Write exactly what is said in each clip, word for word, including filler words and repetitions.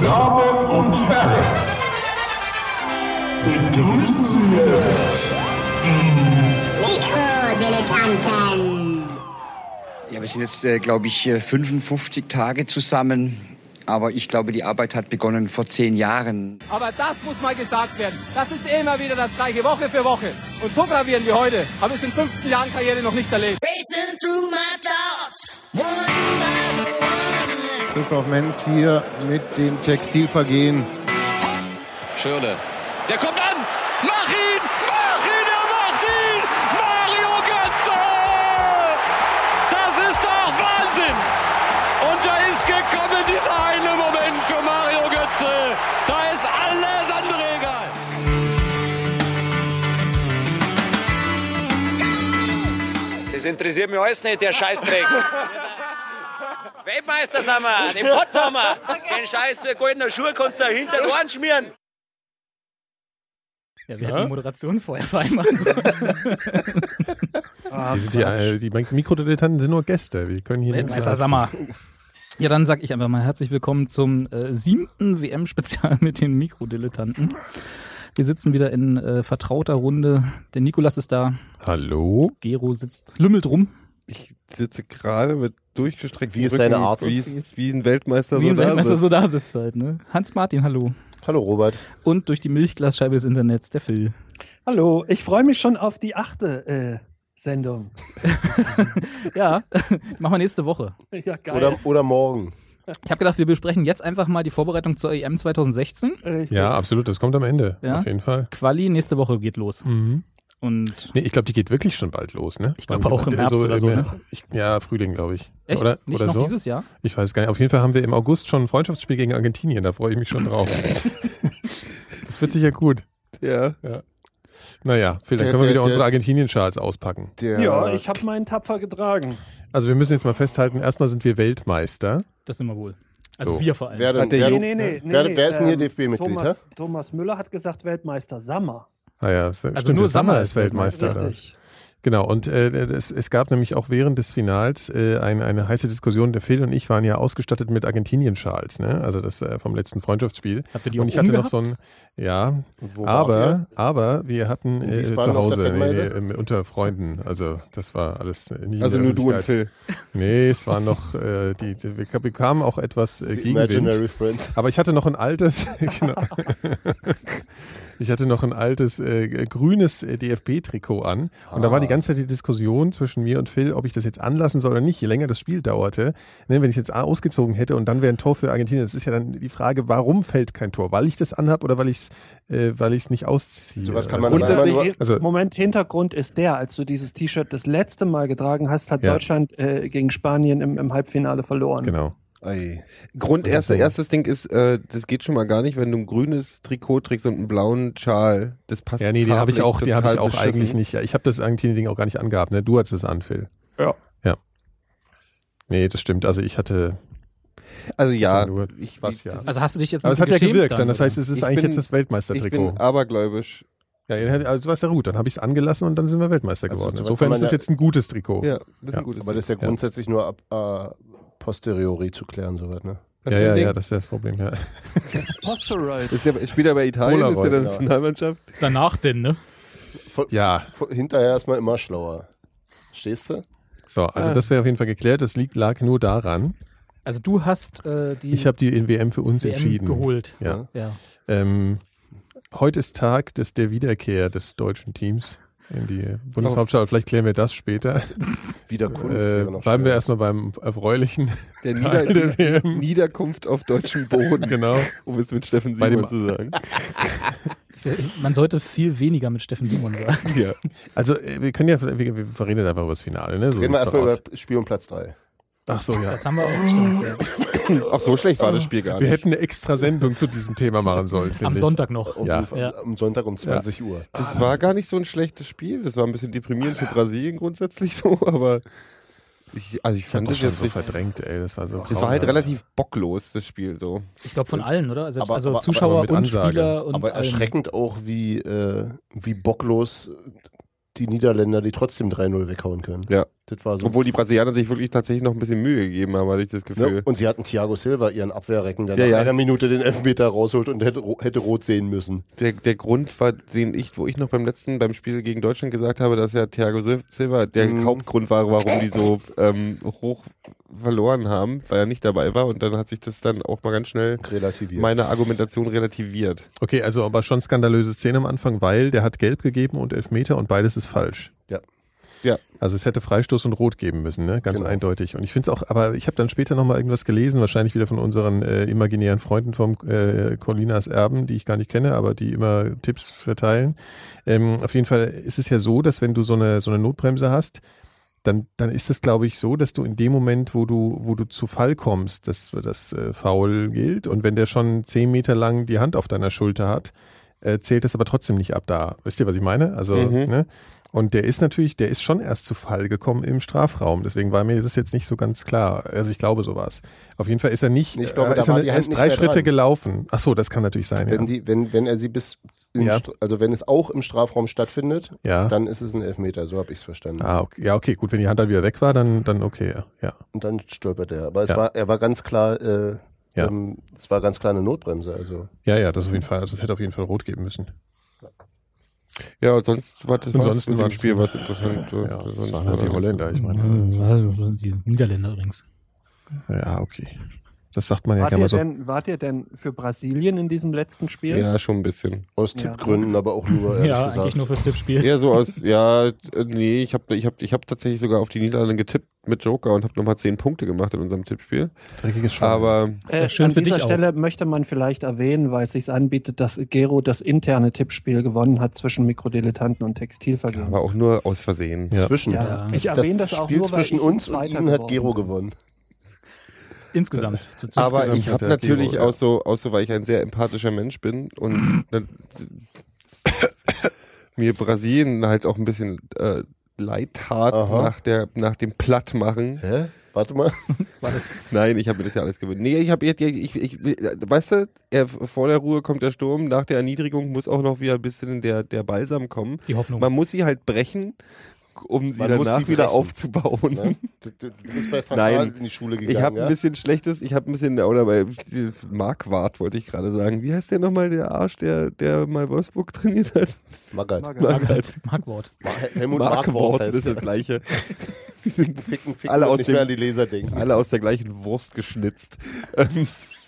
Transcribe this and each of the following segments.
Damen und Herren, begrüßen Sie jetzt die Mikrodilettanten. Ja, wir sind jetzt, äh, glaube ich, fünfundfünfzig Tage zusammen. Aber ich glaube, die Arbeit hat begonnen vor zehn Jahren. Aber das muss mal gesagt werden. Das ist immer wieder das Gleiche, Woche für Woche. Und so gravieren wir heute. Habe ich in fünfzehn Jahren Karriere noch nicht erlebt. Christoph Menz hier mit dem Textilvergehen. Schürrle, der kommt an! Mach ihn! Mach ihn! Er macht ihn! Mario Götze! Das ist doch Wahnsinn! Und da ist gekommen dieser eine Moment für Mario Götze. Da ist alles andere egal. Das interessiert mich alles nicht, der Scheißdreck. Weltmeister sind wir, den Pott haben wir. Den scheiß goldenen Schuh kannst du hinter den Ohren schmieren. Ja, wir ja? hätten die Moderation vorher vereinbaren sollen. ah, die, äh, die Mikrodilettanten sind nur Gäste. Wir können hier Weltmeister Sammer. Ja, dann sag ich einfach mal herzlich willkommen zum äh, siebten W M-Spezial mit den Mikrodilettanten. Wir sitzen wieder in äh, vertrauter Runde. Der Nikolas ist da. Hallo. Gero sitzt, lümmelt rum. Ich sitze gerade mit durchgestrecktem Wie ist Rücken, seine Art? Wie, ist, wie ein Weltmeister wie ein so Weltmeister da sitzt. so da sitzt halt, ne? Hans-Martin, hallo. Hallo Robert. Und durch die Milchglasscheibe des Internets, der Phil. Hallo, ich freue mich schon auf die achte äh, Sendung. Ja, machen wir nächste Woche. Ja, geil. Oder, oder morgen. Ich habe gedacht, wir besprechen jetzt einfach mal die Vorbereitung zur E M zwanzig sechzehn. Richtig. Ja, absolut, das kommt am Ende, ja? auf jeden Fall. Quali, nächste Woche geht los. Mhm. Und nee, ich glaube, die geht wirklich schon bald los, ne? Ich glaube auch im Herbst so, oder so, ne? Ich, ja, Frühling, glaube ich. Echt? Oder, Nicht oder noch so? dieses Jahr? Ich weiß gar nicht. Auf jeden Fall haben wir im August schon ein Freundschaftsspiel gegen Argentinien. Da freue ich mich schon drauf. Das wird sicher gut. Ja. ja. Naja, Phil, dann Der- können wir der- wieder der- unsere Argentinien-Schals auspacken. Der, Ja, ich habe meinen tapfer getragen. Also wir müssen jetzt mal festhalten, erstmal sind wir Weltmeister. Das sind wir wohl. Also So. wir vor allem. Wer, denn, Hat der wer, Jo- Nee, nee, nee. wer, nee, wer ist denn hier ähm, D F B-Mitglied? Thomas, Thomas Müller hat gesagt Weltmeister Sammer. Ah ja, stimmt, Also nur der Sammer Sammer ist ist Weltmeister. Weltmeister. Richtig. Genau, und äh, es, es gab nämlich auch während des Finals äh, eine, eine heiße Diskussion. Der Phil und ich waren ja ausgestattet mit Argentinien-Schals, ne? Also das äh, vom letzten Freundschaftsspiel. Habt ihr die und auch ich hatte noch umgehabt? so ein, ja, Und wo wart aber, aber wir hatten In äh, Wiesbaden zu auf der Hause, nee, Fettmeile? nee, unter Freunden. Also das war alles äh, nie in Also der nur du und Öffentlichkeit. Phil. Nee, es waren noch, äh, die, die, wir bekamen auch etwas äh, ihr? Gegenwind. Imaginary Friends. Aber ich hatte noch ein altes, genau. Ich hatte noch ein altes äh, grünes äh, D F B-Trikot an. Und Ah. da war die ganze Zeit die Diskussion zwischen mir und Phil, ob ich das jetzt anlassen soll oder nicht, je länger das Spiel dauerte. Ne, wenn ich jetzt ausgezogen hätte und dann wäre ein Tor für Argentinien, das ist ja dann die Frage, warum fällt kein Tor? Weil ich das anhab oder weil ich es äh, weil ich es nicht ausziehe? So was kann man Also, aber Grundsätzlich, nur- also- Moment, Hintergrund ist der, als du dieses T-Shirt das letzte Mal getragen hast, hat Ja. Deutschland äh, gegen Spanien im, im Halbfinale verloren. Genau. Ei. Grund, Das erster, Ding. erstes Ding ist, äh, das geht schon mal gar nicht, wenn du ein grünes Trikot trägst und einen blauen Schal. Das passt Ja, nee, die habe ich farblich auch, die habe ich total auch beschissen. eigentlich nicht. Ja, ich habe das Argentinien-Ding auch gar nicht angehabt, ne? Du hattest es an, Phil. Ja. Ja. Nee, das stimmt. Also ich hatte Also ja, Also nur ich, was, ja. das ist- Also hast du dich jetzt ein Aber es hat bisschen ja geschämt gewirkt, dann, dann. Das oder? heißt, es ist Ich eigentlich bin- jetzt das ich Weltmeistertrikot. bin abergläubisch. Ja, also war es ja gut. Dann habe ich es angelassen und dann sind wir Weltmeister Also geworden. so weit Insofern kann man ist das ja- jetzt ein gutes Trikot. Ja, das ist Ja. ein gutes Aber das ist ja Ja. grundsätzlich nur ab, äh, posteriori zu klären, soweit, ne? Was Ja, für ein ja, Ding? ja, das ist ja das Problem. Ja. Posteroid. Ist der, spielt er bei Italien? Polaroid, ist der der genau. Nationalmannschaft? Danach denn, ne? Von, ja, von, hinterher ist man immer schlauer. Stehst du? so, also Ah. das wäre auf jeden Fall geklärt. Das liegt, lag nur daran. Also du hast äh, die Ich habe die in W M für uns W M entschieden. geholt. Ja. Ja. Ähm, heute ist Tag des, der Wiederkehr des deutschen Teams in die Bundeshauptstadt. Vielleicht klären wir das später. Wiederkunft. Äh, wäre noch bleiben wir schöner. erstmal beim erfreulichen Der, Teil Nieder der W M. Niederkunft auf deutschem Boden. Genau. Um es mit Steffen Bei Simon dem- zu sagen. Man sollte viel weniger mit Steffen Simon sagen. Ja. Also äh, wir können ja, wir, wir verreden jetzt einfach über das Finale. Ne? So Reden wir sieht's erstmal doch aus. über Spiel um Platz drei. Ach so, ja. Das haben wir auch bestimmt. Ja. Ach, so schlecht war das Spiel gar Wir nicht. hätten eine extra Sendung zu diesem Thema machen sollen, finde Am ich. Sonntag noch. Um, Ja. Ja. Am Sonntag um zwanzig Uhr. Das war gar nicht so ein schlechtes Spiel. Das war ein bisschen deprimierend für Brasilien grundsätzlich so, aber ich, also ich Ich fand fand das das schon jetzt so nicht. verdrängt, ey. Das war so. Es war halt grauenhaft. relativ bocklos, das Spiel so. Ich glaube von allen, oder? Selbst, Aber- also aber- Zuschauer aber mit und Ansage. Spieler und Aber allem. erschreckend auch, wie, äh, wie bocklos die Niederländer, die trotzdem drei null weghauen können. Ja. Das war so. Obwohl die Brasilianer sich wirklich tatsächlich noch ein bisschen Mühe gegeben haben, hatte ich das Gefühl. Ja, und sie hatten Thiago Silva, ihren Abwehrrecken, der Ja, nach ja. einer Minute den Elfmeter rausholt und hätte, hätte rot sehen müssen. Der, der Grund war, den ich, wo ich noch beim letzten, beim Spiel gegen Deutschland gesagt habe, dass ja Thiago Silva der Mhm. Hauptgrund war, warum die so ähm, hoch verloren haben, weil er nicht dabei war. Und dann hat sich das dann auch mal ganz schnell relativiert. meine Argumentation relativiert. Okay, also aber schon skandalöse Szene am Anfang, weil der hat Gelb gegeben und Elfmeter und beides ist falsch. Ja. Ja. Also es hätte Freistoß und Rot geben müssen, ne? Ganz Genau. eindeutig. Und ich finde es auch, aber ich habe dann später nochmal irgendwas gelesen, wahrscheinlich wieder von unseren äh, imaginären Freunden vom äh, Colinas Erben, die ich gar nicht kenne, aber die immer Tipps verteilen. Ähm, auf jeden Fall ist es ja so, dass wenn du so eine, so eine Notbremse hast, dann, dann ist es, glaube ich, so, dass du in dem Moment, wo du, wo du zu Fall kommst, dass das äh, Foul gilt. Und wenn der schon zehn Meter lang die Hand auf deiner Schulter hat, äh, zählt das aber trotzdem nicht ab da. Wisst ihr, was ich meine? Also, Mhm. ne? Und der ist natürlich, der ist schon erst zu Fall gekommen im Strafraum. Deswegen war mir das jetzt nicht so ganz klar. Also ich glaube sowas. Auf jeden Fall ist er nicht, Ich glaube, äh, da ist er war die er Hand ist nicht drei mehr Schritte dran. gelaufen. Ach so, das kann natürlich sein, Wenn, ja. die, wenn, wenn er sie bis, im Ja. Stra- also wenn es auch im Strafraum stattfindet, Ja. dann ist es ein Elfmeter, so habe ich es verstanden. Ah, okay. Ja, okay, gut, wenn die Hand dann wieder weg war, dann, dann okay, ja. Und dann stolpert er. Aber es Ja. war, er war ganz klar, äh, Ja. ähm, es war ganz klar eine Notbremse. Also Ja, ja, das auf jeden Fall. Also es hätte auf jeden Fall rot geben müssen. Ja, und sonst war das Ansonsten war war das Spiel was interessant. Ja, das Sonst waren war halt die das- Holländer, ich meine. Ja, die Niederländer übrigens. Ja, okay. Das sagt man ja Wart gerne ihr, mal so. denn, wart ihr denn für Brasilien in diesem letzten Spiel? Ja, schon ein bisschen. aus Ja. Tippgründen, aber auch nur, ehrlich Ja, gesagt. eigentlich nur fürs Tippspiel. Eher so aus, ja, äh, nee, ich habe ich hab, ich hab tatsächlich sogar auf die Niederlande getippt mit Joker und habe nochmal zehn Punkte gemacht in unserem Tippspiel. Dreckiges Schwein. Aber Ist ja Äh, schön an für dieser dich auch. Stelle möchte man vielleicht erwähnen, weil es sich anbietet, dass Gero das interne Tippspiel gewonnen hat zwischen Mikrodilettanten und Textilvergehen. aber auch nur aus Versehen. Ja. Zwischen. Ja, ich Das erwähne das auch Spiel nur, weil zwischen ich uns und Zweiter ihnen hat geworden Gero bin. gewonnen. Insgesamt. Zu, zu Aber Insgesamt ich hat habe der natürlich Gero, ja. auch so, auch so, weil ich ein sehr empathischer Mensch bin und ne, mir Brasilien halt auch ein bisschen äh, leid tat Aha. nach der, nach dem Plattmachen. Hä? Warte mal. Nein, ich habe mir das ja alles gewöhnt. Nee, ich habe jetzt, ich, ich, ich, weißt du, er, vor der Ruhe kommt der Sturm, nach der Erniedrigung muss auch noch wieder ein bisschen der, der Balsam kommen. Die Hoffnung. Man muss sie halt brechen, um sie Man muss danach sie wieder brechen. aufzubauen. Ne? Du, du, du bist bei Nein, Fatal in die Schule gegangen, Ich habe ja? ein bisschen schlechtes, ich habe ein bisschen, oder bei Marquardt wollte ich gerade sagen. Wie heißt der nochmal, der Arsch, der, der mal Wolfsburg trainiert hat? Magath. Markwort. Markwort. Ma- Helmut Marquardt, Markwort das heißt ist das er. gleiche. Ficken, ficken Alle und aus nicht dem- mehr an die Leser denken. Alle aus der gleichen Wurst geschnitzt. Ähm,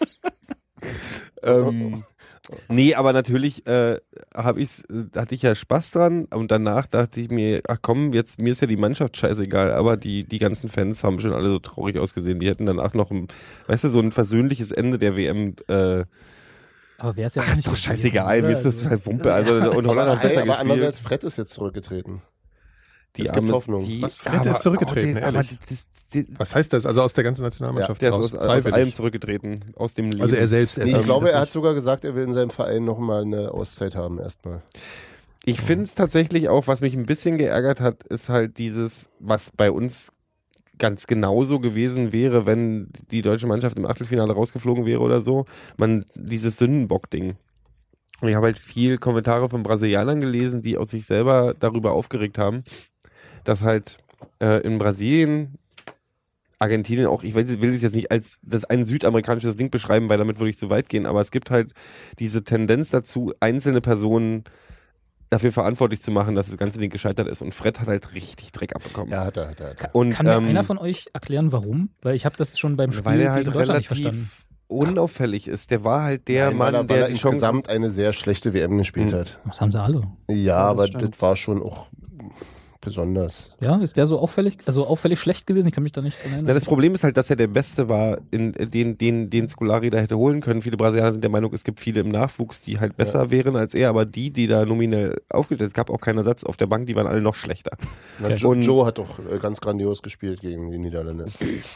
ähm, nee, aber natürlich äh, hab ich's, äh, hatte ich ja Spaß dran und danach dachte ich mir, ach komm, jetzt mir ist ja die Mannschaft scheißegal, aber die, die ganzen Fans haben schon alle so traurig ausgesehen. Die hätten danach noch ein, weißt du, so ein versöhnliches Ende der W M. Äh, Aber wäre es ja auch ach, ist nicht doch gewesen, scheißegal, oder? mir ist das Also, halt Wumpe. Also, und Holland hat Hey, besser aber gespielt. andererseits, Fred ist jetzt zurückgetreten. Die es gibt arme- Hoffnung. Die, Was, Fred ist zurückgetreten, oh, der, aber ehrlich? das, das, Was heißt das? Also aus der ganzen Nationalmannschaft der ist raus? aus, aus Freiwillig. allem zurückgetreten, aus dem Leben. Also er selbst Nee, erst ich dann glaube, das er hat nicht. sogar gesagt, er will in seinem Verein nochmal eine Auszeit haben erstmal. Ich finde es tatsächlich auch, was mich ein bisschen geärgert hat, ist halt dieses, was bei uns ganz genauso gewesen wäre, wenn die deutsche Mannschaft im Achtelfinale rausgeflogen wäre oder so, man dieses Sündenbock-Ding. Und ich habe halt viel Kommentare von Brasilianern gelesen, die aus sich selber darüber aufgeregt haben, dass halt äh, in Brasilien, Argentinien auch, ich weiß, ich will es jetzt nicht als das ein südamerikanisches Ding beschreiben, weil damit würde ich zu weit gehen, aber es gibt halt diese Tendenz dazu, einzelne Personen dafür verantwortlich zu machen, dass das ganze Ding gescheitert ist. Und Fred hat halt richtig Dreck abbekommen. Ja, hat er, hat er. Hat er. Und, Kann mir ähm, einer von euch erklären, warum? Weil ich habe das schon beim Spiel weil er halt gegen Deutschland nicht verstanden. relativ unauffällig ist. Der war halt der Nein, Mann, weil er, weil der er die Chance... insgesamt eine sehr schlechte W M gespielt Mhm. hat. Das haben sie alle. Ja, aber stimmt. das war schon auch besonders. Ja, ist der so auffällig, also auffällig schlecht gewesen? Ich kann mich da nicht dran erinnern. Na, das Problem ist halt, dass er der Beste war, in den, den, den Scolari da hätte holen können. Viele Brasilianer sind der Meinung, es gibt viele im Nachwuchs, die halt besser Ja. wären als er, aber die, die da nominell aufgestellt, es gab auch keinen Ersatz auf der Bank, die waren alle noch schlechter. Na, Okay. Joe, Und- Joe hat doch äh, ganz grandios gespielt gegen die Niederlande.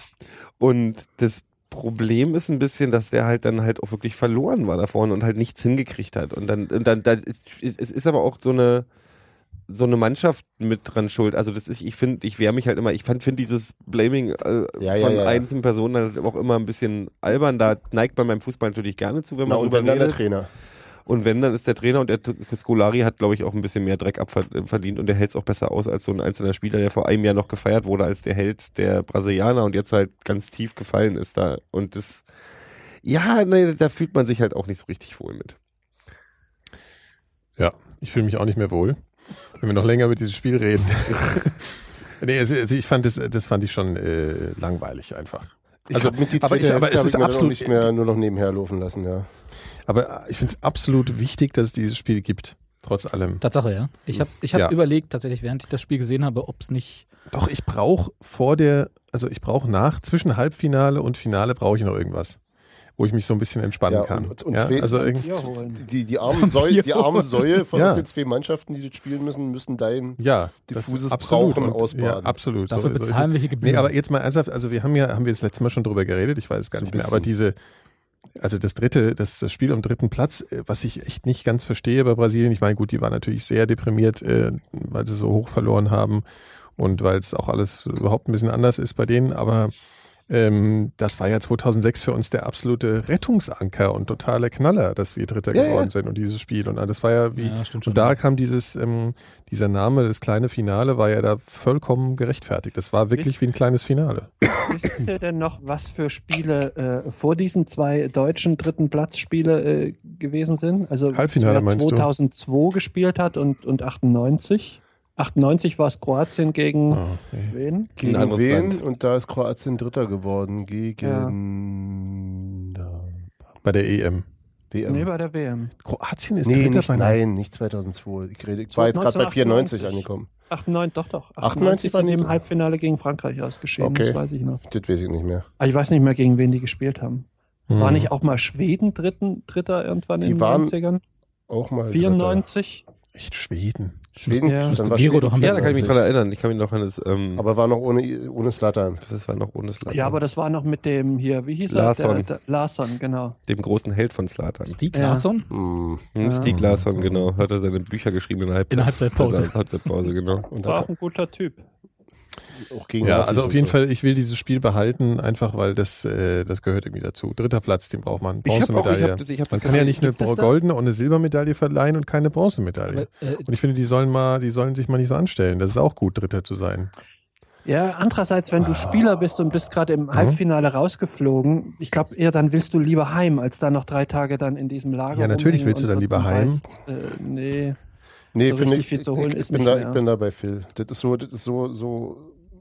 Und das Problem ist ein bisschen, dass der halt dann halt auch wirklich verloren war da vorne und halt nichts hingekriegt hat. Und dann, und dann, dann es ist aber auch so eine so eine Mannschaft mit dran schuld. Also das ist, ich finde, ich wehre mich halt immer, ich finde dieses Blaming äh, Ja, ja, von ja, ja. einzelnen Personen halt auch immer ein bisschen albern. Da neigt man beim Fußball natürlich gerne zu, wenn Na, man und drüber wenn dann der redet. Trainer. Und wenn, dann ist der Trainer und der Scolari hat, glaube ich, auch ein bisschen mehr Dreck abverdient und der hält es auch besser aus als so ein einzelner Spieler, der vor einem Jahr noch gefeiert wurde als der Held der Brasilianer und jetzt halt ganz tief gefallen ist da. Und das, ja, nee, da fühlt man sich halt auch nicht so richtig wohl mit. Ja, ich fühle mich auch nicht mehr wohl, wenn wir noch länger über dieses Spiel reden. nee, also, also ich fand das, das fand ich schon äh, langweilig einfach. Also Also, mit die aber ich, zweite aber Hälfte es habe ist ich mir dann auch absolut nicht mehr nur noch nebenher laufen lassen, ja. Aber ich finde es absolut wichtig, dass es dieses Spiel gibt, trotz allem. Tatsache, ja. Ich habe ich hab Ja. überlegt, tatsächlich, während ich das Spiel gesehen habe, ob es nicht. Doch, ich brauche vor der, also ich brauche nach, zwischen Halbfinale und Finale brauche ich noch irgendwas, wo ich mich so ein bisschen entspannen Ja, kann. und, und ja, zwei, also die, irgendwie, die, die, arme Säule, die arme Säule von Ja. den zwei Mannschaften, die das spielen müssen, müssen dein ja, diffuses das ist absolut Brauchen und- ausbaden. Ja, absolut. Dafür so, so ist bezahlen es. wir hier Gebühren. Nee, aber jetzt mal ernsthaft, also wir haben ja, haben wir das letzte Mal schon drüber geredet, ich weiß es gar So nicht ein mehr, aber bisschen. diese, also das dritte, das, das Spiel am dritten Platz, äh, was ich echt nicht ganz verstehe bei Brasilien, ich meine, gut, die waren natürlich sehr deprimiert, äh, weil sie so hoch verloren haben und weil es auch alles überhaupt ein bisschen anders ist bei denen, aber ähm, das war ja zweitausendsechs für uns der absolute Rettungsanker und totale Knaller, dass wir Dritter Ja, geworden ja. sind und dieses Spiel und das war ja wie, Ja, stimmt schon. und da kam dieses, ähm, dieser Name, das kleine Finale war ja da vollkommen gerechtfertigt. Das war wirklich wie ein kleines Finale. Wisst ihr denn noch, was für Spiele äh, vor diesen zwei deutschen dritten Platzspiele äh, gewesen sind? Also Halbfinale wer meinst du? zweitausendzwei gespielt hat und, und achtundneunzig. achtundneunzig war es Kroatien gegen Ah, okay. wen? Gegen Ein anderes wen? Land. Und da ist Kroatien Dritter geworden gegen ja. Bei der E M. W M. Nee, bei der W M. Kroatien ist Nee, Dritter nicht, bei einer- nein, nicht zweitausendzwei. Ich, rede, ich war jetzt gerade bei vierundneunzig angekommen. achtundneunzig, doch, doch. achtundneunzig sind waren die im da? Halbfinale gegen Frankreich ausgeschieden, Okay. das weiß ich noch. Das weiß ich nicht mehr. Aber ich weiß nicht mehr, gegen wen die gespielt haben. War Hm. nicht auch mal Schweden dritten, Dritter irgendwann Die in den waren neunzigern? Auch mal vierundneunzig? Echt Schweden. Schweden, Ja. dann Müsste war Gero Schweden doch am Ja, da kann ich mich vierundneunzig. dran erinnern. Ich kann mich noch an das, ähm, Aber war noch ohne, ohne Zlatan. das war noch ohne Zlatan. Ja, aber das war noch mit dem hier, wie hieß Larsson. er? Der, der, Larsson, genau. Dem großen Held von Zlatan. Stieg Ja. Larsson? Hm. Hm, Stieg Larsson, genau. Hat er seine Bücher geschrieben in der Halbzeit. In der Halbzeitpause. In der Halbzeitpause, genau. Und War dann auch ein guter Typ. auch gegen Ja, Nazis also auf und jeden so. Fall, ich will dieses Spiel behalten, einfach weil das, äh, das gehört irgendwie dazu. Dritter Platz, den braucht man. Ich hab auch- ich Bronzemedaille. hab das- ich hab Man das- kann ja nicht eine Gibt es da- goldene und eine Silbermedaille verleihen und keine Bronzemedaille. Aber, äh, Und ich finde, die sollen mal, die sollen sich mal nicht so anstellen. Das ist auch gut, Dritter zu sein. Ja, andererseits, wenn du Spieler bist und bist gerade Mhm. im Halbfinale rausgeflogen, ich glaube eher, dann willst du lieber heim, als dann noch drei Tage dann in diesem Lager Ja, natürlich rumhängen willst du und- dann und lieber du heim. weißt, äh, nee. Nee, so finde richtig ich, viel zu holen ich, ist ich, bin nicht da, mehr. ich bin da bei Phil. Das ist so, das ist so, so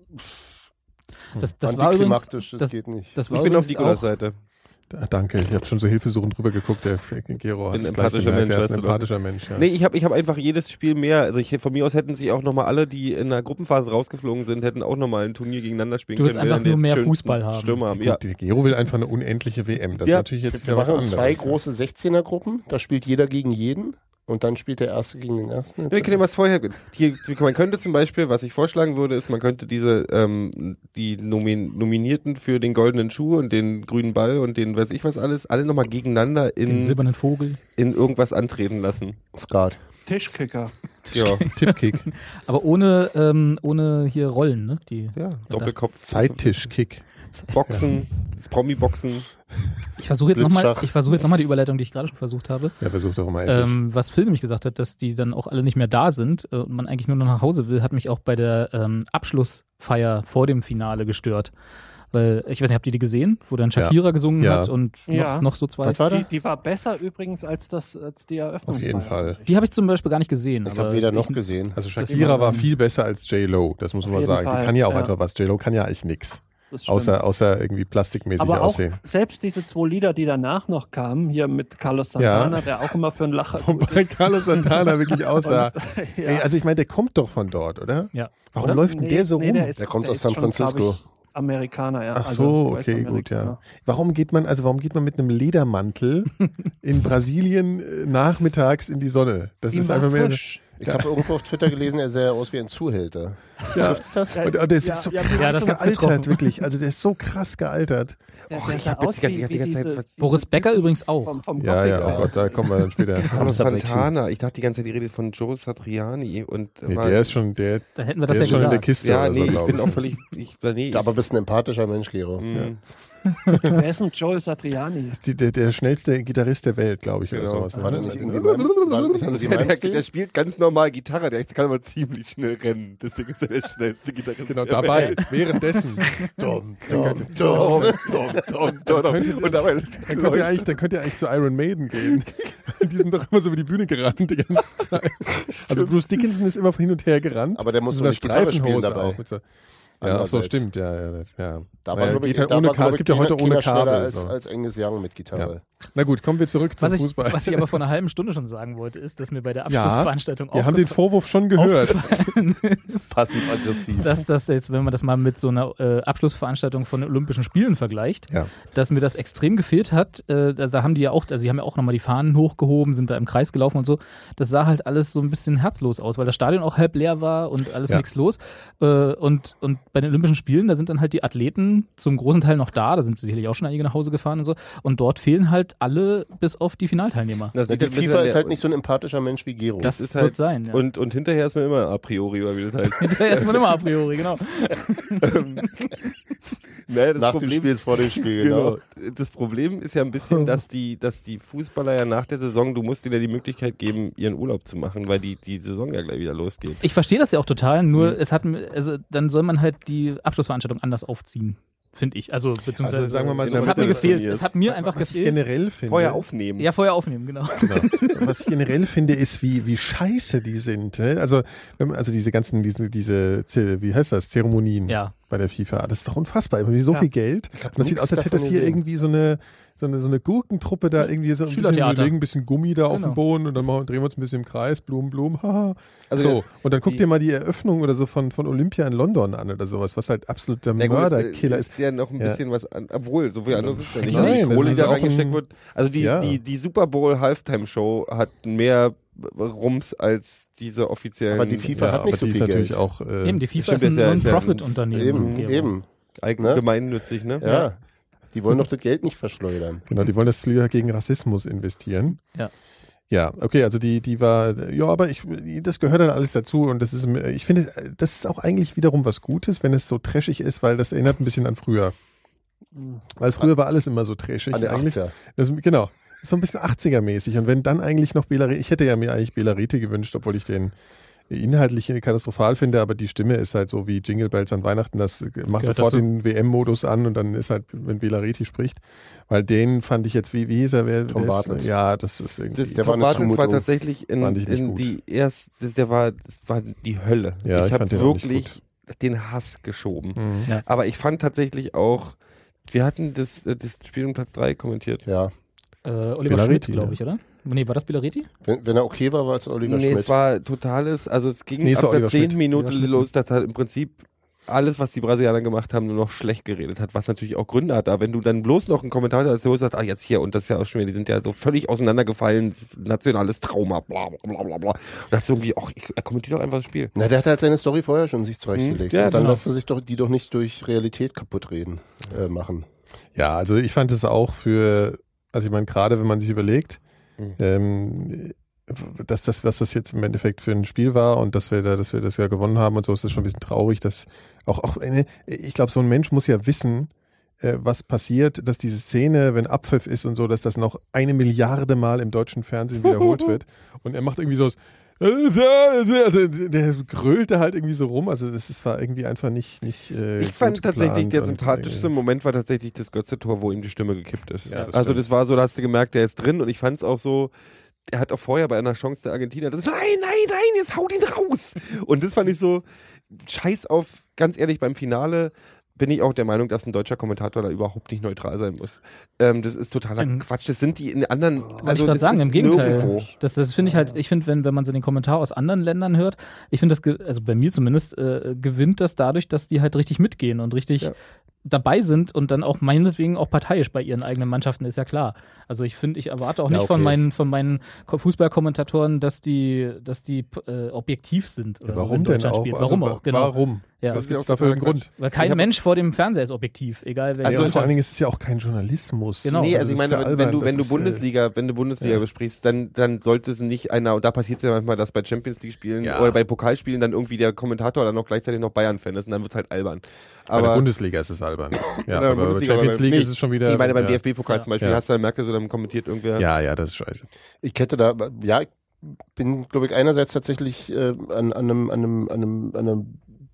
Das, das war übrigens, antiklimaktisch, das, das, geht nicht. das war Ich bin auf übrigens Nikolas auch, Seite. Da, danke, ich habe schon so hilfesuchend drüber geguckt. Der Gero Bin hat's ein gleich empathischer gemerkt. Mensch, Der ist weißt ein du doch. empathischer Mensch. Ja. Nee, ich habe ich hab einfach jedes Spiel mehr. Also ich, von mir aus hätten sich auch nochmal alle, die in der Gruppenphase rausgeflogen sind, hätten auch nochmal ein Turnier gegeneinander spielen Du willst können. wer einfach dann nur den mehr schönsten Fußball haben. Stürmer haben. Gut, Ja. der Gero will einfach eine unendliche W M. Das Ja. ist natürlich jetzt Wir wieder was machen anderes. zwei große sechzehner-Gruppen, da spielt jeder gegen jeden und dann spielt der Erste gegen den Ersten. Wir können ja was vorher. Hier, man könnte zum Beispiel, was ich vorschlagen würde, ist, man könnte diese ähm, die Nomin Nominierten für den goldenen Schuh und den grünen Ball und den weiß ich was alles, alle nochmal gegeneinander den in, silbernen Vogel. in irgendwas antreten lassen. Skat. Tischkicker. Ja, Tippkick. Aber ohne, ähm, ohne hier Rollen, ne? Die, ja. Doppelkopf. Zeittischkick. Boxen, das Promi-Boxen. Ich versuche jetzt nochmal Blitzschach. ich versuche jetzt nochmal die Überleitung, die ich gerade schon versucht habe. Ja, versucht doch mal endlich. Ähm, was Phil nämlich gesagt hat, dass die dann auch alle nicht mehr da sind äh, und man eigentlich nur noch nach Hause will, hat mich auch bei der ähm, Abschlussfeier vor dem Finale gestört. Weil, ich weiß nicht, habt ihr die gesehen? Wo dann Shakira gesungen Ja. hat und Ja. noch, noch so zwei. Was war da? Die, die war besser übrigens als, das, als die Eröffnung. Auf jeden Fall. Die habe ich zum Beispiel gar nicht gesehen. Ich aber habe weder noch ich, gesehen. Also das Shakira immer war sagen. viel besser als J-Lo, das muss man Auf mal jeden sagen. Fall, Die kann ja auch ja. einfach was. J-Lo kann ja eigentlich nichts. Das stimmt. Außer, außer irgendwie plastikmäßig Aber auch aussehen. selbst diese zwei Lieder, die danach noch kamen, hier mit Carlos Santana, Ja. der auch immer für einen Lacher gut Wobei ist. Carlos Santana wirklich aussah. Und, ja. Ey, also ich meine, der kommt doch von dort, oder? Ja. Warum Oder? läuft denn der so nee, rum? Der, ist, Der kommt der aus ist San schon, Francisco. glaub ich, Amerikaner, ja. Ach Also so, okay, gut, ja. US-Amerikaner. Warum geht man, also warum geht man mit einem Ledermantel in Brasilien äh, nachmittags in die Sonne? Das Ihm ist war einfach mehr. frisch. Ich habe irgendwo auf Twitter gelesen, er sähe aus wie ein Zuhälter. Ja. Trifft's das? Ja, Und, und der ist ja, so ja, krass ja, das hat's gealtert, getroffen. wirklich. Also der ist so krass gealtert. Der, Och, der ich sah hab jetzt aus die ganze- wie, die wie ganze Zeit diese, was- Boris Becker übrigens auch. vom, vom Ja, ja, Gothic. oh Gott, da kommen wir dann später. Carlos Hamsterpäckchen. Santana. Ich dachte die ganze Zeit, die Rede ist von Joe Satriani. Und Nee, war- der ist schon, der, Da hätten wir der das ja ist schon in der gesagt. Kiste ja, oder nee, so, ich glaube bin ich. auch völlig. Ich, nee, ich, Aber bist ein empathischer Mensch, Gero. mh. Wer ist denn Joel Satriani? Die, der, der schnellste Gitarrist der Welt, glaube ich, oder Genau. sowas. War das nicht irgendwie mein, war das nicht irgendwie Der, mein der, der spielt ganz normal Gitarre, der kann aber ziemlich schnell rennen. Deswegen ist er der schnellste Gitarrist. Genau, der dabei, Welt. währenddessen. Dom, Dom, dom, dom, dom, dom, dom. Und dabei Dann könnt, ihr eigentlich, dann könnt ihr eigentlich zu Iron Maiden gehen. Die sind doch immer so über die Bühne gerannt die ganze Zeit. Also Bruce Dickinson ist immer hin und her gerannt. Aber der muss mit so einer nicht Gitarre spielen Streifenhose dabei. auch. Mit so, ja, ach so, Andererseits. stimmt. Ja, ja, das, ja. Da war, naja, glaube ich, geht halt da ohne war, Kabel. glaube Es gibt ja keiner- heute ohne keiner schneller Kabel. Als, So. als Angus Young mit Gitarre. Na gut, kommen wir zurück zum Was ich, Fußball. was ich aber vor einer halben Stunde schon sagen wollte, ist, dass mir bei der Abschlussveranstaltung Wir haben den Vorwurf schon gehört. Passiv-aggressiv. dass das jetzt, wenn man das mal mit so einer äh, Abschlussveranstaltung von Olympischen Spielen vergleicht, Ja. dass mir das extrem gefehlt hat. Äh, da, da haben die ja auch, also sie haben ja auch nochmal die Fahnen hochgehoben, sind da im Kreis gelaufen und so. Das sah halt alles so ein bisschen herzlos aus, weil das Stadion auch halb leer war und alles Ja. nichts los. Äh, und, und bei den Olympischen Spielen, da sind dann halt die Athleten zum großen Teil noch da, da sind sicherlich auch schon einige nach Hause gefahren und so. Und dort fehlen halt alle bis auf die Finalteilnehmer. Das Na, liegt die ein bisschen FIFA an ist der- halt nicht so ein empathischer Mensch wie Gero. Das ist wird halt sein, ja. und, und hinterher ist man immer a priori, oder wie das heißt. Hinterher ist man immer a priori, genau. Naja, das Nach dem Problem, Spiel ist vor dem Spiel, genau. genau. Das Problem ist ja ein bisschen, dass die, dass die Fußballer ja nach der Saison, du musst ihnen ja die Möglichkeit geben, ihren Urlaub zu machen, weil die, die Saison ja gleich wieder losgeht. Ich verstehe das ja auch total, nur Mhm. es hat, mir- also dann soll man halt die Abschlussveranstaltung anders aufziehen, finde ich. Also beziehungsweise, Also sagen wir mal so, es hat mir Mitte des gefehlt. Turniers. Es hat mir einfach Was ich gefehlt. generell finde. Vorher aufnehmen. Ja, vorher aufnehmen, genau. Genau. Was ich generell finde, ist, wie, wie scheiße die sind. Ne? Also, wenn man, also diese ganzen, diese, diese, Ze- wie heißt das, Zeremonien Ja. bei der FIFA. Das ist doch unfassbar. Irgendwie so Ja. viel Geld. Und das sieht nichts aus, als hätte das davon hier gesehen. irgendwie so eine, so eine, so eine Gurkentruppe da irgendwie so ein bisschen, wir Schülertheater. legen ein bisschen Gummi da auf Genau. den Boden und dann machen, drehen wir uns ein bisschen im Kreis, Blumen, Blumen, haha. Also so, der- und dann guck die- dir mal die Eröffnung oder so von, von Olympia in London an oder sowas, was halt absoluter Na gut, Mörderkiller ist ist. ja noch ein Ja. bisschen was an, obwohl, so viel anderes ist ja nicht. Nein, die das Kohle, die ist da auch reingesteckt ein- wird. Also die, Ja. die, die Super Bowl Halftime Show hat mehr Rums als diese offiziellen. Aber die FIFA Ja, hat nicht aber so die viel ist natürlich Geld. auch. Äh, Eben, die FIFA stimmt, ist ist ein ja- ist ja ein- Non-Profit-Unternehmen. Eben, Gero. eben. eigen- ne? gemeinnützig, ne? Ja. Die wollen doch das Geld nicht verschleudern. Genau, die wollen das lieber gegen Rassismus investieren. Ja. Ja, okay, also die, die war, ja, aber ich, das gehört dann alles dazu und das ist, ich finde, das ist auch eigentlich wiederum was Gutes, wenn es so trashig ist, weil das erinnert ein bisschen an früher. Weil früher war alles immer so trashig. An der eigentlich. achtziger. Das, genau, so ein bisschen achtziger-mäßig und wenn dann eigentlich noch Bela Reti, ich hätte ja mir eigentlich Bela Reti gewünscht, obwohl ich den inhaltlich katastrophal finde, aber die Stimme ist halt so wie Jingle Bells an Weihnachten, das macht Gehört sofort dazu. den W M-Modus an und dann ist halt, wenn Bela Reti spricht, weil den fand ich jetzt, wie, wie hieß er? Wer, Tom der Bartels. Ist, ja, das ist irgendwie... Das, Der Tom war eine Bartels war Zumutung. tatsächlich in, Fand ich nicht in gut. die erst, das, der war, das war die Hölle. Ja, ich ich habe fand den auch nicht wirklich den Hass geschoben. Mhm. Ja. Aber ich fand tatsächlich auch, wir hatten das, äh, das Spiel um Platz drei kommentiert. Ja. Äh, Oliver Bela Schmidt, Reti, glaube ne? ich, oder? Nee, war das Bela Reti? Wenn, wenn er okay war, war es Oliver Nee, Schmidt. es war totales, also es ging Nee, es ab war der Oliver zehnten Schmidt. Minute Oliver Schmidt. los, dass halt im Prinzip alles, was die Brasilianer gemacht haben, nur noch schlecht geredet hat, was natürlich auch Gründe hat. Aber wenn du dann bloß noch einen Kommentar hast, der sagt, ah, jetzt hier und das ist ja auch schon wieder, die sind ja so völlig auseinandergefallen, das ist ein nationales Trauma, bla bla bla bla bla. Und das ist irgendwie, ach, ich- er kommentiert doch einfach das Spiel. Na, der hat halt seine Story vorher schon sich zurechtgelegt. Mhm. Ja, und dann genau. lässt er sich doch die doch nicht durch Realität kaputt reden, äh, machen. Ja, also ich fand es auch für, also ich meine, gerade wenn man sich überlegt, Mhm. ähm, dass das, was das jetzt im Endeffekt für ein Spiel war und dass wir da, dass wir das ja gewonnen haben und so, ist das schon ein bisschen traurig, dass auch, auch eine, ich glaube, so ein Mensch muss ja wissen, äh, was passiert, dass diese Szene, wenn Abpfiff ist und so, dass das noch eine Milliarde Mal im deutschen Fernsehen wiederholt wird und er macht irgendwie so das, also der grölt da halt irgendwie so rum, also das ist, war irgendwie einfach nicht, nicht äh, Ich fand gut tatsächlich, geplant der und, sympathischste äh, Moment war tatsächlich das Götze-Tor, wo ihm die Stimme gekippt ist. Ja, das also stimmt. das war so, da hast du gemerkt, der ist drin und ich fand es auch so, er hat auch vorher bei einer Chance der Argentinier, das, nein, nein, nein, jetzt haut ihn raus. Und das fand ich so, scheiß auf, ganz ehrlich, beim Finale bin ich auch der Meinung, dass ein deutscher Kommentator da überhaupt nicht neutral sein muss. Ähm, das ist totaler Ähm, Quatsch. Das sind die in anderen, Wollte also ich gerade das sagen, ist im Gegenteil. nirgendwo. Das, das finde ich halt, ich finde, wenn, wenn man so den Kommentar aus anderen Ländern hört, ich finde das, ge- also bei mir zumindest, äh, gewinnt das dadurch, dass die halt richtig mitgehen und richtig Ja. dabei sind und dann auch meinetwegen auch parteiisch bei ihren eigenen Mannschaften, ist ja klar. Also ich finde, ich erwarte auch Ja, nicht von okay. meinen, von meinen Ko- Fußballkommentatoren, dass die, dass die äh, objektiv sind oder Ja, so, warum wenn denn Deutschland auch? spielt. Also Warum wa- auch, genau. Warum? Ja. Das gibt dafür einen Grund. Weil kein Mensch vor dem Fernseher ist objektiv, egal welcher. Also und vor allen Dingen ist es ja auch kein Journalismus. Genau. Nee, also ich Das ist meine, ja wenn, albern, du, wenn du das ist, Bundesliga, wenn du Bundesliga ja. besprichst, dann, dann sollte es nicht einer, und da passiert es ja manchmal, dass bei Champions League Spielen Ja. oder bei Pokalspielen dann irgendwie der Kommentator dann noch gleichzeitig noch Bayern-Fan ist und dann wird es halt albern. Bei der Aber Bundesliga ist es albern. Ja, Bei der aber bei Bundesliga, Champions aber League nee, ist es schon wieder... ich meine, beim ja. D F B-Pokal zum Beispiel, Ja. hast du dann merkst du, so, dann kommentiert irgendwer. Ja, ja, das ist scheiße. Ich hätte da, ja, ich bin, glaube ich, einerseits tatsächlich äh, an, an einem, an einem, an einem, an einem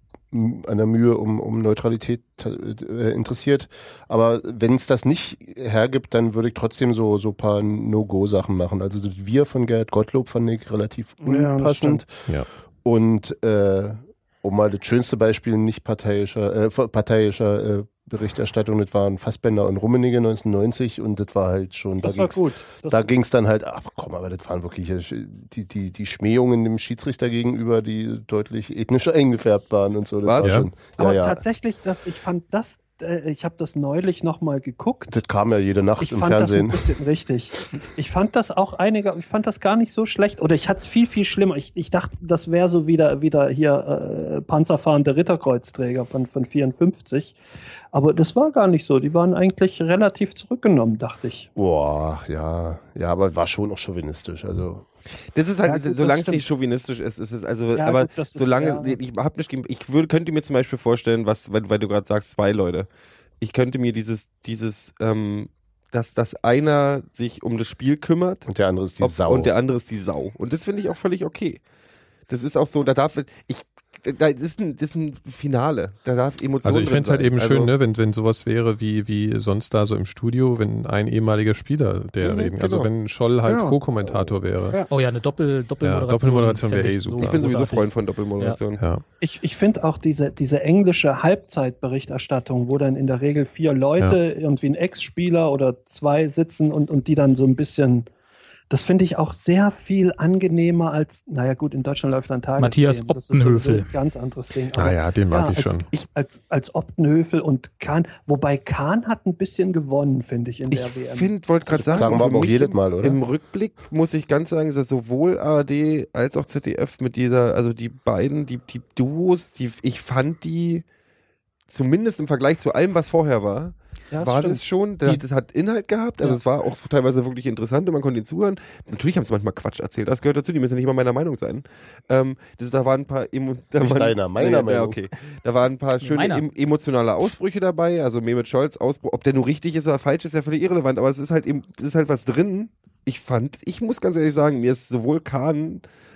einer Mühe um, um Neutralität äh, interessiert. Aber wenn es das nicht hergibt, dann würde ich trotzdem so so paar No-Go-Sachen machen. Also das Wir von Gerhard Gottlob fand ich relativ Ja, das unpassend. Ja. Und äh, um mal das schönste Beispiel nicht parteiischer, äh, parteiischer äh, Berichterstattung, das waren Fassbender und Rummenigge neunzehnhundertneunzig und das war halt schon, Das da war ging's, gut. Das da ging es dann halt, ach komm, aber das waren wirklich die, die, die Schmähungen dem Schiedsrichter gegenüber, die deutlich ethnisch eingefärbt waren und so. Das Was? war Ja? schon, ja, Aber ja. tatsächlich, das, ich fand das, äh, ich habe das neulich nochmal geguckt. Das kam ja jede Nacht Ich im fand Fernsehen. das ein bisschen richtig. Ich fand das auch einige, ich fand das gar nicht so schlecht. Oder ich hatte es viel, viel schlimmer. Ich, ich dachte, das wäre so wieder, wieder hier äh, panzerfahrende Ritterkreuzträger von, von vierundfünfzig. Aber das war gar nicht so. Die waren eigentlich relativ zurückgenommen, dachte ich. Boah, ja, ja, aber war schon auch chauvinistisch. Also Das ist halt, Ja, gut, solange das es nicht stimmt. chauvinistisch ist, ist es also, Ja, aber gut, das ist- solange, ja. ich hab nicht, ich würde, könnte mir zum Beispiel vorstellen, was, weil, weil du gerade sagst, zwei Leute, ich könnte mir dieses, dieses, ähm, dass, dass einer sich um das Spiel kümmert und der andere ist die ob, Sau. und der andere ist die Sau. Und das finde ich auch völlig okay. Das ist auch so, da darf, ich, da ist ein, das ist ein Finale, da darf Emotion Also ich drin fände es halt sein. eben Also- schön, ne, wenn, wenn sowas wäre wie, wie sonst da so im Studio, wenn ein ehemaliger Spieler der Mhm, reden. Also genau. wenn Scholl halt Ja. Co-Kommentator wäre. Ja. Oh ja, eine Doppel, Doppelmoderation. Ja, Doppelmoderation wäre fänd eh ich super. Ich bin sowieso großartig. Freund von Doppelmoderation. Ja. Ich, ich finde auch diese, diese englische Halbzeitberichterstattung, wo dann in der Regel vier Leute, irgendwie ein Ex-Spieler oder zwei sitzen und, und die dann so ein bisschen, das finde ich auch sehr viel angenehmer als, naja gut, in Deutschland läuft dann Tagesthemen. Matthias Das ist sowieso Optenhöfel. ein ganz anderes Ding. Ah Aber ja, den mag ich als, schon. Ich, als, als Optenhöfel und Kahn, wobei Kahn hat ein bisschen gewonnen, finde ich, in der Ich W M. finde, wollte gerade sagen, sagen wir für aber auch mich jedes im- Mal, oder? Im Rückblick muss ich ganz sagen, dass sowohl A R D als auch Z D F mit dieser, also die beiden, die, die Duos, die, ich fand die, zumindest im Vergleich zu allem, was vorher war, Ja, das war stimmt. das schon, das, das hat Inhalt gehabt, also Ja. es war auch teilweise wirklich interessant und man konnte ihnen zuhören. Natürlich haben sie manchmal Quatsch erzählt, das gehört dazu, die müssen nicht mal meiner Meinung sein. Ähm, das, da waren ein paar Emo da Nicht waren, deiner, meiner ja, Meinung. Ja, okay. Da waren ein paar schöne meiner. em emotionale Ausbrüche dabei, also Mehmet Scholz Ausbruch, ob der nur richtig ist oder falsch, ist ja völlig irrelevant, aber es ist halt eben, es ist halt was drin. Ich fand, ich muss ganz ehrlich sagen, mir ist sowohl Kahn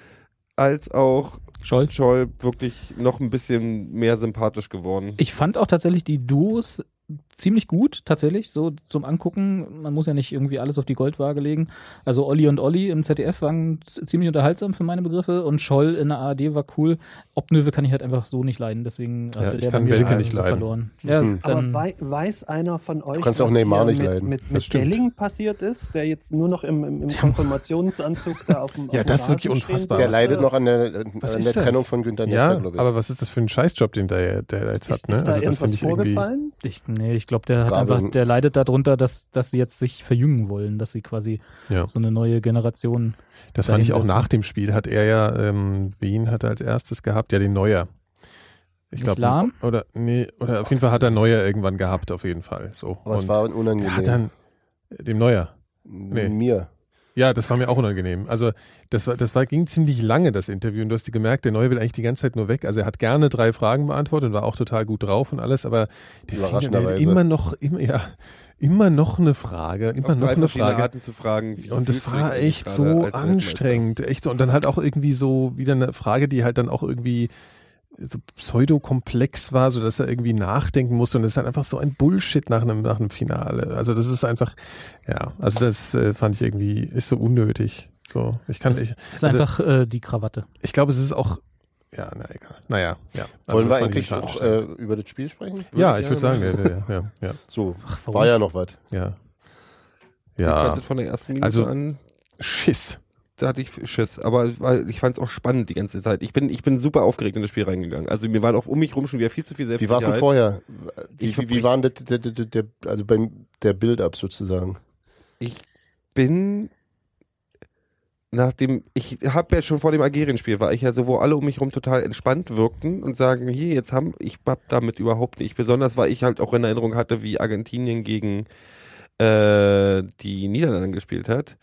als auch Scholl. Scholl wirklich noch ein bisschen mehr sympathisch geworden. Ich fand auch tatsächlich die Duos ziemlich gut, tatsächlich, so zum Angucken. Man muss ja nicht irgendwie alles auf die Goldwaage legen. Also Olli und Olli im Z D F waren z- ziemlich unterhaltsam für meine Begriffe und Scholl in der A R D war cool. Obnöwe kann ich halt einfach so nicht leiden, deswegen Ja, hatte ich der kann bei mir Welke so nicht leiden. verloren. Ja, Mhm. Aber dann, wei weiß einer von euch, kannst auch was Neymar hier nicht mit, leiden. mit, Das mit stimmt. Delling passiert ist, der jetzt nur noch im, im, im Konfirmationsanzug da auf dem Ja, auf dem das ist wirklich Rasen stehen unfassbar. der musste? leidet noch an der, an Was der ist das? Trennung von Günter Netzer, Ja, glaube ich. aber was ist das für ein Scheißjob, den der, der jetzt hat, Ist, ne? ist da Also das irgendwas finde ich irgendwie. vorgefallen? ich, nee, ich glaube, der hat Gabeln. einfach, der leidet darunter, dass, dass sie jetzt sich verjüngen wollen, dass sie quasi Ja. so eine neue Generation. Das fand ich auch dahinsetzen. nach dem Spiel, hat er ja, ähm, wen hat er als erstes gehabt? Ja, den Neuer. Ich Nicht glaube, Lahm? oder nee, oder auf jeden Fall hat er Neuer irgendwann gehabt, auf jeden Fall. So. aber es Und war der unangenehm. hat dann dem Neuer. nee. Mir. Ja, das war mir auch unangenehm. Also das war, das war, ging ziemlich lange, das Interview. Und du hast gemerkt, der Neue will eigentlich die ganze Zeit nur weg. Also er hat gerne drei Fragen beantwortet und war auch total gut drauf und alles, aber der fing dann Überraschenderweise. immer noch, immer, ja, immer noch eine Frage, immer Auf noch drei eine verschiedene Frage. Arten zu fragen. Wie Und das fühlst du dich war eigentlich echt gerade so als Weltmeister? anstrengend, echt so. Und dann halt auch irgendwie so wieder eine Frage, die halt dann auch irgendwie so pseudokomplex war, so dass er irgendwie nachdenken musste. Und das ist halt einfach so ein Bullshit nach einem, nach einem Finale. Also das ist einfach, ja, also das äh, fand ich irgendwie, ist so unnötig. So, ich kann Das nicht. ist Also, einfach äh, die Krawatte. ich glaube, es ist auch, ja, na egal. Naja, ja. Also Wollen das wir fand ich eigentlich total auch äh, anstrengend. über das Spiel sprechen? Ja, ich würde sagen, ja, ja, ja, ja. So, warum? war ja noch was. Ja. Ich Ja. kannte von der ersten Minute Also- an, Schiss. da hatte ich Schiss. Aber weil ich fand es auch spannend die ganze Zeit. Ich bin, ich bin super aufgeregt in das Spiel reingegangen. Also mir war auch um mich rum schon wieder viel zu viel Wie war es denn Selbstsicherheit. vorher? Wie, Ich wie, wie war denn das, der, der, der, der, also beim der Build-up sozusagen? Ich bin nachdem, ich habe ja schon vor dem Algerien-Spiel, war ich ja so, wo alle um mich rum total entspannt wirkten und sagen, hier, jetzt haben, ich hab damit überhaupt nicht, besonders weil ich halt auch in Erinnerung hatte, wie Argentinien gegen äh, die Niederlande gespielt hat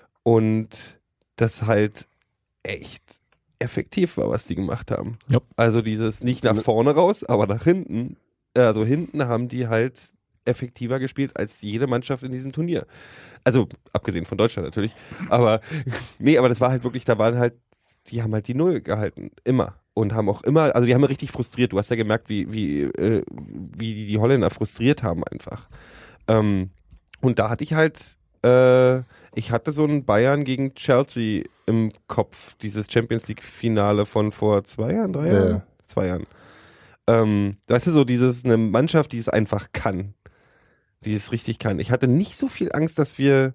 und das halt echt effektiv war, was die gemacht haben. Ja. Also dieses nicht nach vorne raus, aber nach hinten, also hinten haben die halt effektiver gespielt als jede Mannschaft in diesem Turnier. Also, abgesehen von Deutschland natürlich. Aber, nee, aber das war halt wirklich, da waren halt, die haben halt die Null gehalten. Immer. Und haben auch immer, also die haben ja richtig frustriert. Du hast ja gemerkt, wie, wie, äh, wie die, die Holländer frustriert haben einfach. Ähm, und da hatte ich halt, äh, ich hatte so ein Bayern gegen Chelsea im Kopf, dieses Champions League Finale von vor zwei Jahren, drei Jahren? Ja. Zwei Jahren. Ähm, weißt du, so dieses, eine Mannschaft, die es einfach kann. Die es richtig kann. Ich hatte nicht so viel Angst, dass wir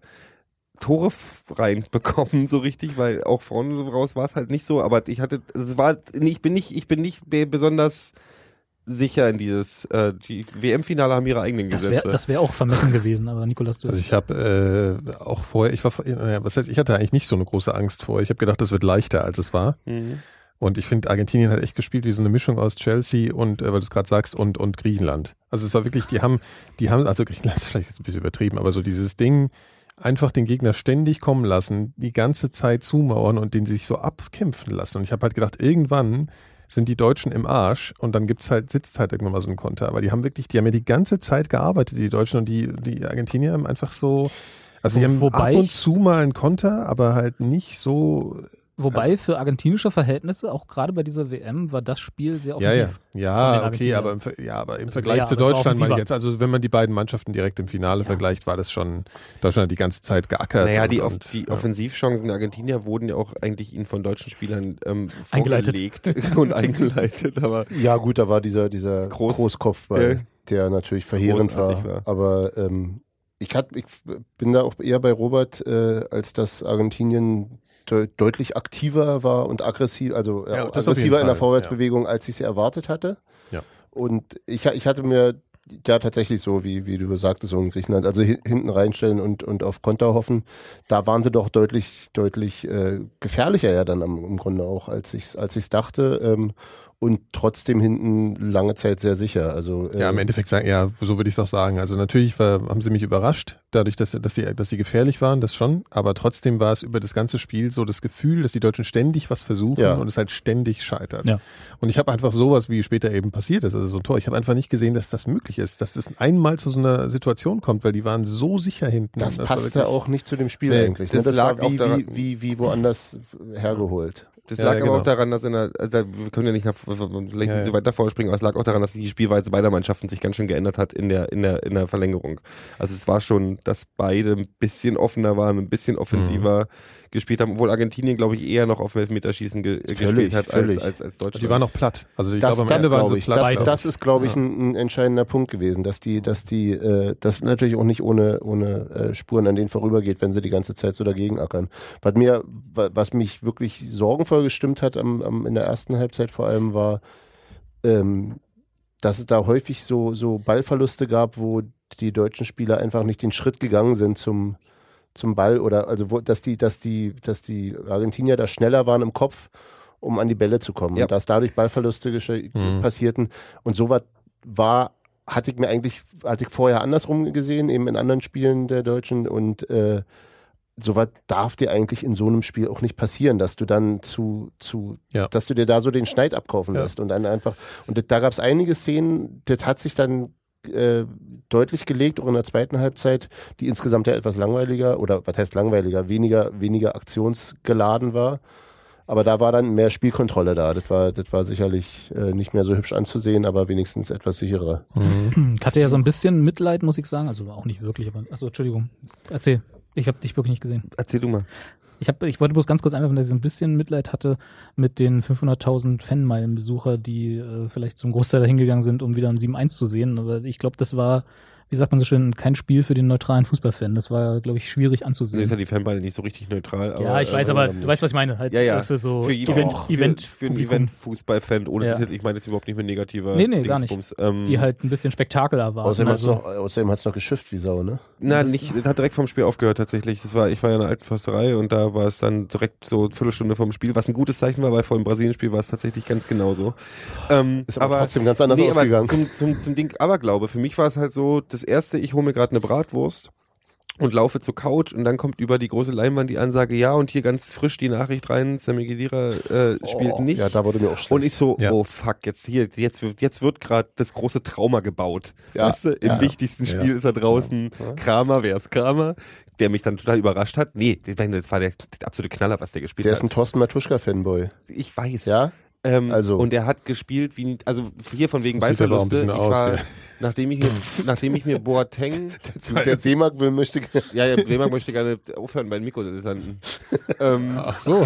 Tore reinbekommen, so richtig, weil auch vorne raus war es halt nicht so, aber ich hatte, es war, ich bin nicht, ich bin nicht besonders sicher in dieses, äh, die W M-Finale haben ihre eigenen Das Gesetze. wäre das wär auch vermessen gewesen, aber Nikolas, du Also ich habe äh, auch vorher, ich war, naja, was heißt, ich hatte eigentlich nicht so eine große Angst vor. Ich habe gedacht, das wird leichter, als es war. Mhm. Und ich finde, Argentinien hat echt gespielt wie so eine Mischung aus Chelsea und, äh, weil du es gerade sagst, und, und Griechenland. Also es war wirklich, die haben, die haben, also Griechenland ist vielleicht jetzt ein bisschen übertrieben, aber so dieses Ding, einfach den Gegner ständig kommen lassen, die ganze Zeit zumauern und den sich so abkämpfen lassen. Und ich habe halt gedacht, irgendwann sind die Deutschen im Arsch und dann gibt's halt, sitzt halt irgendwann mal so ein Konter. Aber die haben wirklich, die haben ja die ganze Zeit gearbeitet, die Deutschen, und die, die Argentinier haben einfach so, also die haben Wobei ab und ich- zu mal einen Konter, aber halt nicht so. Wobei für argentinische Verhältnisse, auch gerade bei dieser W M, war das Spiel sehr Ja, ja, offensiv. von den ja, okay, Argentiniern. aber im, Ver- ja, aber im Also Vergleich sehr- zu aber es war Deutschland meine ich offensiver. jetzt, also wenn man die beiden Mannschaften direkt im Finale vergleicht, war das schon, Deutschland hat die ganze Zeit geackert. Naja, und, die, Off und, die ja. Offensivchancen der Argentinier wurden ja auch eigentlich ihnen von deutschen Spielern ähm, Eingeleitet. vorgelegt und eingeleitet, aber Ja, gut, da war dieser, dieser Groß- Großkopfball, Ja. der natürlich verheerend war. Großartig war. Aber ähm, ich, hat, ich bin da auch eher bei Robert, äh, als dass Argentinien de deutlich aktiver war und aggressiv, also äh, Ja, das auf jeden aggressiver in der Fall, Vorwärtsbewegung, als ich es erwartet hatte. Ja. Und ich, ich hatte mir ja tatsächlich so, wie, wie du sagtest, so in Griechenland, also hi hinten reinstellen und, und auf Konter hoffen, da waren sie doch deutlich, deutlich äh, gefährlicher ja dann am, im Grunde auch, als ich es als ich's dachte. Ähm, und trotzdem hinten lange Zeit sehr sicher. Also, äh, Ja, im Endeffekt sagen, ja, so würde ich es auch sagen. Also natürlich war, haben sie mich überrascht, dadurch, dass, dass, sie, dass sie gefährlich waren, das schon. Aber trotzdem war es über das ganze Spiel so das Gefühl, dass die Deutschen ständig was versuchen Ja. und es halt ständig scheitert. Ja. Und ich habe einfach sowas, wie später eben passiert ist, also so ein Tor. Ich habe einfach nicht gesehen, dass das möglich ist, dass das einmal zu so einer Situation kommt, weil die waren so sicher hinten. das war passte wirklich- auch nicht zu dem Spiel Nee, eigentlich. Ne? das Das lag war auch wie, daran- wie, wie, wie woanders hergeholt. das Ja, lag ja, aber genau. auch daran, dass in der, also da- wir können ja nicht nach, vielleicht Ja, ja. so weit davor springen, aber es lag auch daran, dass die Spielweise beider Mannschaften sich ganz schön geändert hat in der, in der, in der Verlängerung. Also es war schon, dass beide ein bisschen offener waren, ein bisschen offensiver Mhm. gespielt haben, obwohl Argentinien, glaube ich, eher noch auf Elfmeterschießen ge gespielt hat völlig. als, als, als Deutschland. Die waren noch platt. Also ich Das, glaube, am das Ende waren glaube sie ich. platt. Das, glaub das ich. ist, glaube ich, Ja. ein, ein entscheidender Punkt gewesen, dass die, dass die, äh, das natürlich auch nicht ohne, ohne äh, Spuren an denen vorübergeht, wenn sie die ganze Zeit so dagegen ackern. Was mir, wa- was mich wirklich sorgenvoll gestimmt hat am, am, in der ersten Halbzeit vor allem war, ähm, dass es da häufig so, so Ballverluste gab, wo die deutschen Spieler einfach nicht den Schritt gegangen sind zum, zum Ball oder also wo, dass die, dass die, dass die Argentinier da schneller waren im Kopf, um an die Bälle zu kommen. Ja. Und dass dadurch Ballverluste gesche- Mhm. passierten. Und sowas war, hatte ich mir eigentlich, hatte ich vorher andersrum gesehen, eben in anderen Spielen der Deutschen. Und äh, sowas darf dir eigentlich in so einem Spiel auch nicht passieren, dass du dann zu, zu, Ja. dass du dir da so den Schneid abkaufen Ja. lässt und dann einfach, und das, da gab es einige Szenen, das hat sich dann äh, deutlich gelegt, auch in der zweiten Halbzeit, die insgesamt ja etwas langweiliger, oder was heißt langweiliger, weniger, weniger aktionsgeladen war. Aber da war dann mehr Spielkontrolle da. Das war, das war sicherlich äh, nicht mehr so hübsch anzusehen, aber wenigstens etwas sicherer. Ich hatte ja so ein bisschen Mitleid, muss ich sagen. Also auch nicht wirklich, aber. Achso, Entschuldigung. Erzähl. Ich habe dich wirklich nicht gesehen. Erzähl du mal. Ich, hab, ich wollte bloß ganz kurz einwerfen, dass ich so ein bisschen Mitleid hatte mit den fünfhunderttausend Fanmeilen-Besucher, die äh, vielleicht zum Großteil dahin gegangen sind, um wieder ein sieben eins zu sehen. Aber ich glaube, das war wie sagt man so schön, kein Spiel für den neutralen Fußballfan. Das war, glaube ich, schwierig Nee, anzusehen. ist ja die Fanball nicht so richtig neutral. Aber, ja, ich weiß, äh, aber du weißt, was ich meine. Halt ja, ja. äh, für so für, Event, für, Event, für, für einen Event-Fußballfan, ohne Ja. das jetzt, ich meine jetzt überhaupt nicht mit negativer Nee, nee, gar nicht. Dingsbums. Ähm, die halt ein bisschen Spektakel erwarten. Außerdem hat's also, noch, außerdem hat's noch geschifft wie Sau, ne? Na, nicht, das hat direkt vom Spiel aufgehört tatsächlich. Das war, ich war ja in der alten Försterei und da war es dann direkt so eine Viertelstunde vom Spiel, was ein gutes Zeichen war, weil vor dem Brasilien-Spiel war es tatsächlich ganz genauso. Ähm, Ist aber, trotzdem ganz anders nee, ausgegangen. Aber zum, zum, zum Ding Aberglaube. Für mich war es halt so, das erste, ich hole mir gerade eine Bratwurst und laufe zur Couch und dann kommt über die große Leinwand die Ansage, ja, und hier ganz frisch die Nachricht rein, Sammy Khedira äh, spielt Oh, nicht. ja, da wurde mir auch schlecht. Und ich so, Ja. oh fuck, jetzt hier, jetzt wird, jetzt wird gerade das große Trauma gebaut. Ja, Weißt du, im ja. wichtigsten Ja. Spiel ist er draußen. Ja. Kramer, wer ist Kramer? Der mich dann total überrascht hat. Nee, das war der, der absolute Knaller, was der gespielt Der hat. ist ein Thorsten Matuschka-Fanboy. Ich weiß. Ja? Ähm, Also. Und er hat gespielt wie, also hier von wegen So sieht er aber auch ein Ballverluste. Ich bisschen aus, war, ja. nachdem ich mir, nachdem ich mir Boateng, Der Seemark will, möchte. ja, ja, Bremer möchte gerne aufhören bei den Mikrodilettanten. ähm, Ach so.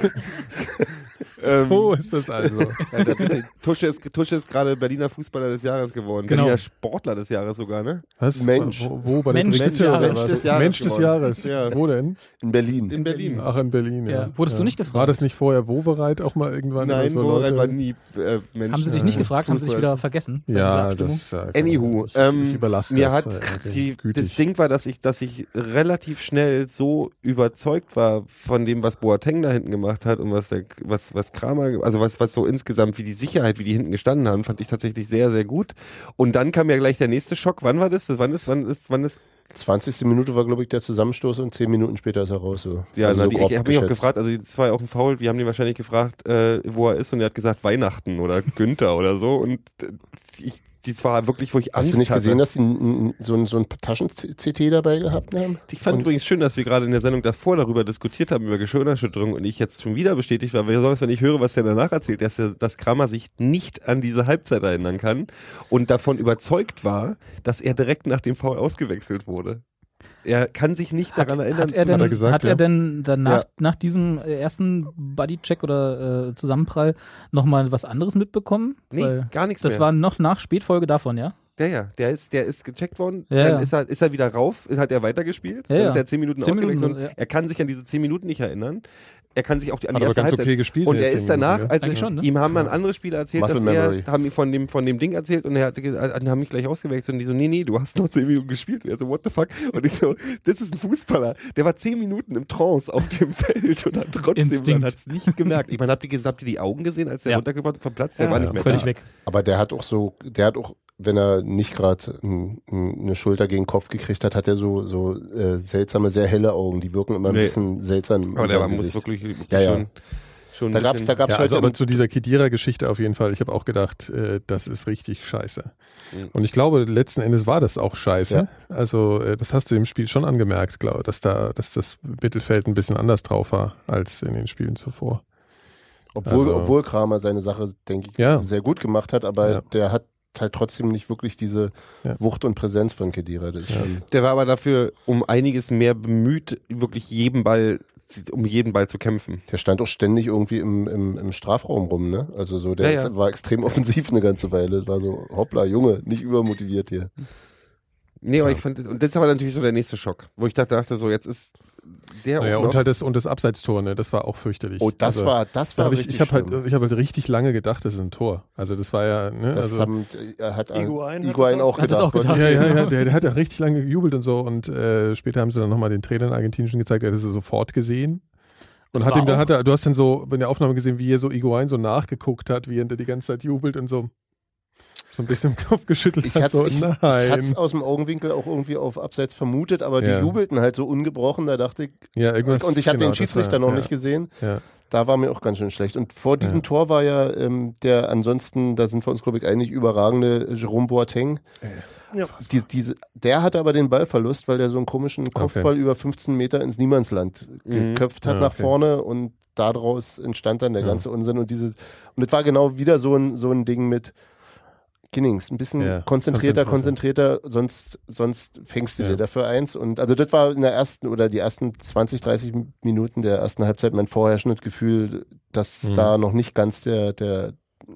ähm, So ist das also. ja, der bisschen, Tusche ist, Tusche ist gerade Berliner Fußballer des Jahres geworden. Genau. Berliner Sportler des Jahres sogar, ne? Was? Mensch. Wo, wo bei Mensch der des Brigitte oder Jahres. was? Mensch des Jahres Mensch des geworden. Jahres. Ja. Wo denn? In Berlin. In Berlin. Ach, in Berlin, ja. Ja. Wurdest du nicht gefragt? War das nicht vorher Wowereit auch mal irgendwann? Nein, oder so, Borat Leute? war nie äh, Mensch. Haben sie dich nicht gefragt? Haben sie sich Fußball. wieder vergessen? bei dieser Ja, Abstimmung? das äh, Anywho, ich, ähm, ich überlasse mir das. hat äh, die, gütig. das Ding war, dass ich, dass ich relativ schnell so überzeugt war von dem, was Boateng da hinten gemacht hat und was der, was, was Kramer, also was, was so insgesamt, wie die Sicherheit, wie die hinten gestanden haben, fand ich tatsächlich sehr, sehr gut. Und dann kam ja gleich der nächste Schock. Wann war das? das wann ist, wann ist, wann ist? zwanzigste Minute war, glaube ich, der Zusammenstoß und zehn Minuten später ist er raus. So. Ja, Also na, so die, grob ich habe mich auch geschätzt. gefragt, also das war ja auch ein Foul, wir haben den wahrscheinlich gefragt, äh, wo er ist und er hat gesagt Weihnachten oder Günther oder so und äh, ich, das war wirklich, wo ich Hast Angst du nicht hatte. gesehen, dass die n- n- so ein, so ein Taschen-C T dabei gehabt haben? Ich fand Und- übrigens schön, dass wir gerade in der Sendung davor darüber diskutiert haben, über Geschirrnerschütterung und ich jetzt schon wieder bestätigt war, besonders wenn ich höre, was der danach erzählt, dass, der, dass Kramer sich nicht an diese Halbzeit erinnern kann und davon überzeugt war, dass er direkt nach dem Foul ausgewechselt wurde. Er kann sich nicht daran erinnern. Hat er denn, Hat er gesagt, hat er ja. denn danach, Ja. nach diesem ersten Bodycheck oder äh, Zusammenprall nochmal was anderes mitbekommen? Nee, Weil gar nichts das mehr. war noch nach Spätfolge davon, ja? Ja, ja, der ist, der ist gecheckt worden, Ja, dann ja. ist er, ist er wieder rauf, hat er weitergespielt, Ja, dann ja. ist er zehn Minuten Zehn ausgewechselt. Minuten, ja. Er kann sich an diese zehn Minuten nicht erinnern. Er kann sich auch die, an Hat die aber erste ganz Halbzeit. okay gespielt Und in er den ist zehn danach, Minuten, als Eigentlich schon, ne? ihm haben dann andere Spieler erzählt, Muscle dass Memory. er, haben ihm von dem, von dem Ding erzählt und er hat, gesagt- haben mich gleich ausgewechselt und die so, nee, nee, du hast noch zehn Minuten gespielt. Und er so, what the fuck? Und ich so, das ist ein Fußballer. Der war zehn Minuten im Trance auf dem Feld und hat trotzdem, Instinkt. man hat es nicht gemerkt. Ich meine, habt ihr, ges- habt ihr die Augen gesehen, als der Ja. runtergekommen ist vom Platz? Der Ja, war ja. nicht mehr Völlig da. weg. Aber der hat auch so, der hat auch, wenn er nicht gerade ein- ein- eine Schulter gegen den Kopf gekriegt hat, hat er so, so äh, seltsame, sehr helle Augen. Die wirken immer ein Nee. bisschen seltsam. in Aber der seinem war, muss Gesicht. wirklich, wirklich Ja, ja. schon, schon Da ein gab's, bisschen- da gab's Ja, also heute aber zu dieser Khedira-Geschichte auf jeden Fall. Ich habe auch gedacht, äh, das ist richtig scheiße. Mhm. Und ich glaube, letzten Endes war das auch scheiße. Ja. Also äh, das hast du im Spiel schon angemerkt, glaube, dass da, dass das Mittelfeld ein bisschen anders drauf war als in den Spielen zuvor. Obwohl, Also- obwohl Kramer seine Sache, denke ich, Ja. sehr gut gemacht hat, aber Ja. der hat halt trotzdem nicht wirklich diese Ja. Wucht und Präsenz von Khedira. Das ist schon, Der war aber dafür um einiges mehr bemüht, wirklich jeden Ball, um jeden Ball zu kämpfen. der stand auch ständig irgendwie im, im, im Strafraum rum, ne? Also so, der Ja, ja. Ist, war extrem offensiv eine ganze Weile. Es war so, hoppla, Junge, nicht übermotiviert hier. Nee, aber Ja. ich fand, und das ist aber natürlich so der nächste Schock, wo ich dachte, dachte so, jetzt ist der Naja, auch und noch, halt das, und das Abseitstor, ne, das war auch fürchterlich. Oh, das Also, war, das da war hab ich richtig ich habe halt, schlimm. ich hab halt richtig lange gedacht, das ist ein Tor. Also das war ja, ne, Das also, haben, äh, hat Higuain hat Higuain das auch auch- hat das gedacht. auch gedacht. ja, ja, ja, der, der hat ja richtig lange gejubelt und so und äh, später haben sie dann nochmal den Trainer in Argentinischen gezeigt, der hat das sofort gesehen. Und Das hat war ihm dann auch- hat er, du hast dann so in der Aufnahme gesehen, wie er so Higuain so nachgeguckt hat, wie er die ganze Zeit jubelt und so so ein bisschen im Kopf geschüttelt Ich hat. hatte So, ich, ich nein. hat's aus dem Augenwinkel auch irgendwie auf Abseits vermutet, aber Ja. die jubelten halt so ungebrochen, da dachte ich, ja, irgendwas, und ich hatte genau, den Schiedsrichter das war, noch ja, nicht gesehen, Ja. da war mir auch ganz schön schlecht. Und vor diesem Ja. Tor war ja ähm, der ansonsten, da sind wir uns glaube ich einig, überragende Jerome Boateng. Ja. Die, diese, der hatte aber den Ballverlust, weil der so einen komischen Kopfball über fünfzehn Meter ins Niemandsland Mhm. geköpft hat Ja, nach okay. vorne und daraus entstand dann der Ja. ganze Unsinn und diese, und das war genau wieder so ein, so ein Ding mit Ginnings, ein bisschen Ja, konzentrierter, konzentrierter. konzentrierter, sonst, sonst fängst du Ja. dir dafür eins. Und also das war in der ersten oder die ersten zwanzig, dreißig Minuten der ersten Halbzeit mein vorherrschendes Gefühl, dass Mhm. da noch nicht ganz der, der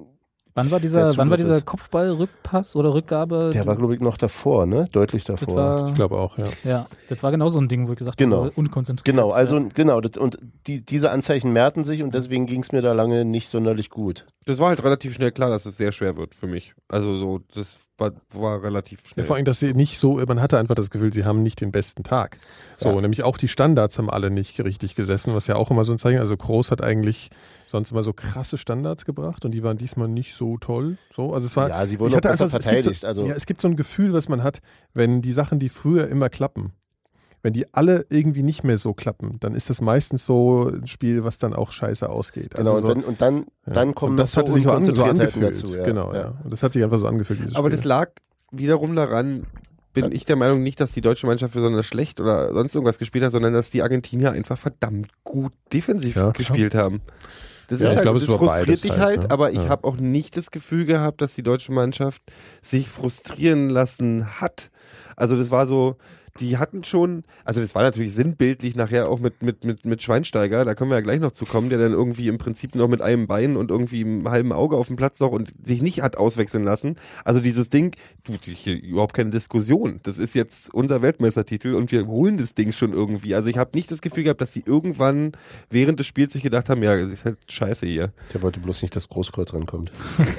Wann war dieser, wann war dieser Kopfball-Rückpass oder Rückgabe? Der war, glaube ich, noch davor, ne? Deutlich davor. war- Ich glaube auch, ja. Ja, das war genau so ein Ding, wo ich gesagt Genau. habe, unkonzentriert. Genau, also Ja. genau, das, und die, diese Anzeichen mehrten sich und deswegen ging es mir da lange nicht sonderlich gut. Das war halt relativ schnell klar, dass es sehr schwer wird für mich. Also so, das war, war relativ Ja, schnell. vor allem, dass sie nicht so, man hatte einfach das Gefühl, sie haben nicht den besten Tag. So, Ja. nämlich auch die Standards haben alle nicht richtig gesessen, was ja auch immer so ein Zeichen, also Kroos hat eigentlich sonst immer so krasse Standards gebracht und die waren diesmal nicht so toll. So, also es war, Ja, sie wurden ich auch hatte besser einfach- es gibt verteidigt. So, Also ja, es gibt so ein Gefühl, was man hat, wenn die Sachen, die früher immer klappen, wenn die alle irgendwie nicht mehr so klappen, dann ist das meistens so ein Spiel, was dann auch scheiße ausgeht. genau, Also und, so, wenn, und dann, ja. dann kommen und das noch hatte sich so, an, so Unkonzentriertheiten angefühlt. dazu. Ja. Genau, ja. Und das hat sich einfach so angefühlt, dieses Aber Spiel. das lag wiederum daran, bin Ja. ich der Meinung, nicht, dass die deutsche Mannschaft besonders schlecht oder sonst irgendwas gespielt hat, sondern dass die Argentinier einfach verdammt gut defensiv Ja, klar. gespielt haben. Das Ja, ist ich halt, glaube, es das war frustriert beides dich halt, halt, ne? aber ich Ja. habe auch nicht das Gefühl gehabt, dass die deutsche Mannschaft sich frustrieren lassen hat. Also das war so, die hatten schon, also das war natürlich sinnbildlich nachher auch mit, mit, mit, mit Schweinsteiger, da können wir ja gleich noch zu kommen, der dann irgendwie im Prinzip noch mit einem Bein und irgendwie einem halben Auge auf dem Platz noch und sich nicht hat auswechseln lassen. Also dieses Ding, du, hier überhaupt keine Diskussion. Das ist jetzt unser Weltmeistertitel und wir holen das Ding schon irgendwie. Also ich habe nicht das Gefühl gehabt, dass die irgendwann während des Spiels sich gedacht haben, ja, das ist halt scheiße hier. Der wollte bloß nicht, dass Großkreuz rankommt.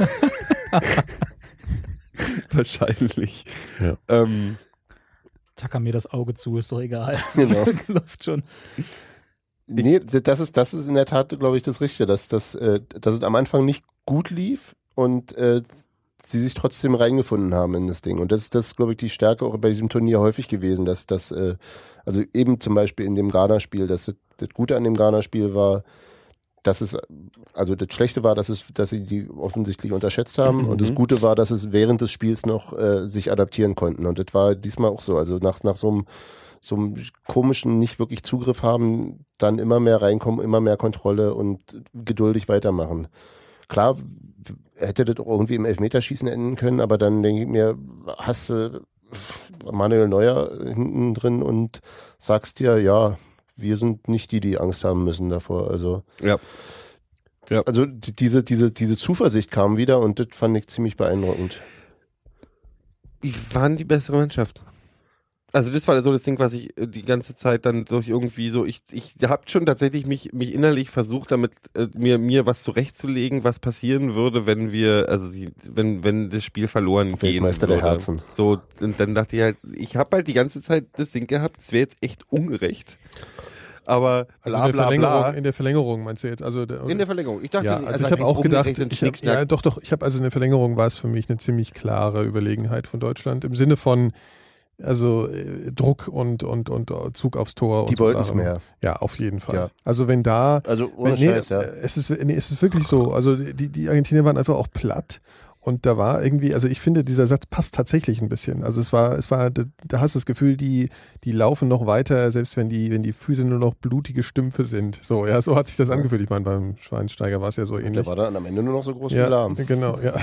Wahrscheinlich. Ja. Ähm, Tacker mir das Auge zu, ist doch egal. Genau. Läuft schon. Nee, das ist, das ist in der Tat, glaube ich, das Richtige, dass, dass, äh, dass es am Anfang nicht gut lief und äh, sie sich trotzdem reingefunden haben in das Ding. Und das, das ist, glaube ich, die Stärke auch bei diesem Turnier häufig gewesen, dass das, äh, also eben zum Beispiel in dem Ghana-Spiel, dass das, das Gute an dem Ghana-Spiel war, dass es, also das Schlechte war, dass es, dass sie die offensichtlich unterschätzt haben und das Gute war, dass es während des Spiels noch äh, sich adaptieren konnten. Und das war diesmal auch so. Also nach, nach so einem so einem komischen, nicht wirklich Zugriff haben, dann immer mehr reinkommen, immer mehr Kontrolle und geduldig weitermachen. Klar, hätte das auch irgendwie im Elfmeterschießen enden können, aber dann denke ich mir, hast du Manuel Neuer hinten drin und sagst dir, ja, wir sind nicht die, die Angst haben müssen davor. Also, ja. Ja. also die- diese, diese, diese Zuversicht kam wieder und das fand ich ziemlich beeindruckend. Die waren die bessere Mannschaft. Also das war so das Ding, was ich äh, die ganze Zeit dann durch irgendwie so, ich, ich habe schon tatsächlich mich, mich innerlich versucht, damit äh, mir, mir was zurechtzulegen, was passieren würde, wenn wir, also die, wenn, wenn das Spiel verloren gehen Weltmeister würde. der Herzen. So, und dann dachte ich halt, ich habe halt die ganze Zeit das Ding gehabt, es wäre jetzt echt ungerecht. Aber Also bla in, der bla Verlängerung, bla. in der Verlängerung meinst du jetzt? Also der, In der Verlängerung. Ich dachte, ja, also, also ich habe auch gedacht, ungerecht und ich hab, Schnickschnack. ja doch, doch, ich habe also in der Verlängerung war es für mich eine ziemlich klare Überlegenheit von Deutschland im Sinne von also äh, Druck und, und, und Zug aufs Tor. Die und so wollten es Sachen. mehr. Ja, auf jeden Fall. Ja. Also wenn da, Also ohne wenn, nee, Scheiß, ja. es ist, nee, es ist wirklich so. Also die, die Argentinier waren einfach auch platt. Und da war irgendwie, also ich finde, dieser Satz passt tatsächlich ein bisschen. Also es war, es war, da, da hast du das Gefühl, die, die laufen noch weiter, selbst wenn die, wenn die Füße nur noch blutige Stümpfe sind. So, ja, so hat sich das angefühlt. Ich meine, beim Schweinsteiger war es ja so ähnlich. Der war dann am Ende nur noch so groß ja, wie Lahm. genau, ja.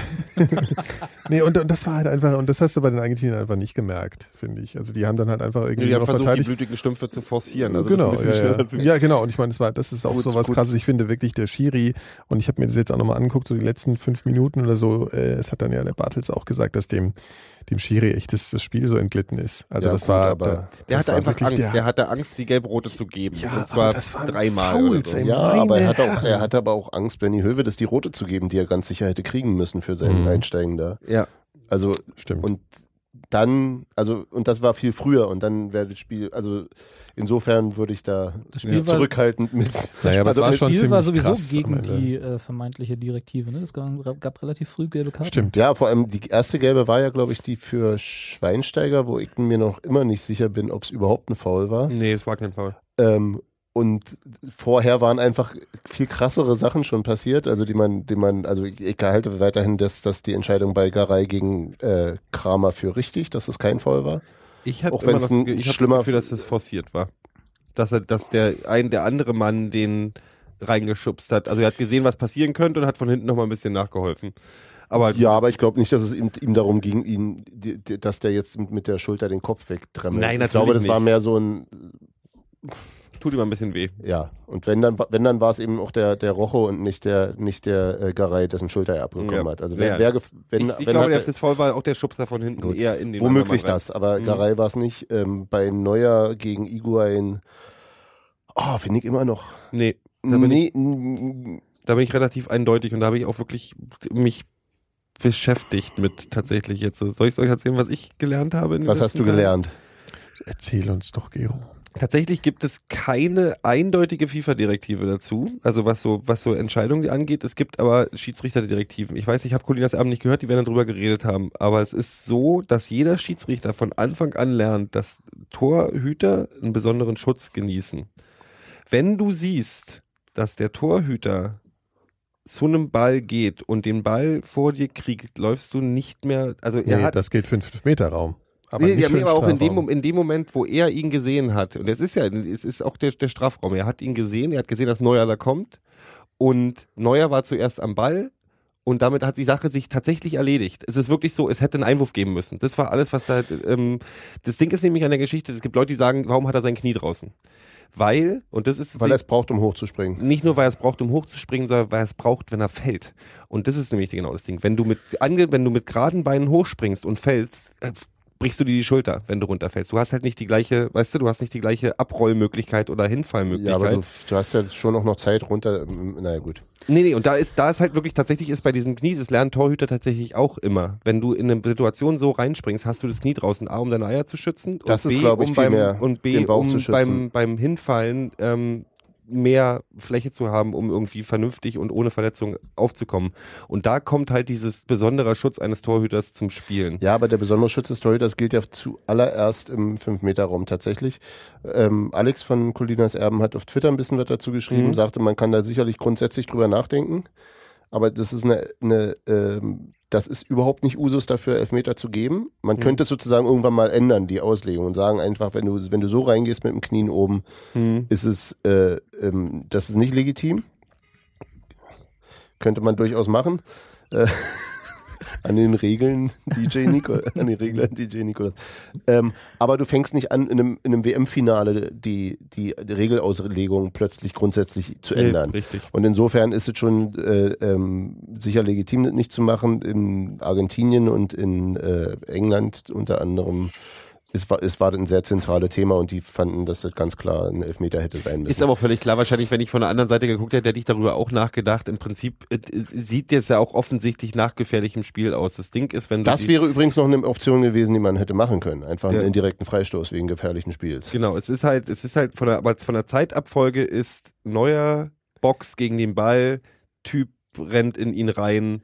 nee, und, und das war halt einfach, und das hast du bei den Argentiniern einfach nicht gemerkt, finde ich. Also die haben dann halt einfach irgendwie Die haben noch versucht, die verteidigt. blutigen Stümpfe zu forcieren. Also genau, das ein bisschen ja, schneller ja. zu ja, genau. Und ich meine, das war, das ist auch Gut, so was gut. Krasses. Ich finde wirklich der Schiri, und ich habe mir das jetzt auch nochmal angeguckt, so die letzten fünf Minuten oder so, äh, es hat dann ja der Bartels auch gesagt, dass dem, dem Schiri echt das, das Spiel so entglitten ist. Also Ja, das gut, war, aber- da, Der das hatte war einfach wirklich Angst. Der, der, hatte Angst, die Gelb-Rote zu geben. Ja, und zwar aber das waren dreimal oder Fouls, so. ey. Ja, Meine aber er hatte, auch, Herren. er hatte aber auch Angst, Benny Höwedes die Rote zu geben, die er ganz sicher hätte kriegen müssen für sein Mhm. Einsteigen da. Ja. Also, Stimmt. und dann, also, und das war viel früher und dann wäre das Spiel, also insofern würde ich da Das Spiel war- zurückhaltend mit. Naja, aber es also war mit- schon Das Spiel war ziemlich sowieso krass am gegen Ende. die äh, vermeintliche Direktive. Ne? Es gab, gab relativ früh gelbe Karten. Stimmt. Ja, vor allem die erste gelbe war ja, glaube ich, die für Schweinsteiger, wo ich mir noch immer nicht sicher bin, ob es überhaupt ein Foul war. Nee, es war kein Foul. Ähm, und vorher waren einfach viel krassere Sachen schon passiert, also die man, die man, also ich, ich halte weiterhin, dass, dass die Entscheidung bei Garay gegen äh, Kramer für richtig, dass es kein Foul war. Ich habe Auch immer wenn's noch ein das, ich hab schlimmer- das Gefühl, dass das forciert war. Dass er, dass der ein, der andere Mann den reingeschubst hat. Also er hat gesehen, was passieren könnte und hat von hinten nochmal ein bisschen nachgeholfen. Aber Ja, aber ich glaube nicht, dass es ihm, ihm darum ging, ihn, die, die, dass der jetzt mit der Schulter den Kopf wegdremmelt. Nein, Ich glaube, das natürlich war nicht. mehr so ein tut immer ein bisschen weh. Ja, und wenn dann, wenn dann war es eben auch der, der Rocho und nicht der, nicht der äh, Garay, dessen Schulter er abbekommen Ja. hat. Also wer, Ja. wer, gef- wenn, ich ich wenn glaube, hat der, er- das Foul war auch der Schubser von hinten Gut. eher in den womöglich Mann rein. das, aber Mhm. Garay war es nicht. Ähm, bei Neuer gegen Higuain, oh, finde ich immer noch. Nee, da bin, Nee, ich, da bin ich relativ eindeutig und da habe ich auch wirklich mich beschäftigt mit tatsächlich jetzt. Soll ich euch erzählen, was ich gelernt habe? in den was hast letzten du Tagen? gelernt? Erzähl uns doch, Gero. Tatsächlich gibt es keine eindeutige FIFA-Direktive dazu, also was so was so Entscheidungen angeht. Es gibt aber Schiedsrichterdirektiven. Ich weiß, ich habe Colinas Erben nicht gehört, die werden darüber geredet haben. Aber es ist so, dass jeder Schiedsrichter von Anfang an lernt, dass Torhüter einen besonderen Schutz genießen. Wenn du siehst, dass der Torhüter zu einem Ball geht und den Ball vor dir kriegt, läufst du nicht mehr. Also er Nee, hat das gilt für den fünf-Meter-Raum. Aber nee, nicht ja, für nee, den aber auch in dem, Strafraum. Mom- in dem Moment, wo er ihn gesehen hat, und es ist ja, es ist auch der, der Strafraum, er hat ihn gesehen, er hat gesehen, dass Neuer da kommt und Neuer war zuerst am Ball und damit hat die Sache sich tatsächlich erledigt. Es ist wirklich so, es hätte einen Einwurf geben müssen. Das war alles, was da, ähm, das Ding ist nämlich an der Geschichte, es gibt Leute, die sagen, warum hat er sein Knie draußen? Weil, und das ist... Weil er es braucht, um hochzuspringen. Nicht nur, weil er es braucht, um hochzuspringen, sondern weil er es braucht, wenn er fällt. Und das ist nämlich genau das Ding. Wenn du mit, ange, wenn du mit geraden Beinen hochspringst und fällst, äh, brichst du dir die Schulter, wenn du runterfällst. Du hast halt nicht die gleiche, weißt du, du hast nicht die gleiche Abrollmöglichkeit oder Hinfallmöglichkeit. Ja, aber du, du hast ja schon auch noch Zeit runter. Naja, gut. Nee, nee, und da ist, da ist halt wirklich, tatsächlich ist bei diesem Knie, das lernen Torhüter tatsächlich auch immer. Wenn du in eine Situation so reinspringst, hast du das Knie draußen, A, um deine Eier zu schützen. Das und ist, B, glaube ich, um viel beim, mehr und B, den Bauch um zu schützen. beim, beim Hinfallen, ähm, mehr Fläche zu haben, um irgendwie vernünftig und ohne Verletzung aufzukommen. Und da kommt halt dieses besondere Schutz eines Torhüters zum Spielen. Ja, aber der besondere Schutz des Torhüters gilt ja zuallererst im fünf-Meter-Raum tatsächlich. Ähm, Alex von Colinas Erben hat auf Twitter ein bisschen was dazu geschrieben, Mhm. sagte, man kann da sicherlich grundsätzlich drüber nachdenken, aber das ist eine, eine ähm, das ist überhaupt nicht Usus dafür, Elfmeter zu geben. Man Mhm. könnte es sozusagen irgendwann mal ändern, die Auslegung, und sagen einfach, wenn du, wenn du so reingehst mit dem Knien oben, Mhm. ist es, äh, ähm, das ist nicht legitim. Könnte man durchaus machen. Äh, an den Regeln D J Nico, an den Reglern D J Nicolas. Ähm, aber du fängst nicht an, in einem, in einem W M-Finale die, die, die Regelauslegung plötzlich grundsätzlich zu Nee, ändern. richtig. Und insofern ist es schon äh, ähm, sicher legitim, das nicht zu machen. In Argentinien und in äh, England unter anderem es war, es war ein sehr zentrales Thema und die fanden, dass das ganz klar ein Elfmeter hätte sein müssen. Ist aber auch völlig klar, wahrscheinlich, wenn ich von der anderen Seite geguckt hätte, hätte ich darüber auch nachgedacht. Im Prinzip äh, sieht das ja auch offensichtlich nach gefährlichem Spiel aus. Das Ding ist, wenn du Das die, wäre übrigens noch eine Option gewesen, die man hätte machen können. Einfach Ja. einen indirekten Freistoß wegen gefährlichen Spiels. Genau, es ist halt, es ist halt von der, aber von der Zeitabfolge ist Neuer Box gegen den Ball, Typ rennt in ihn rein,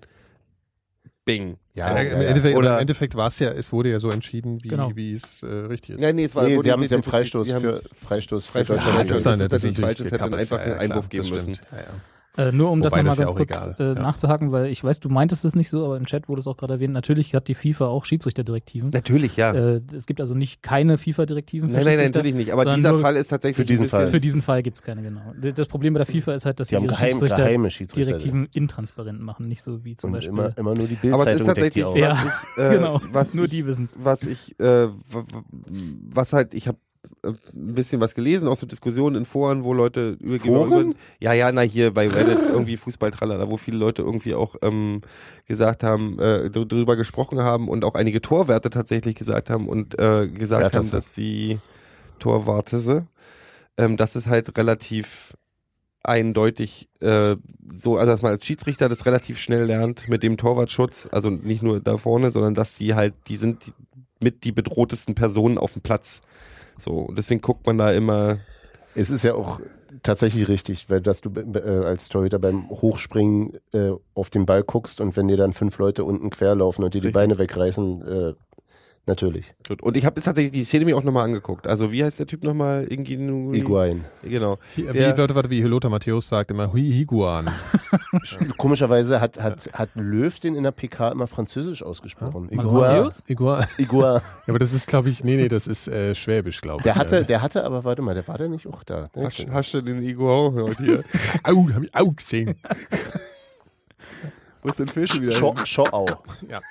Bing. Ja, Ja, ja, im, ja. Endeffekt, Oder- im Endeffekt war es ja, es wurde ja so entschieden, wie, Genau. wie es äh, richtig ist. Ja, nee, es war Nee, wurde sie haben, sie haben definitiv- Freistoß die haben für Freistoß für Freistoß Deutschland. für gegeben. das ist natürlich natürlich falsch, es hätte gekappt, dann ist einfach ja, einen Einwurf klar, geben das müssen. stimmt. Ja, ja. Äh, nur um das Wobei nochmal das ja ganz auch kurz egal, äh, ja. nachzuhaken, weil ich weiß, du meintest es nicht so, aber im Chat wurde es auch gerade erwähnt. Natürlich hat die FIFA auch Schiedsrichterdirektiven. Natürlich, ja. Äh, es gibt also nicht keine FIFA-Direktiven für Nein, nein, nein, Schiedsrichter, natürlich nicht. Aber sondern dieser nur Fall ist tatsächlich für diesen ein bisschen, Fall. Für diesen Fall gibt es keine, genau. Das Problem bei der FIFA ist halt, dass Die haben ihre geheim, geheime Schiedsrichter. Schiedsrichter-Direktiven intransparent machen, nicht so wie zum Und Beispiel. immer, immer nur die Aber es ist Bildzeitung deckt die tatsächlich, auf. Ja, was ich, äh, genau. was Nur ich, die wissen's. Was ich, äh, w- w- was halt, ich habe ein bisschen was gelesen, auch so Diskussionen in Foren, wo Leute über, Foren? über ja, ja, na hier bei Reddit irgendwie Fußballtralala, wo viele Leute irgendwie auch ähm, gesagt haben, äh, dr- drüber gesprochen haben und auch einige Torwerte tatsächlich gesagt haben und äh, gesagt Wertesse. haben, dass sie Torwartese, ähm, dass es halt relativ eindeutig äh, so, also dass man als Schiedsrichter das relativ schnell lernt mit dem Torwartschutz, also nicht nur da vorne, sondern dass die halt, die sind die, mit die bedrohtesten Personen auf dem Platz. So, und deswegen guckt man da immer. Es ist ja auch tatsächlich richtig, weil dass du äh, als Torhüter beim Hochspringen äh, auf den Ball guckst und wenn dir dann fünf Leute unten quer laufen und dir die Richtig. Beine wegreißen, äh, natürlich. Gut. Und ich habe tatsächlich die Szene mir auch nochmal angeguckt. Also wie heißt der Typ nochmal? Inginu? Higuain. Genau. Wie, Der- warte, warte, wie Lothar Matthäus sagt immer, Hui Higuan. Komischerweise hat, hat, hat Löw den in der P K immer französisch ausgesprochen. Ja? Higuain. Matthäus? Higuan. Higuain. Ja, aber das ist, glaube ich, nee, nee, das ist äh, Schwäbisch, glaube ich. Der hatte, der hatte aber, warte mal, der war der nicht auch da? Ne? Hast, hast du den Iguau heute hier? Au, hab ich auch gesehen. Wo ist denn Fisch wieder? Schau, Schauau. Ja.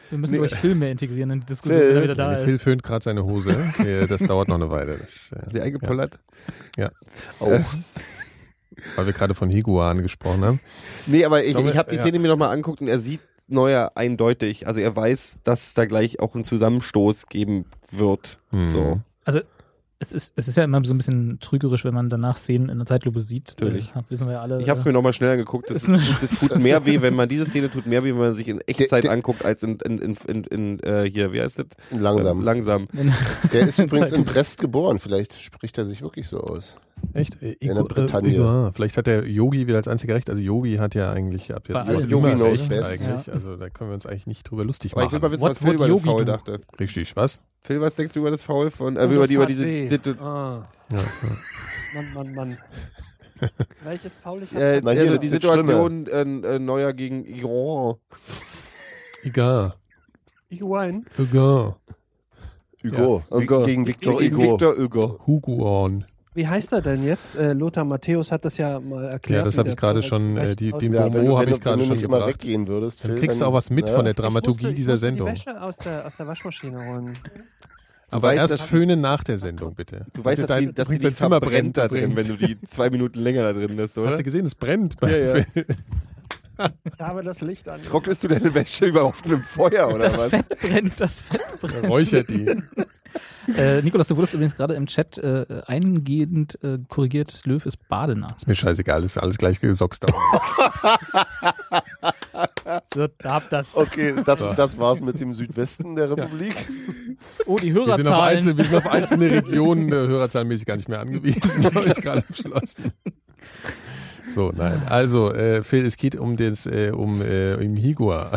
Wir müssen Nee. ruhig Film mehr integrieren in die Diskussion, Phil. wenn er wieder da Der Phil ist. föhnt gerade seine Hose. Nee, das dauert noch eine Weile. Das, äh, Sie eingepollert? ja. Auch. Äh, weil wir gerade von Higuain gesprochen haben. Nee, aber ich, Sollen wir- ich habe die ja. Szene mir nochmal angeguckt und er sieht Neuer eindeutig. Also er weiß, dass es da gleich auch einen Zusammenstoß geben wird. Mhm. So. Also es ist, es ist ja immer so ein bisschen trügerisch, wenn man danach Szenen in der Zeitlupe sieht. Natürlich. Äh, wissen wir ja alle. Ich habe es mir nochmal schnell angeguckt. Das, das tut mehr weh, wenn man diese Szene tut mehr weh, wenn man sich in Echtzeit Der- der- anguckt, als in, in, in, in, in äh, hier, wie heißt das? Langsam. Ähm, langsam. Der ist übrigens in Brest geboren. Vielleicht spricht er sich wirklich so aus. Echt? Äh, In der Igu- Bretagne. Äh, Iguain. Vielleicht hat der Yogi wieder als einziger recht. Also Yogi hat ja eigentlich ab jetzt Bei allen. Yogi immer knows recht best. eigentlich. Ja. Also da können wir uns eigentlich nicht drüber lustig Aber ich will machen. mal wissen, What was Phil would über das Yogi Foul do? dachte. Richtig, was? Phil, was denkst du über das Foul von, äh, Oh, über, das die, über tat diese, weh. Situ- Ah, Ja, Mann, Mann, Mann. Welches Foul ich äh, hab? Na, hier, also das- die das Situation äh, äh, Neuer gegen Iran. Egal. Higuain? Egal. Hugo. Ja. Hugo. Gegen Victor Gegen Hugo. Victor Hugo. Huguan. Wie heißt er denn jetzt? Äh, Lothar Matthäus hat das ja mal erklärt. Ja, das wie habe ich der gerade zu schon, äh, Recht die- aus- den Ja, Momo wenn du, hab wenn ich du, gerade wenn du schon nicht immer gebracht. weggehen würdest, Dann Phil, kriegst du auch was mit ja. von der Ich Dramaturgie musste, ich dieser musste Sendung. Die Wäsche aus der, aus der Waschmaschine holen. Aber weißt, erst dass- föhnen nach der Sendung, bitte. Du weißt, dass, dein, die, dass die bringst dein dich Zimmer verbrennt brennt da drin, wenn übrigens. du die zwei Minuten länger da drin bist, oder? Hast du gesehen, es brennt bei Ja, ja. Phil. Ich habe das Licht an. Trocknest du deine Wäsche über offenem Feuer, oder das was? Fett brennt, das Fett brennt. Er räuchert die. Äh, Nikolas, du wurdest übrigens gerade im Chat äh, eingehend äh, korrigiert, Löw ist badenass. Ist mir scheißegal, ist alles gleich gesockst. So, da habt das. Okay, das, das war's mit dem Südwesten der Republik. Oh, die Wir sind, auf Hörerzahlen. einzelne, wir sind auf einzelne Regionen äh, hörerzahlenmäßig gar nicht mehr angewiesen, habe ich gerade beschlossen. So, nein. Also, äh, Phil, es geht um das, äh, um, äh, um Higua.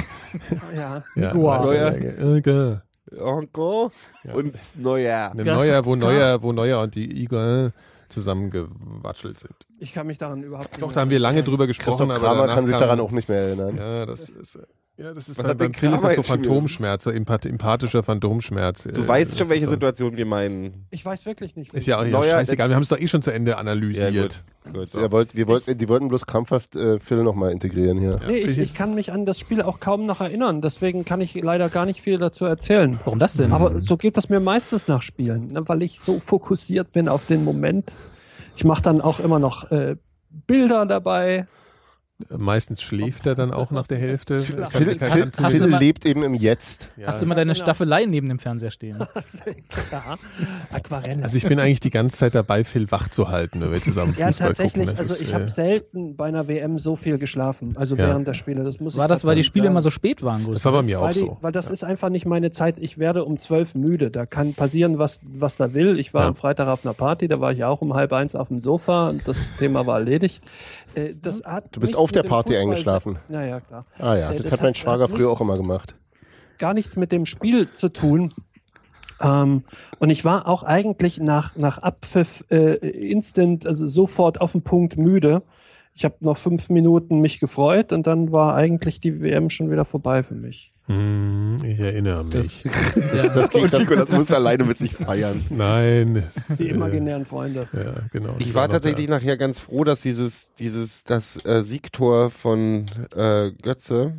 Ja. Ja, Higuain. Neuer. Okay. Encore und Neuer. Ein Neuer, wo Neuer, wo Neuer und die Higuain zusammengewatschelt sind. Ich kann mich daran überhaupt nicht Doch, da haben wir lange drüber gesprochen. Christoph aber Kramer danach kann sich kam- daran auch nicht mehr erinnern. Ja, das ist, äh, ja, das ist Was bei, hat denn beim Phil ist Kramer das so jetzt schon wieder? Phantomschmerz, so empath empathischer Phantomschmerz. Du weißt schon, welche Situation wir meinen. Ich weiß wirklich nicht. Ist ja auch ja, Neuer- scheißegal, wir haben es doch eh schon zu Ende analysiert. gut. Ja, wollt, wir wollten, die wollten bloß krampfhaft äh, Phil nochmal integrieren hier. Nee, ich, ich kann mich an das Spiel auch kaum noch erinnern. Deswegen kann ich leider gar nicht viel dazu erzählen. Warum das denn? Aber so geht das mir meistens nach Spielen, ne, weil ich so fokussiert bin auf den Moment. Ich mache dann auch immer noch äh, Bilder dabei. Meistens schläft er dann auch nach der Hälfte. Phil, Kann- Phil, kann- Phil, kann- hast du Phil mal- lebt eben im Jetzt. Ja. Hast du immer deine genau. Staffelei neben dem Fernseher stehen? Das ist klar. Aquarelle. Also ich bin eigentlich die ganze Zeit dabei, Phil wach zu halten, wenn wir zusammen ja, Fußball tatsächlich. gucken. Das Also ist, ich äh, habe selten bei einer W M so viel geschlafen. Also Ja. während der Spiele. Das muss War ich das, weil die tatsächlich Spiele sagen. immer so spät waren? Das war bei mir auch weil, die, so. weil das ist einfach nicht meine Zeit. Ich werde um zwölf müde. Da kann passieren, was, was da will. Ich war Ja. am Freitag auf einer Party, da war ich auch um halb eins auf dem Sofa und das Thema war erledigt. Äh, das hat Du bist nichts auf der mit dem Party Fußball- eingeschlafen. Ja, ja, klar. Ah ja, Äh, das, das hat mein hat- Schwager hat früher auch nichts- immer gemacht. Gar nichts mit dem Spiel zu tun. Ähm, und ich war auch eigentlich nach, nach Abpfiff äh, instant, also sofort auf den Punkt müde. Ich habe noch fünf Minuten mich gefreut und dann war eigentlich die W M schon wieder vorbei für mich. Hm, ich erinnere mich. Das, Das, das geht, das, Nikolas muss alleine mit sich feiern. Nein. Die imaginären Freunde. Ja, genau. Ich Die war waren noch tatsächlich nachher ganz froh, dass dieses, dieses, das äh, Siegtor von äh, Götze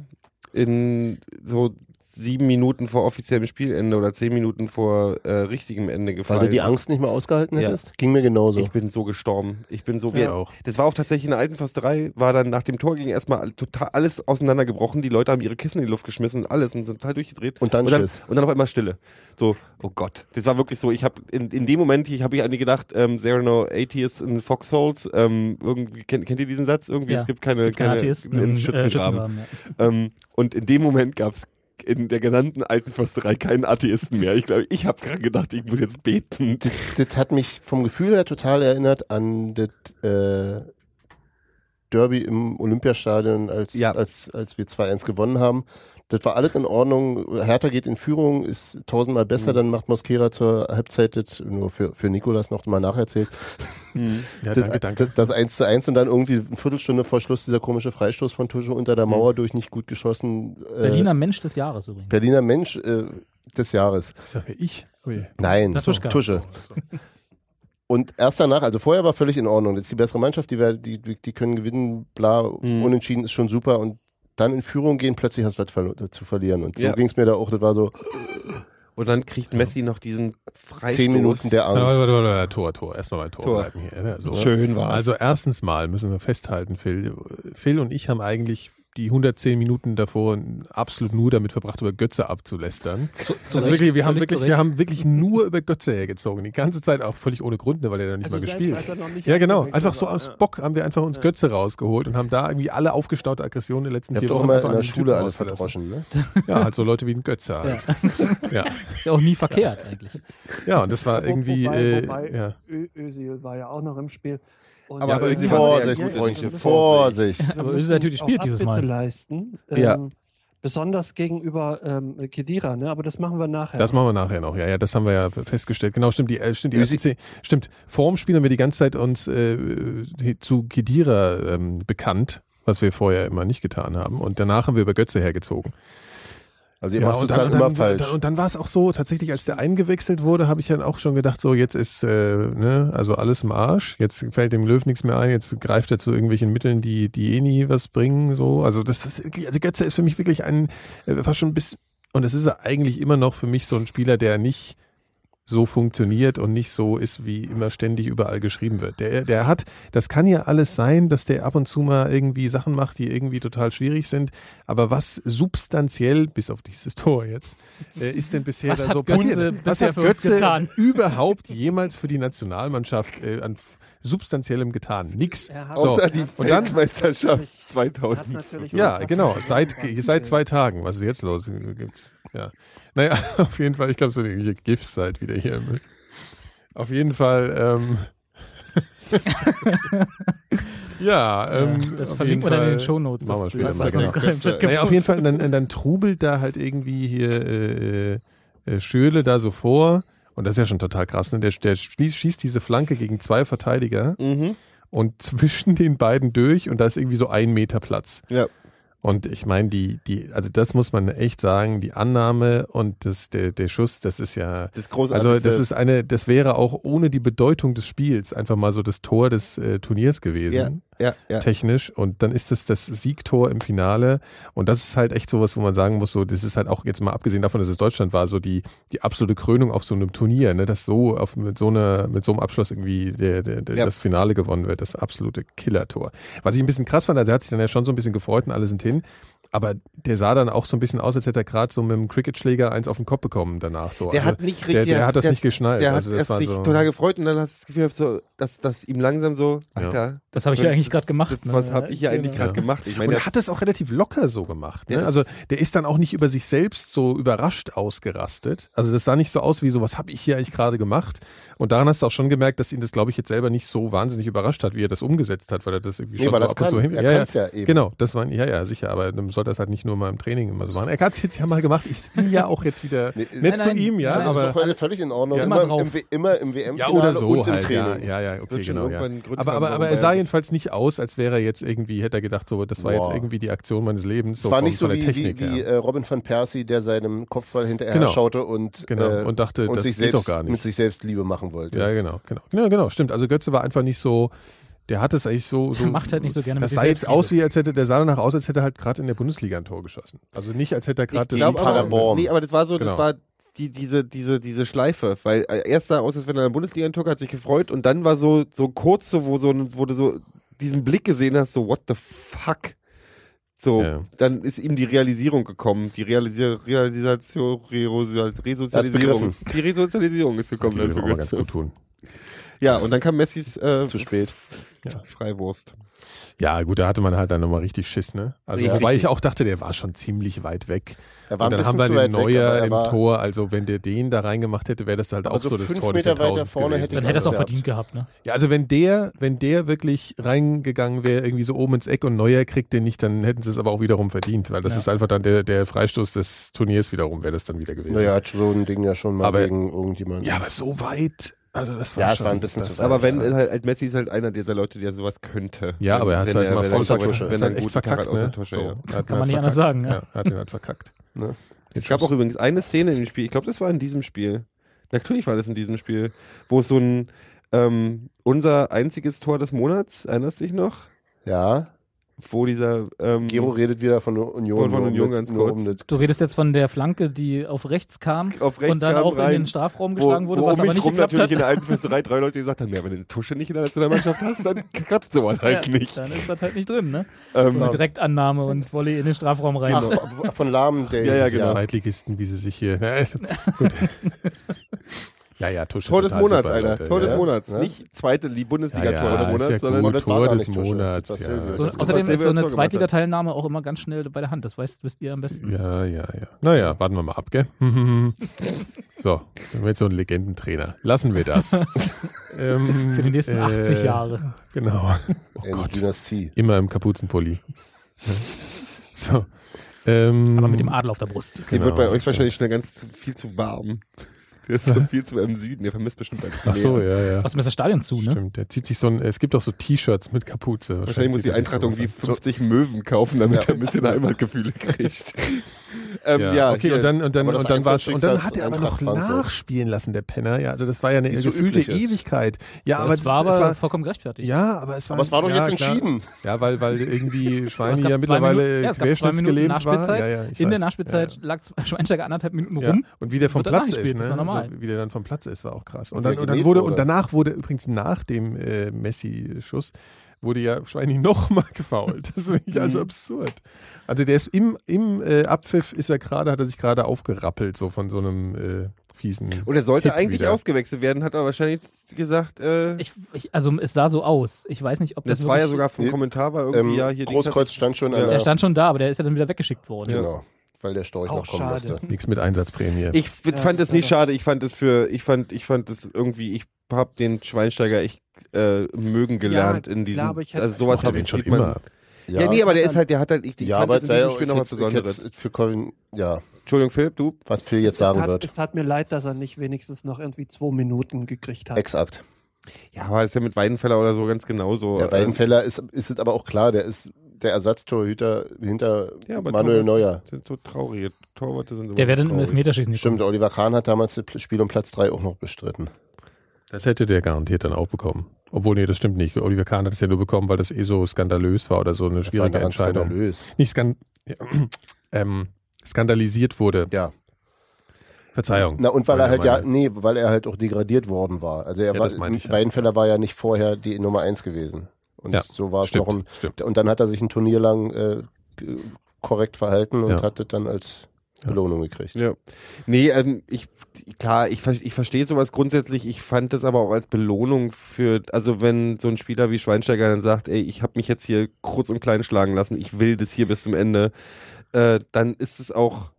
in so sieben Minuten vor offiziellem Spielende oder zehn Minuten vor äh, richtigem Ende gefallen weil du die ist. Angst nicht mehr ausgehalten Ja. hättest? Ging mir genauso. Ich bin so gestorben. Ich bin so. Ja, wir, auch. Das war auch tatsächlich in der alten Försterei, war dann nach dem Tor ging erstmal all- total alles auseinandergebrochen. Die Leute haben ihre Kissen in die Luft geschmissen und alles und sind total durchgedreht. Und dann und dann, Schiss. und dann auf einmal Stille. So, oh Gott. Das war wirklich so. Ich habe in, in dem Moment, ich habe ich eigentlich gedacht, ähm, there are no atheists in foxholes. Ähm, irgendwie kennt, kennt ihr diesen Satz? Irgendwie Ja. es gibt keine, Keine keine Atheisten im im, äh, Schützengraben. Schützengraben, ja. Ähm, und in dem Moment gab es in der genannten alten Försterei keinen Atheisten mehr. Ich glaube, ich habe gerade gedacht, ich muss jetzt beten. Das, das hat mich vom Gefühl her total erinnert an das äh, Derby im Olympiastadion, als, Ja. als, als wir zwei eins gewonnen haben. Das war alles in Ordnung. Hertha geht in Führung, ist tausendmal besser, Mhm. dann macht Mosquera zur Halbzeit das, nur für, für Nikolas noch mal nacherzählt. Ja, das, danke, danke. Das, das eins zu eins und dann irgendwie eine Viertelstunde vor Schluss dieser komische Freistoß von Tusche unter der Mauer durch, nicht gut geschossen. Äh, Berliner Mensch des Jahres übrigens. Berliner Mensch äh, des Jahres. Das sag ich. Ui. Nein, Das Tuschka. Tusche. Und erst danach, also vorher war völlig in Ordnung. Das ist die bessere Mannschaft, die, wär- die, die, die können gewinnen, bla, Mhm. unentschieden ist schon super. Und dann in Führung gehen, plötzlich hast du was verlo- zu verlieren. Und so Ja. ging es mir da auch, das war so Und dann kriegt Messi noch diesen Freistoß. zehn Minuten der Warte, Angst. warte, warte, warte, Tor, Tor. Erstmal beim Tor, Tor. bleiben hier. Ne? So. Schön war's. Also erstens mal müssen wir festhalten, Phil. Phil und ich haben eigentlich die hundertzehn Minuten davor absolut nur damit verbracht, über Götze abzulästern. Zu, zu Also Recht, wirklich, wir haben völlig wirklich, zu wir Recht. haben wirklich nur über Götze hergezogen. Die ganze Zeit auch völlig ohne Grund, ne, weil er noch nicht Also mal selbst gespielt als er noch nicht Ja, genau. aufgewechselt Einfach so war, aus ja. Bock haben wir einfach uns Götze rausgeholt und haben da irgendwie alle aufgestaute Aggressionen der letzten Ihr habt vier doch Wochen immer einfach in an der den Schule Typen alles rausgelassen. verdroschen, ne? Ja, halt so Leute wie ein Götze halt. Ja. Ist ja auch nie verkehrt eigentlich. Ja, und das war Wo- irgendwie, wobei, äh, wobei ja. Ö- Özil war ja auch noch im Spiel. Und Aber ja, Özil irgendwie war war Vorsicht, sehr gut. Freundchen, Wir Vorsicht. müssen Aber Özil natürlich auch spielt dieses Abbitte Mal. leisten. Ja. Ähm, besonders gegenüber ähm, Kedira, ne? Aber das machen wir nachher. Das machen wir nachher noch. Ja, ja, das haben wir ja festgestellt. Genau, stimmt. Die, äh, stimmt, die ersten zehn, stimmt. Vor dem Spiel haben wir die ganze Zeit uns äh, zu Khedira ähm, bekannt, was wir vorher immer nicht getan haben. Und danach haben wir über Götze hergezogen. Also ihr Ja, macht und sozusagen dann, immer dann, falsch. Dann, und dann war es auch so, tatsächlich, als der eingewechselt wurde, habe ich dann auch schon gedacht, so jetzt ist, äh, ne, also alles im Arsch. Jetzt fällt dem Löw nichts mehr ein. Jetzt greift er zu irgendwelchen Mitteln, die, die eh nie was bringen. So, also das ist wirklich, also Götze ist für mich wirklich ein, äh, fast schon ein bisschen, und es ist eigentlich immer noch für mich so ein Spieler, der nicht so funktioniert und nicht so ist, wie immer ständig überall geschrieben wird. Der, der hat, das kann ja alles sein, dass der ab und zu mal irgendwie Sachen macht, die irgendwie total schwierig sind, aber was substanziell, bis auf dieses Tor jetzt, äh, ist denn bisher Was da hat so Götze passiert? Was bisher hat für uns Götze getan? überhaupt jemals für die Nationalmannschaft äh, an substanziellem getan? Nix. Er hat- So. Außer die Und dann, Weltmeisterschaft Er hat zweitausend. natürlich ja, was- genau, seit, seit zwei Tagen. Was ist jetzt los? Gibt's, ja. Naja, auf jeden Fall, ich glaube, so eine irgendwelche GIFs-Zeit wieder hier. Auf jeden Fall, ähm, ja, ähm, das auf verlinken jeden wir dann in den Fall- Shownotes. Machen wir das später Bild, mal, was uns genau. gerade im Chat Naja, auf jeden gepostet Fall, dann, dann trubelt da halt irgendwie hier äh, äh, Schöle da so vor. Und das ist ja schon total krass, ne? Der, der schießt, schießt diese Flanke gegen zwei Verteidiger Mhm. und zwischen den beiden durch und da ist irgendwie so ein Meter Platz. Ja. Und ich meine, die, die, also das muss man echt sagen, die Annahme und das, der, der Schuss, das ist ja, Das ist großartig. also das ist eine, das wäre auch ohne die Bedeutung des Spiels einfach mal so das Tor des äh, Turniers gewesen. ja, ja. Technisch, und dann ist es das Siegtor im Finale, und das ist halt echt sowas, wo man sagen muss, so, das ist halt auch jetzt mal abgesehen davon, dass es Deutschland war, so die, die absolute Krönung auf so einem Turnier, ne, dass so auf, mit so einer, mit so einem Abschluss irgendwie der, der, der, Ja. das Finale gewonnen wird, das absolute Killertor. Was ich ein bisschen krass fand, also er hat sich dann ja schon so ein bisschen gefreut und alle sind hin, aber der sah dann auch so ein bisschen aus, als hätte er gerade so mit dem Cricketschläger eins auf den Kopf bekommen danach. So. Der also, hat nicht der, richtig. der hat das der, nicht geschnallt. Der also hat das erst war sich so, total gefreut und dann hast du das Gefühl, so, dass, dass ihm langsam so, Ja. Alter, Das habe ich ja eigentlich gerade gemacht. das, ne? was habe ich ja eigentlich Genau. gerade gemacht? Ich Und meine, er hat das auch relativ locker so gemacht. Ne? Der Also ist- der ist dann auch nicht über sich selbst so überrascht ausgerastet. Also das sah nicht so aus wie so, was habe ich hier eigentlich gerade gemacht? Und daran hast du auch schon gemerkt, dass ihn das, glaube ich, jetzt selber nicht so wahnsinnig überrascht hat, wie er das umgesetzt hat, weil er das irgendwie Nee, schon weil so das ab und zu kann. hin... Er ja, kann's ja eben. Genau, das war, ja, ja, sicher, aber dann sollte das halt nicht nur mal im Training immer so machen. Er hat es jetzt ja mal gemacht. Ich bin ja auch jetzt wieder Nee, nett nein, zu nein, ihm, ja, nein, Also aber... völlig, völlig in Ordnung. Ja, immer, immer im, drauf. W- immer im W Ja, M-Finale oder so und im halt, ja, Training. ja, ja, okay, Wird schon genau, ja. irgendwann einen Grund Aber, haben, aber, aber warum er sah er- jedenfalls nicht aus, als wäre er jetzt irgendwie, hätte er gedacht, so, das war Boah. jetzt irgendwie die Aktion meines Lebens. Es war von- nicht so von der wie, Technik wie, wie her. äh, Robin van Persie, der seinem Kopfball hinterher Genau. schaute und, Genau, äh, und dachte, und das sich geht selbst doch gar nicht. mit sich selbst Liebe machen wollte. Ja, genau, genau. Ja, genau, stimmt. Also Götze war einfach nicht so, der hat es eigentlich so. so Der macht halt nicht so gerne Das mit sah sich jetzt selbst aus, wie als hätte, der sah danach aus, als hätte er halt gerade in der Bundesliga ein Tor geschossen. Also nicht, als hätte er gerade Ich das. glaube aber, Paderborn. nee, aber das war so, Genau. das war die, diese, diese, diese Schleife, weil äh, erst sah aus, als wenn er in der Bundesliga ein Tor hat, hat sich gefreut und dann war so, so kurz so, wo so, ein- wo du so diesen Blick gesehen hast, so, what the fuck? So, Ja. dann ist ihm die Realisierung gekommen, die Realisier Realisation, Re Resozialisierung. Die Resozialisierung ist gekommen. Okay, dann für kann man ganz Götze. gut tun. Ja, und dann kam Messis äh, Zu spät. Ja. Freiwurst. Ja, gut, da hatte man halt dann nochmal richtig Schiss, ne? Also, Ja, wobei richtig. ich auch dachte, der war schon ziemlich weit weg. Er war Und ein dann haben bisschen wir zu den weit weg, Neuer aber er im war, Tor, also wenn der den da reingemacht hätte, wäre das halt Aber auch so so das fünf Tor des Meter weiter Jahrtausends vorne gewesen. hätte Dann ich hätte er es auch gehabt. verdient gehabt, ne? Ja, also wenn der, wenn der wirklich reingegangen wäre, irgendwie so oben ins Eck und Neuer kriegt den nicht, dann hätten sie es aber auch wiederum verdient, weil das Ja. ist einfach dann der, der Freistoß des Turniers wiederum, wäre das dann wieder gewesen. naja, hat so ein Ding ja schon mal Aber- gegen irgendjemanden. Ja, aber so weit, also das war Ja, es schon, war ein bisschen das zu war- weit. Aber wenn, halt, halt Messi ist halt einer dieser Leute, der sowas könnte. Ja, aber er hat Wenn es halt er- mal wenn voll er- vertuscht. wenn Er hat er halt einen echt guten Tag verkackt, hat aus ne? der Tasche, So, ja. er hat Kann ihn man nicht halt anders verkackt. sagen, ja. Ja, er hat ihn halt verkackt. Ne? Es gab auch übrigens eine Szene in dem Spiel, ich glaube, das war in diesem Spiel. Natürlich war das in diesem Spiel, wo es so ein, ähm, unser einziges Tor des Monats, erinnerst du dich noch? Ja. wo dieser ähm, Gero redet wieder von der Union. Von, von nur Union mit- ganz nur kurz. um das- Du redest jetzt von der Flanke, die auf rechts kam auf rechts und dann kam auch rein, in den Strafraum geschlagen wo, wurde, wo was um aber mich nicht rum geklappt natürlich hat. in der alten Fürsterei drei Leute gesagt haben, ja, wenn du eine Tusche nicht in der Nationalmannschaft hast, dann klappt sowas halt Ja, nicht. dann ist das halt nicht drin, ne? Ähm, So eine Direktannahme und Volley in den Strafraum rein. Ach, von Lahm, der Ja, ja, genau. Zweitligisten, wie sie sich hier. Na, gut. Ja, ja, Tusche. Tor des total Monats, super, Alter. Leute. Tor des ja. Monats. Ja. Nicht zweite Li- Bundesliga-Tor Ja, ja, des ist Monats, ja sondern gut. das war Tor gar des nicht Tusche. Monats. Das war Ja. Silvio. So, Das außerdem war ist so Silvio, eine das Tor gemacht hat. Zweitligateilnahme auch immer ganz schnell bei der Hand. Das weißt, wisst ihr am besten. Ja, ja, ja. Naja, warten wir mal ab, gell? So, wir haben jetzt so einen Legendentrainer. Lassen wir das. ähm, Für die nächsten achtzig Jahre. Genau. Oh in Gott. Dynastie. Immer im Kapuzenpulli. Ja. So. Ähm, Aber mit dem Adler auf der Brust. Die Genau, wird bei euch stimmt. wahrscheinlich schnell ganz zu, viel zu warm. Der ist so viel zu weit im Süden, der vermisst bestimmt ganz Ach so, ja, ja. Außerdem ist das Stadion zu, ne? Stimmt, der zieht sich so ein, es gibt auch so T-Shirts mit Kapuze. Wahrscheinlich muss die zieht er sich Eintracht sowas irgendwie an. fünfzig Möwen kaufen, damit Ja. er ein bisschen Heimatgefühle kriegt. ähm, Ja, ja, okay, hier- und dann, und dann, Aber das und dann war's, und dann Einzelschicksal hat er aber Eintracht noch Frankfurt. nachspielen lassen, der Penner. Ja, also das war ja eine Wie so gefühlte üblich ist. Ewigkeit. Ja, aber Das war das aber war, vollkommen gerechtfertigt. ja, aber es war, Aber es war doch ja, jetzt klar. entschieden. Ja, weil, weil irgendwie Schweini Es gab ja zwei mittlerweile Minuten, ja, es gab zwei Minuten querschnittsgelähmt war. Nachspielzeit. Ja, ja, ich In der weiß. Nachspielzeit Ja, lag Schweinsteiger anderthalb Minuten ja. rum. Und wie der vom Wird dann Platz ist, nachgespielt, ne? das ist ja normal. Also, wie der dann vom Platz ist, war auch krass. Und Und dann, wer und dann genäht wurde, wurde. und danach wurde übrigens nach dem äh, Messi-Schuss wurde ja Schweini nochmal gefoult. Das ist wirklich also absurd. Also der ist im, im äh, Abpfiff ist er gerade, hat er sich gerade aufgerappelt, so von so einem äh, fiesen. Und er sollte Hit eigentlich wieder. ausgewechselt werden, hat er wahrscheinlich gesagt, äh, Ich, ich, also es sah so aus. Ich weiß nicht, ob das, das war ja wirklich- sogar vom Nee, Kommentar, war irgendwie, Ähm, ja, hier Großkreuz stand schon Ja. an Er der... stand schon da, aber der ist ja dann wieder weggeschickt worden. Genau, weil der Storch Auch noch kommen schade. musste. Nichts mit Einsatzprämie. Ich f- fand es nicht schade, ich fand es für, ich fand, ich fand es irgendwie, ich hab den Schweinsteiger echt äh, mögen gelernt Ja, in diesem, klar, aber ich hätte- also sowas mochte hab den ich schon sieht man- immer. Ja, nee, aber der ist halt, der hat halt, ich, ich Ja, fand aber das es in wäre diesem ja Spiel nochmal jetzt, Besonderes. jetzt für Colin, ja, Entschuldigung, Philipp, du? was Phil jetzt Es sagen tat, wird. es tat mir leid, dass er nicht wenigstens noch irgendwie zwei Minuten gekriegt hat. Exakt. Ja, aber das ist ja mit Weidenfeller oder so ganz genauso. Der Weidenfeller ist, ist es aber auch klar, der ist der Ersatztorhüter hinter Ja, aber Manuel Torwart- Neuer. Sind so traurige Torwarte sind Der immer wäre dann im traurig. Elfmeterschießen gekommen. Stimmt, Oliver Kahn hat damals das Spiel um Platz drei auch noch bestritten. Das hätte der garantiert dann auch bekommen. Obwohl, nee, das stimmt nicht. Oliver Kahn hat es ja nur bekommen, weil das eh so skandalös war oder so eine Das war schwierige daran Entscheidung. skandalös. Nicht skan ja, ähm, skandalisiert wurde. Ja. Verzeihung. Na, und weil er Meine halt ja, Meinung. nee, weil er halt auch degradiert worden war. Also er Ja, war, das meinte ich ja. Weidenfeller war ja nicht vorher die Nummer eins gewesen. Und Ja, so war es stimmt, noch ein, stimmt. und dann hat er sich ein Turnier lang äh, g- korrekt verhalten und Ja. hat das dann als Belohnung gekriegt. Ja. Nee, ähm, ich, klar, ich, ver- ich verstehe sowas grundsätzlich. Ich fand das aber auch als Belohnung für, also wenn so ein Spieler wie Schweinsteiger dann sagt, ey, ich habe mich jetzt hier kurz und klein schlagen lassen, ich will das hier bis zum Ende, äh, dann ist es auch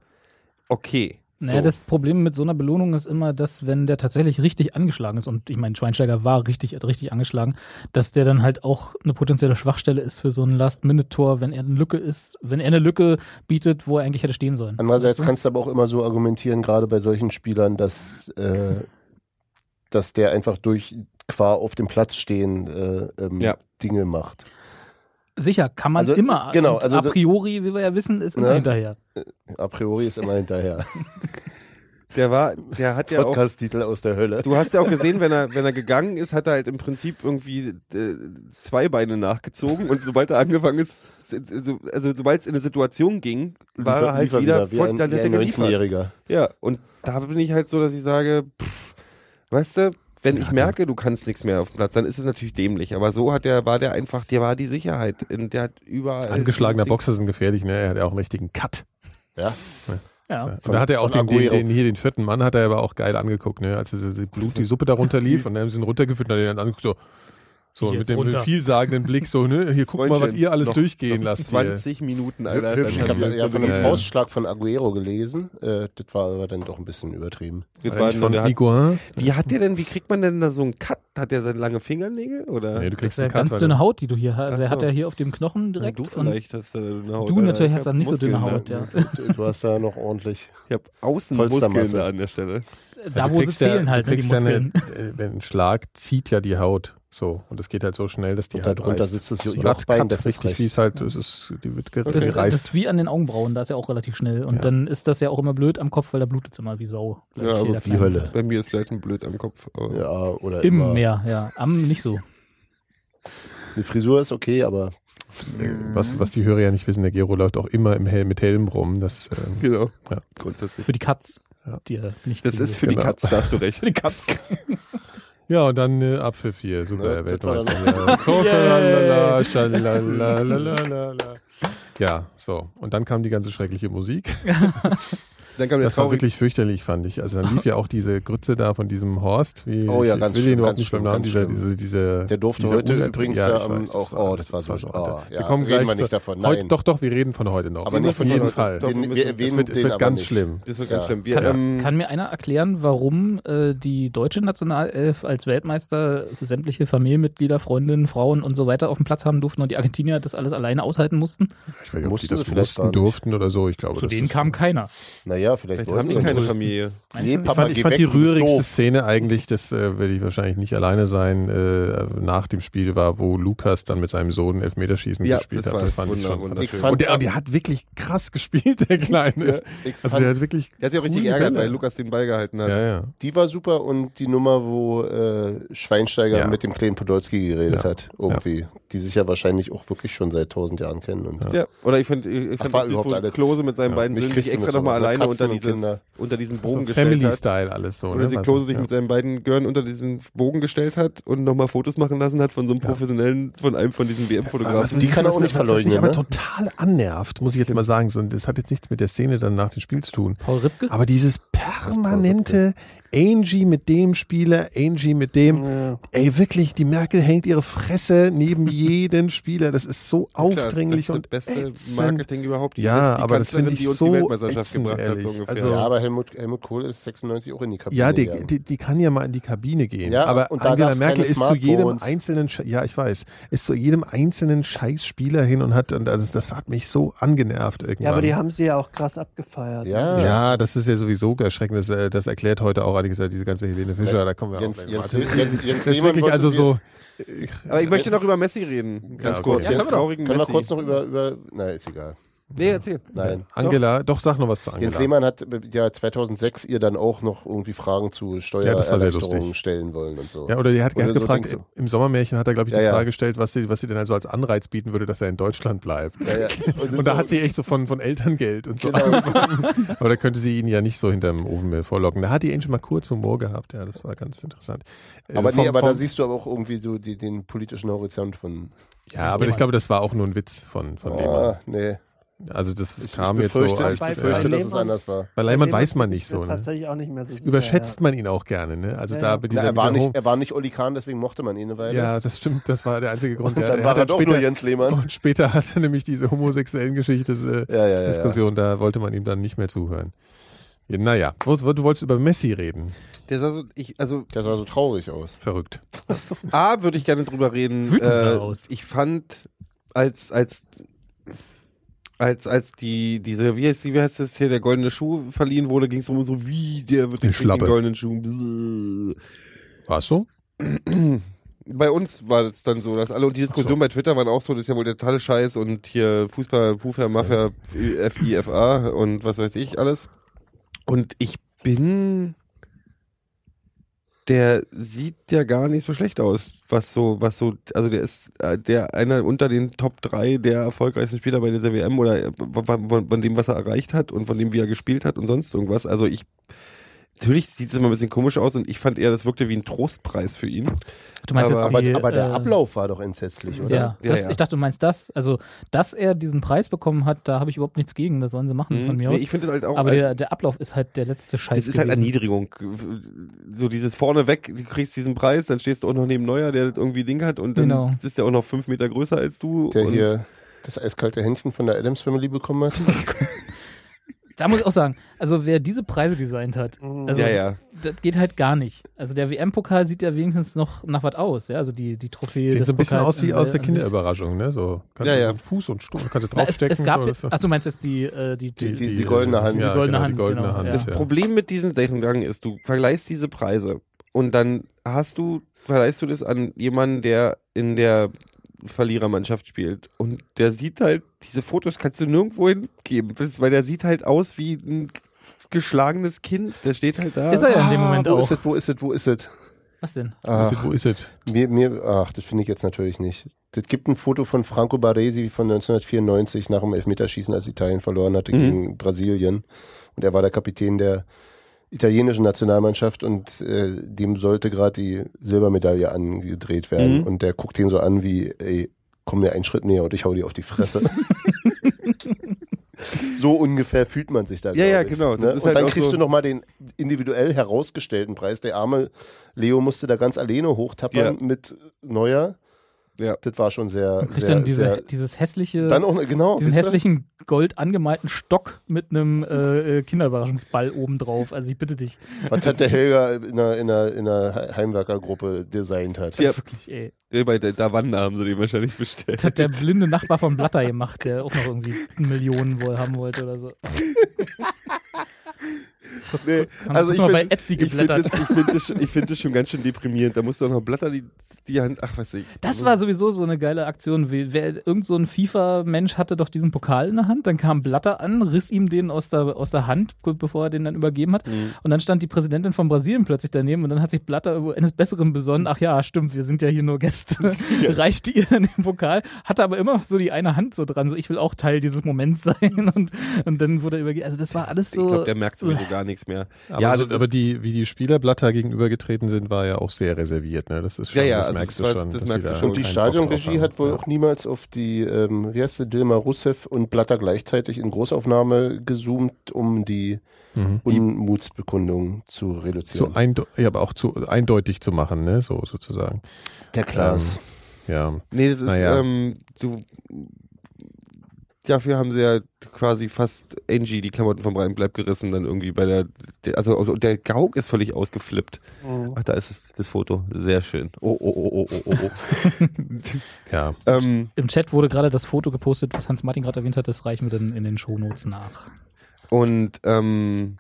okay. Naja, So. das Problem mit so einer Belohnung ist immer, dass wenn der tatsächlich richtig angeschlagen ist, und ich meine, Schweinsteiger war richtig, richtig angeschlagen, dass der dann halt auch eine potenzielle Schwachstelle ist für so ein Last-Minute-Tor, wenn er eine Lücke ist, wenn er eine Lücke bietet, wo er eigentlich hätte stehen sollen. Andererseits Weißt du? kannst du aber auch immer so argumentieren, gerade bei solchen Spielern, dass, äh, dass der einfach durch qua auf dem Platz stehen äh, ähm, Ja. Dinge macht. Sicher, kann man Also, immer. genau, Und also a das- priori, wie wir ja wissen, ist immer Ne? hinterher. A priori ist immer hinterher. Der war, der hat ja auch, Podcast-Titel aus der Hölle. du hast ja auch gesehen, wenn er, wenn er gegangen ist, hat er halt im Prinzip irgendwie äh, zwei Beine nachgezogen und sobald er angefangen ist, so, also sobald es in eine Situation ging, war er halt Liefer wieder, wie voll, ein, dann wie hat er ein geliefert. neunzehnjähriger. Ja, und da bin ich halt so, dass ich sage, pff, weißt du, wenn ich merke, du kannst nichts mehr auf dem Platz, dann ist es natürlich dämlich. Aber so hat der, war der einfach, der war die Sicherheit. In, der hat überall. Angeschlagener dieses Boxer sind gefährlich, ne? Er hat ja auch einen richtigen Cut. Ja. Ja. Und Von- da hat er auch von den, den, Aguero. den, hier den vierten Mann hat er aber auch geil angeguckt, ne? Als er die Blut, die Suppe darunter lief und dann haben sie ihn runtergeführt und hat er dann angeguckt, so, so Hier mit jetzt dem runter. vielsagenden Blick, so, ne? Hier guck mal, was Freundchen, ihr alles noch- durchgehen noch lasst. Hier. zwanzig Minuten, Alter. Hübsch. Ich Dann habe ja von einem Ja, ja. Faustschlag von Aguero gelesen. Äh, das war aber dann doch ein bisschen übertrieben. Das War war nicht nur, von der hat, Iguain? wie hat der denn, wie kriegt man denn da so einen Cut? Hat der seine lange Fingernägel? Oder? Nee, du Das kriegst ist ja einen ganz Cut, weil dünne du- Haut, die du hier hast. Also Ach er hat so. ja hier auf dem Knochen Ja, direkt. du und vielleicht hast du eine Haut. du Alter. natürlich Ich hast hab dann nicht so dünne Muskeln, Haut, ne? ja. Du hast da noch ordentlich. Ich habe Außenmuskeln Polstermasse. da an der Stelle. Da, du wo sie kriegst ja- zählen halt, du ne, die kriegst ja Muskeln. eine, äh, wenn ein Schlag zieht ja die Haut. So. Und das geht halt so schnell, dass die Und halt darunter reißt. sitzt das So Jochbein, Radcut, das ist richtig, recht. wie es halt, das ist, die wird ge Das, das gereißt. ist wie an den Augenbrauen, da ist ja auch relativ schnell. Und Ja. dann ist das ja auch immer blöd am Kopf, weil da blutet es immer wie Sau. glaub Ja, ich, aber jeder wie Kleine. Hölle. Bei mir ist selten blöd am Kopf. aber- Ja, oder Im immer. Meer, ja. Am nicht so. Die Frisur ist okay, aber Was, was die Hörer ja nicht wissen, der Gero läuft auch immer im Helm, mit Helm rum. Das, ähm, Genau. Ja. Grundsätzlich. Für die Katz. Ja. Die er nicht Das ist für Genau. die Katz, da hast du recht. Für die Katz. Ja, und dann äh, Abpfiff hier, super, Ja, Weltmeister. das war Ja. Kofelalala, schalalalalala. Ja, so. Und dann kam die ganze schreckliche Musik. Dann kam der Das war traurig- wirklich fürchterlich, fand ich. Also dann lief ja auch diese Grütze da von diesem Horst. Wie, Oh ja, ich ganz will schlimm, ihn überhaupt ganz nicht beim schlimm, Namen. ganz Dieser, schlimm. diese, diese, Der durfte dieser heute Unerträgliche- übrigens ja, da ich am- weiß, auch- oh, das war so. so- Alter. ah, wir ja, kommen reden gleich wir nicht zu- davon, Heute, nein. doch, doch, wir reden von heute noch. Aber Immer nicht von von jedem heute. Fall. Wir- wir es erwähnen wird, es den wird aber ganz nicht. schlimm. Das wird Ja. ganz schlimm. Wir, Kann, ähm, kann mir einer erklären, warum äh, die deutsche Nationalelf als Weltmeister sämtliche Familienmitglieder, Freundinnen, Frauen und so weiter auf dem Platz haben durften und die Argentinier das alles alleine aushalten mussten? Ich weiß nicht, ob die Mussten das sie vielleicht gar mussten, nicht. durften oder so. Ich glaube, Zu das denen ist- kam keiner. Naja, vielleicht, vielleicht haben die wollten keine sie- Familie. Nee, Ich Ich Papa, fand, ich geh fand weg, die du bist rührigste doof. Szene eigentlich, das äh, werde ich wahrscheinlich nicht alleine sein, äh, nach dem Spiel war, wo Lukas dann mit seinem Sohn Elfmeterschießen Ja, gespielt das hat. war Das fand ich wunder- schon wunderschön. Ich wunderschön. fand Und der, auch- und der hat wirklich krass gespielt, der Kleine. Ich Also fand, der hat wirklich Der hat sich auch richtig coole geärgert, Bälle. weil Lukas den Ball gehalten hat. Ja, ja. die war super und die Nummer, wo äh, Schweinsteiger Ja. mit dem kleinen Podolski geredet Ja. hat, irgendwie. Die sich ja wahrscheinlich auch wirklich schon seit tausend Jahren kennen. Und Ja, oder ich finde, ich Ach, fand war das süß, überhaupt wo alles- Klose mit seinen Ja. beiden Mich Söhnen kriegst sich du extra mit nochmal so, ne? alleine Katzen unter, und dieses, Kinder. unter diesen Bogen So gestellt hat. Family-Style alles so. Oder Ne? sie Was- Klose sich ja. mit seinen beiden Gören unter diesen Bogen gestellt hat und nochmal Fotos machen lassen hat von so einem professionellen, von einem von diesen W M-Fotografen. Die kann er auch nicht Was verleugnen, mich aber ne? total annervt, muss ich jetzt mal sagen. So, das hat jetzt nichts mit der Szene dann nach dem Spiel zu tun. Paul Ripke? Aber dieses permanente Angie mit dem Spieler, Angie mit dem. Ja. Ey, wirklich, die Merkel hängt ihre Fresse neben jeden Spieler. Das ist so Klar, aufdringlich das und ist das beste ätzend. Marketing überhaupt. Die Ja, ist die aber das Kanzlerin, finde ich die uns so die Weltmeisterschaft ätzend, gebracht hat, ehrlich. so ungefähr. Also- ja, aber Helmut, Helmut Kohl ist sechsundneunzig auch in die Kabine Ja, die, gegangen. die, die kann ja mal in die Kabine gehen. Ja, aber und da Angela gab's Merkel keine ist zu jedem Smartphones. einzelnen, Sch- ja, ich weiß, ist zu jedem einzelnen Scheißspieler hin und hat, und also das hat mich so angenervt irgendwann. Ja, aber die haben sie ja auch krass abgefeiert. Ja. Ja, das ist ja sowieso erschreckend. Das, äh, das erklärt heute auch einiges, diese ganze Helene Fischer. Da kommen wir Jens, auch gleich Jens, mal. Jens, Jens, Jens Das ist Lehmann wirklich wollte also sie- so. Aber ich möchte noch über Messi reden. Ganz Ja, kurz. okay. Jens, Ja, können wir doch. können wir Messi. kurz noch über, über, na, ist egal. Nee, erzähl. Nein. Angela, doch. sag noch was zu Angela. Jens Lehmann hat äh, ja zweitausendsechs ihr dann auch noch irgendwie Fragen zu Ja, das war sehr Steuererleichterungen lustig. stellen wollen und so. Ja, oder er hat, er Oder hat so gefragt, denkst du- im Sommermärchen hat er, glaube ich, die Ja, ja. Frage gestellt, was sie, was sie denn also als Anreiz bieten würde, dass er in Deutschland bleibt. Ja, ja. Und, Und da so- hat sie echt so von, von Elterngeld und so Genau. angefangen. Aber da könnte sie ihn ja nicht so hinterm Ofen mehr vorlocken. Da hat die Angel mal kurz Humor gehabt. Ja, das war ganz interessant. Äh, aber vom- nee, aber vom- da siehst du aber auch irgendwie so die, den politischen Horizont von. Ja, aber ich glaube, das war auch nur ein Witz von, von Lehmann. Ah, nee. Also das Ich kam jetzt so befürchte, als... ich Bei- befürchte, bei dass es Lehmann- anders war. bei Lehmann Bei dem weiß man bin nicht ich so. mir Ne? tatsächlich auch nicht mehr so sicher. Überschätzt man ihn auch gerne. Ne? Also Ja, da ja. bei Na, dieser, er, war dieser nicht, er war nicht Oli Kahn, deswegen mochte man ihn eine Weile. Ja, das stimmt, das war der einzige Grund. Und dann er war hat er doch später, nur Jens Lehmann. Und später hat er nämlich diese homosexuellen Geschichte, äh, Ja, ja, ja, Diskussion, da wollte man ihm dann nicht mehr zuhören. Ja, naja, wo- wo- du wolltest über Messi reden. Der sah so, ich, also Der sah so traurig aus. Verrückt. A, würde ich gerne drüber reden. Wütend sah Äh, er aus. ich fand, als, als, als, als die, diese, wie heißt, die, wie heißt das hier, der goldene Schuh verliehen wurde, ging es um so, wie, der wird Den gekriegt, den Schlappe. goldenen Schuh. Bläh. War es so? Bei uns war das dann so, dass alle, und die Diskussion bei Twitter waren auch so, das ist ja wohl der totale Scheiß und hier Fußball, Fußball, Mafia, F I F A und was weiß ich alles. Und ich bin, der sieht ja gar nicht so schlecht aus, was so, was so, also der ist äh, der einer unter den Top drei der erfolgreichsten Spieler bei dieser W M oder äh, von, von, von dem, was er erreicht hat und von dem, wie er gespielt hat und sonst irgendwas. Also ich, natürlich sieht es immer ein bisschen komisch aus und ich fand eher, das wirkte wie ein Trostpreis für ihn. Du meinst Aber- jetzt Aber, die, aber der äh, Ablauf war doch entsetzlich, oder? Ja, Ja, das, ja. ich dachte, du meinst das. Also, dass er diesen Preis bekommen hat, da habe ich überhaupt nichts gegen. Das sollen sie machen von mir Nee, aus. ich finde es halt auch, Aber äh, der, der Ablauf ist halt der letzte Scheiß das ist halt gewesen. Erniedrigung. So dieses vorneweg, du kriegst diesen Preis, dann stehst du auch noch neben Neuer, der irgendwie Ding hat und dann Genau. ist der auch noch fünf Meter größer als du. Der und hier das eiskalte Händchen von der Addams Family bekommen hat. Da muss ich auch sagen, also wer diese Preise designt hat, also Ja, ja. das geht halt gar nicht. Also der W M-Pokal sieht ja wenigstens noch nach was aus, ja, also die, die Trophäe Sieht des so ein bisschen Pokals aus wie an aus der sich- an sich- Kinderüberraschung, ne? So, kannst Ja, du ja. so Fuß und Stuhl, kannst du Na, es, draufstecken. es gab, so, das so. ach du meinst jetzt die, äh, die, Die- die, die goldene Hand. Ja, Die goldene genau, Hand, die goldene genau, Hand. ja. Das ja. Problem mit diesen Rechnungen ist, du verleihst diese Preise und dann hast du, verleihst du das an jemanden, der in der Verlierermannschaft spielt und der sieht halt, diese Fotos kannst du nirgendwo hingeben, weil der sieht halt aus wie ein geschlagenes Kind, der steht halt da. Ist er ja in dem Moment wo auch. ist es, wo ist es, wo ist es? Was denn? Ach, Wo ist es? Mir, mir, ach, das finde ich jetzt natürlich nicht. Es gibt ein Foto von Franco Baresi von neunzehnhundertvierundneunzig nach dem Elfmeterschießen, als Italien verloren hatte Mhm. gegen Brasilien. Und er war der Kapitän der italienischen Nationalmannschaft und äh, dem sollte gerade die Silbermedaille angedreht werden. Mhm. Und der guckt ihn so an wie, ey, komm mir einen Schritt näher und ich hau dir auf die Fresse. So ungefähr fühlt man sich da. Ja, ja, ich, genau. Das Ne? ist Und halt dann auch kriegst so- du nochmal den individuell herausgestellten Preis. Der arme Leo musste da ganz alleine hochtappern Ja. mit Neuer. Ja. Das war schon sehr, Kriegt sehr, dann diese, sehr dieses hässliche, dann auch, genau, diesen siehst du? hässlichen gold angemalten Stock mit einem äh, äh, Kinderüberraschungsball oben drauf. Also ich bitte dich. Was hat der Helga in einer, in einer, in einer Heimwerkergruppe designt hat. Ja. Wirklich, ey. Ja, bei der Davanda haben sie den wahrscheinlich bestellt. Das hat der blinde Nachbar von Blatter gemacht, der auch noch irgendwie Millionen wohl haben wollte oder so. Kurz, Nee, haben also kurz ich mal bei find- Etsy ich finde geblättert. das, ich find das, schon- ich find das schon ganz schön deprimierend. Da musst du auch noch Blatter die, die Hand, ach was ich. Das war sowieso so eine geile Aktion. Wie- Wer, irgend so ein FIFA-Mensch hatte doch diesen Pokal in der Hand, dann kam Blatter an, riss ihm den aus der, aus der Hand, bevor er den dann übergeben hat. Mhm. Und dann stand die Präsidentin von Brasilien plötzlich daneben und dann hat sich Blatter über eines Besseren besonnen. Ach ja, stimmt, wir sind ja hier nur Gäste. Reichte ihr dann den Pokal, hatte aber immer so die eine Hand so dran, so ich will auch Teil dieses Moments sein. Und, und dann wurde er übergeben. Also das war alles so. Ich glaube, der merkt sowieso gar nichts mehr. Aber, ja, so, das aber ist- die, wie die Spieler Blatter gegenübergetreten sind, war ja auch sehr reserviert. Ne? Das ist schon, Ja, ja, das also merkst das war- du schon. das dass merkst die du da schon. Und die keinen Bock drauf Stadionregie haben. hat wohl Ja. auch niemals auf die, ähm, wie heißt sie, Dilma Rousseff und Blatter gleichzeitig in Großaufnahme gezoomt, um die Mhm. Unmutsbekundung zu reduzieren. Zu einde- ja, aber auch zu eindeutig zu machen, ne? So sozusagen. Der Klaas. Ähm, ja. Nee, das ist, Naja. ähm, du, dafür haben sie ja quasi fast Angie die Klamotten vom Rhein Bleib gerissen, dann irgendwie bei der, der also also der Gauk ist völlig ausgeflippt. Mhm. Ach, da ist es, das Foto. Sehr schön. Oh, oh, oh, oh, oh, oh, oh. Ja. ähm, Im Chat wurde gerade das Foto gepostet, was Hans-Martin gerade erwähnt hat, das reichen wir dann in den Shownotes nach. und, ähm,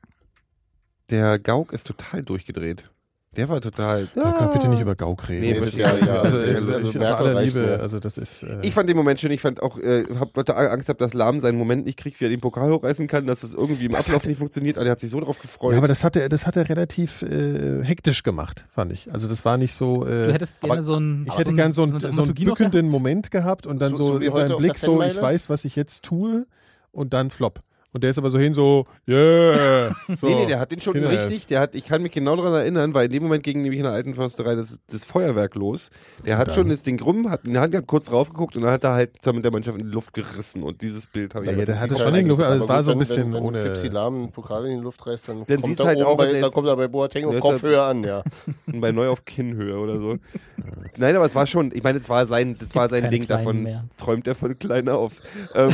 der Gauk ist total durchgedreht. Der war total. Da kann bitte nicht über Gauk reden. Nee, Das möchte ist- ich auch nicht. also, Also, also, also ich, bei Merkel aller reicht Liebe, mir. also das ist. Äh, Ich fand den Moment schön. Ich fand auch, äh, hab total Angst gehabt, dass Lahm seinen Moment nicht kriegt, wie er den Pokal hochreißen kann, dass das irgendwie im Das Ablauf hat- nicht funktioniert. Aber der hat sich so drauf gefreut. ja, aber das hat er, das hat er relativ äh, hektisch gemacht, fand ich. Also das war nicht so. Äh, Du hättest gerne so ein. ich hätte gern so, einen- so einen Dramaturgie noch bückenden gehabt. Moment gehabt und dann So- so, so wie in heute seinem auf Blick der so, ich Fanmeile? weiß, was ich jetzt tue und dann Flop. Und der ist aber so hin so, yeah. So, Nee, nee, der hat den schon Kinder richtig, ist. der hat, ich kann mich genau daran erinnern, weil in dem Moment ging nämlich in der alten Försterei das, das Feuerwerk los. Der hat dann? schon das Ding rum, hat in der Hand gehabt, kurz raufgeguckt und dann hat er halt mit der Mannschaft in die Luft gerissen und dieses Bild habe ich Ja, halt der jetzt hat nicht es mehr schon in die Luft, also es Aber war gut, so ein wenn- bisschen wenn, wenn ohne. Fipsi Lahm einen Pokal in die Luft reißt, dann, Dann kommt, sieht's er halt oben auch, bei, wenn der dann jetzt- kommt er bei Boateng auf Der ist halt- Kopfhöhe an, ja. bei neu auf Kinnhöhe oder so. Nein, aber es war schon, ich meine, es war sein, das war sein keine Ding, Kleinen davon mehr. träumt er von kleiner auf. Ähm,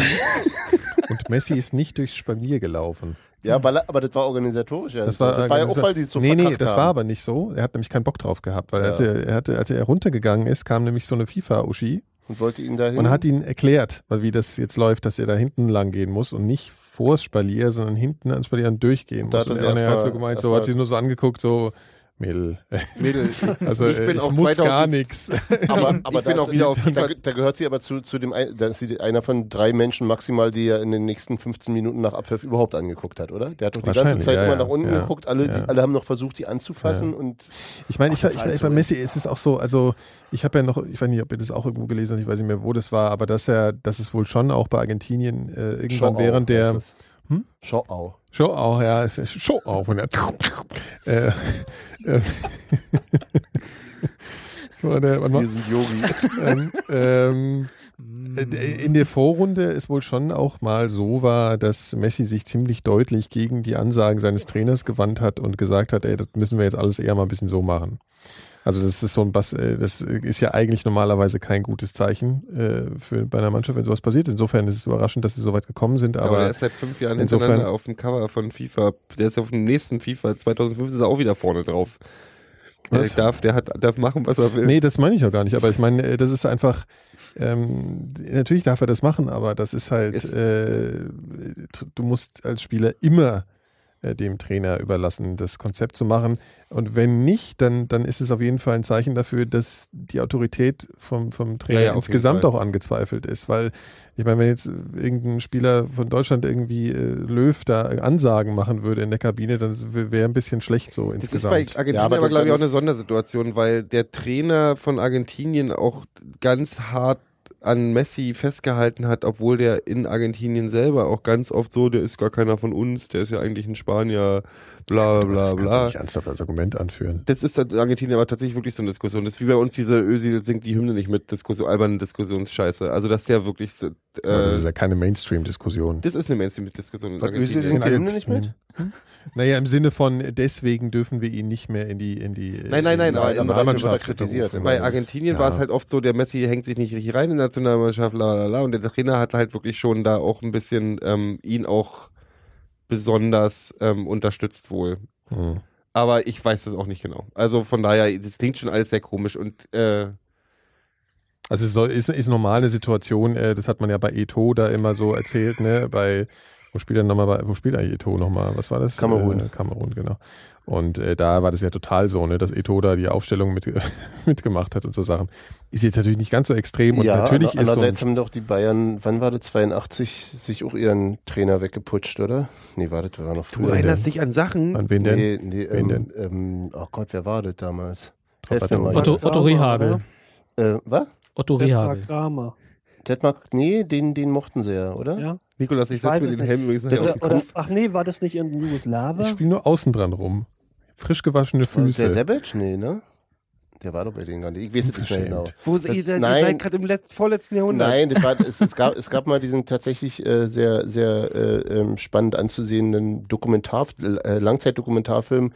Und Messi ist nicht durchs Spalier gelaufen. Ja, weil, er- aber das war organisatorisch. Ja. Das war, das war ja das auch, weil die es so Nee, nee, verkackt das haben. war aber nicht so. Er hat nämlich keinen Bock drauf gehabt, weil Ja. als, er, er hatte, als er runtergegangen ist, kam nämlich so eine FIFA-Uschi Und wollte ihn dahin. und hat ihn erklärt, weil wie das jetzt läuft, dass er da hinten lang gehen muss und nicht vors Spalier, sondern hinten ans Spalier und durchgehen Da muss. hat er Und sie er, und er hat erst so mal- gemeint, erst so mal- hat sich nur so angeguckt, so Mädel. Mädel, Also ich äh, bin ich auch muss zweitausend gar nichts. aber, aber Ich bin da, auch wieder auf da, FIFA. da, da gehört sie aber zu, zu dem, ein- da ist sie einer von drei Menschen maximal, die er in den nächsten fünfzehn Minuten nach Abpfiff überhaupt angeguckt hat, oder? Der hat doch die ganze Wahrscheinlich, Zeit ja, immer ja, nach unten ja, geguckt, alle, ja. die, alle haben noch versucht, die anzufassen und Ich meine, ich, Ach, ich, das war ich, so bei Messi ist es auch so, also ich habe ja noch, ich weiß nicht, ob ihr das auch irgendwo gelesen habt, ich weiß nicht mehr, wo das war, aber dass er, dass es wohl schon auch bei Argentinien äh, irgendwann Schau während au, der heißt das. Hm? Schau au. Show auch, ja, es ist Show auch von der äh, äh, von der, warte mal. Wir sind Yogi. ähm, ähm, äh, in der Vorrunde ist wohl schon auch mal so war, dass Messi sich ziemlich deutlich gegen die Ansagen seines Trainers gewandt hat und gesagt hat, ey, das müssen wir jetzt alles eher mal ein bisschen so machen. Also das ist so ein Bass, äh, das ist ja eigentlich normalerweise kein gutes Zeichen äh, für bei einer Mannschaft, wenn sowas passiert. Insofern ist es überraschend, dass sie so weit gekommen sind. aber, Aber, der ist seit fünf Jahren insofern- hintereinander auf dem Cover von FIFA. Der ist auf dem nächsten FIFA zweitausendfünf ist er auch wieder vorne drauf. Der Was? darf, der hat, darf machen, was er will. nee, das meine ich auch gar nicht. Aber ich meine, äh, das ist einfach, ähm, natürlich darf er das machen, aber das ist halt, Es- äh, du musst als Spieler immer äh, dem Trainer überlassen, das Konzept zu machen. Und wenn nicht, dann, dann ist es auf jeden Fall ein Zeichen dafür, dass die Autorität vom, vom Trainer Ja, ja, auf insgesamt jeden Fall. auch angezweifelt ist. Weil, ich meine, wenn jetzt irgendein Spieler von Deutschland irgendwie äh, Löw da Ansagen machen würde in der Kabine, dann wäre ein bisschen schlecht so Das ist insgesamt. bei Argentinien Ja, aber aber, glaube ich, auch das- eine Sondersituation, weil der Trainer von Argentinien auch ganz hart an Messi festgehalten hat, obwohl der in Argentinien selber auch ganz oft so, der ist gar keiner von uns, der ist ja eigentlich ein Spanier, bla bla das kannst du bla. nicht ernsthaft als Argument anführen. Das ist in Argentinien aber tatsächlich wirklich so eine Diskussion. Das ist wie bei uns diese Özil singt die Hymne nicht mit Diskussion, albernen Diskussionsscheiße. Also dass der wirklich so, Aber das ist äh, ja keine Mainstream-Diskussion. das ist eine Mainstream-Diskussion in Was, Özil Argentinien. singt die Hymne Argentinien. nicht mit? Naja, im Sinne von, deswegen dürfen wir ihn nicht mehr in die in die Nein, nein, nein, in die aber Nationalmannschaft dafür wird er kritisiert. berufen. Bei Argentinien Ja. war es halt oft so, der Messi hängt sich nicht richtig rein in die Nationalmannschaft, la la la, und der Trainer hat halt wirklich schon da auch ein bisschen ähm, ihn auch besonders ähm, unterstützt wohl. Hm. Aber ich weiß das auch nicht genau. Also von daher, das klingt schon alles sehr komisch und äh, Also es soll, ist, ist normal eine Situation, äh, das hat man ja bei Eto'o da immer so erzählt, ne, bei, wo spielt er nochmal, bei- wo spielt eigentlich Eto'o nochmal, was war das? Kamerun. Äh, Kamerun, genau. Und äh, da war das ja total so, ne, dass Eto'o da die Aufstellung mit, mitgemacht hat und so Sachen. Ist jetzt natürlich nicht ganz so extrem und ja, natürlich ander- ist so andererseits ein, haben doch die Bayern, wann war das, zweiundachtzig, sich auch ihren Trainer weggeputscht, oder? Nee, war das war noch du früher. erinnerst dich an Sachen. an wen denn? Nee, nee, Wen ähm, ähm, oh Gott, wer war das damals? Helf Otto- mir mal. Otto, Otto Rehagel. Äh, was? Otto Rehagel. Kramer. Detmar, nee, den, den mochten sie ja, oder? Ja. Nikolas, ich Ich weiß setze mir es den nicht. Helm übrigens nachher auf Oder, den oder, Kopf. ach nee, war das nicht in Ich Jugoslawien? spiele nur außen dran rum. Frisch gewaschene War das Der Füße. Sebec? Nee, ne? Der war doch bei denen gar nicht. Ich weiß es nicht mehr genau. Wo ihr, ihr Nein. seid gerade im Letz-, vorletzten Jahrhundert. Nein, das war, es, es, gab, es gab mal diesen tatsächlich äh, sehr, sehr äh, ähm, spannend anzusehenden Dokumentar, äh, Langzeitdokumentarfilm,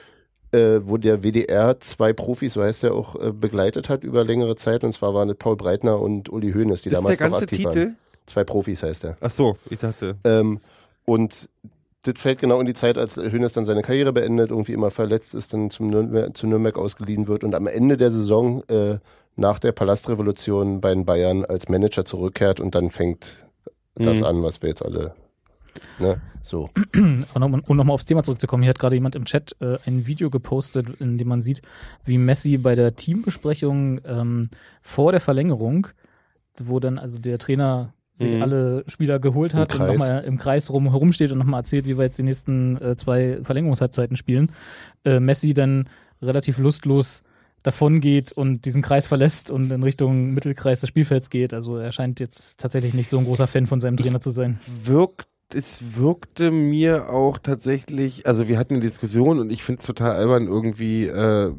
äh, wo der W D R zwei Profis, so heißt er auch, äh, begleitet hat über längere Zeit. Und zwar waren es Paul Breitner und Uli Hoeneß, die Das ist damals der noch ganze aktiv Titel? waren. Zwei Profis heißt er. Ach so, ich dachte. Ähm, und das fällt genau in die Zeit, als Hoeneß dann seine Karriere beendet, irgendwie immer verletzt ist, dann zum Nürnberg, zu Nürnberg ausgeliehen wird und am Ende der Saison äh, nach der Palastrevolution bei den Bayern als Manager zurückkehrt und dann fängt das Mhm. an, was wir jetzt alle, ne, so. Und nochmal um noch aufs Thema zurückzukommen, hier hat gerade jemand im Chat äh, ein Video gepostet, in dem man sieht, wie Messi bei der Teambesprechung ähm, vor der Verlängerung, wo dann also der Trainer sich Mhm. alle Spieler geholt hat Im und Kreis. nochmal im Kreis rum herumsteht und nochmal erzählt, wie wir jetzt die nächsten äh, zwei Verlängerungshalbzeiten spielen, äh, Messi dann relativ lustlos davon geht und diesen Kreis verlässt und in Richtung Mittelkreis des Spielfelds geht. Also er scheint jetzt tatsächlich nicht so ein großer Fan von seinem Trainer zu sein. Wirkt, es wirkte mir auch tatsächlich, also wir hatten eine Diskussion und ich finde es total albern, irgendwie äh,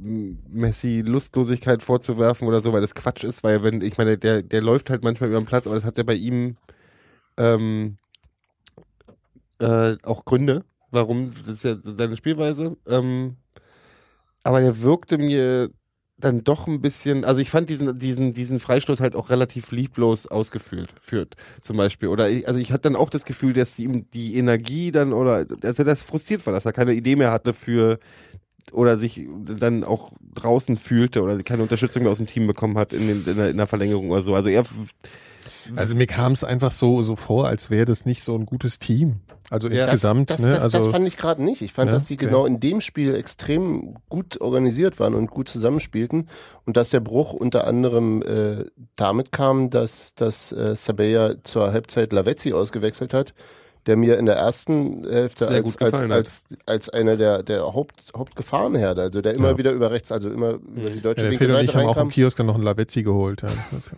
Messi Lustlosigkeit vorzuwerfen oder so, weil das Quatsch ist, weil wenn, ich meine, der, der läuft halt manchmal über den Platz, aber das hat ja bei ihm ähm, äh, auch Gründe, warum, das ist ja seine Spielweise. Ähm, aber der wirkte mir dann doch ein bisschen, also ich fand diesen, diesen, diesen Freistoß halt auch relativ lieblos ausgeführt, führt, zum Beispiel. Oder ich, also ich hatte dann auch das Gefühl, dass ihm die Energie dann, oder dass er das frustriert war, dass er keine Idee mehr hatte für, oder sich dann auch draußen fühlte oder keine Unterstützung mehr aus dem Team bekommen hat in, den, in, der, in der Verlängerung oder so. Also er, Also mir kam es einfach so, so vor, als wäre das nicht so ein gutes Team. Also Ja. insgesamt. Das, ne? das, also, das fand ich gerade nicht. Ich fand, Ja, dass die okay. genau in dem Spiel extrem gut organisiert waren und gut zusammenspielten und dass der Bruch unter anderem äh, damit kam, dass, dass äh, Sabella zur Halbzeit Lavezzi ausgewechselt hat, der mir in der ersten Hälfte Sehr als, gut als, gefallen hat. als, als einer der, der Haupt, Hauptgefahrenherde, also der immer Ja. wieder über rechts, also immer über die deutsche ja, der Phil und Winkelseite ich haben auch im reinkam. Kiosk dann noch einen Lavezzi geholt. Ja. Das,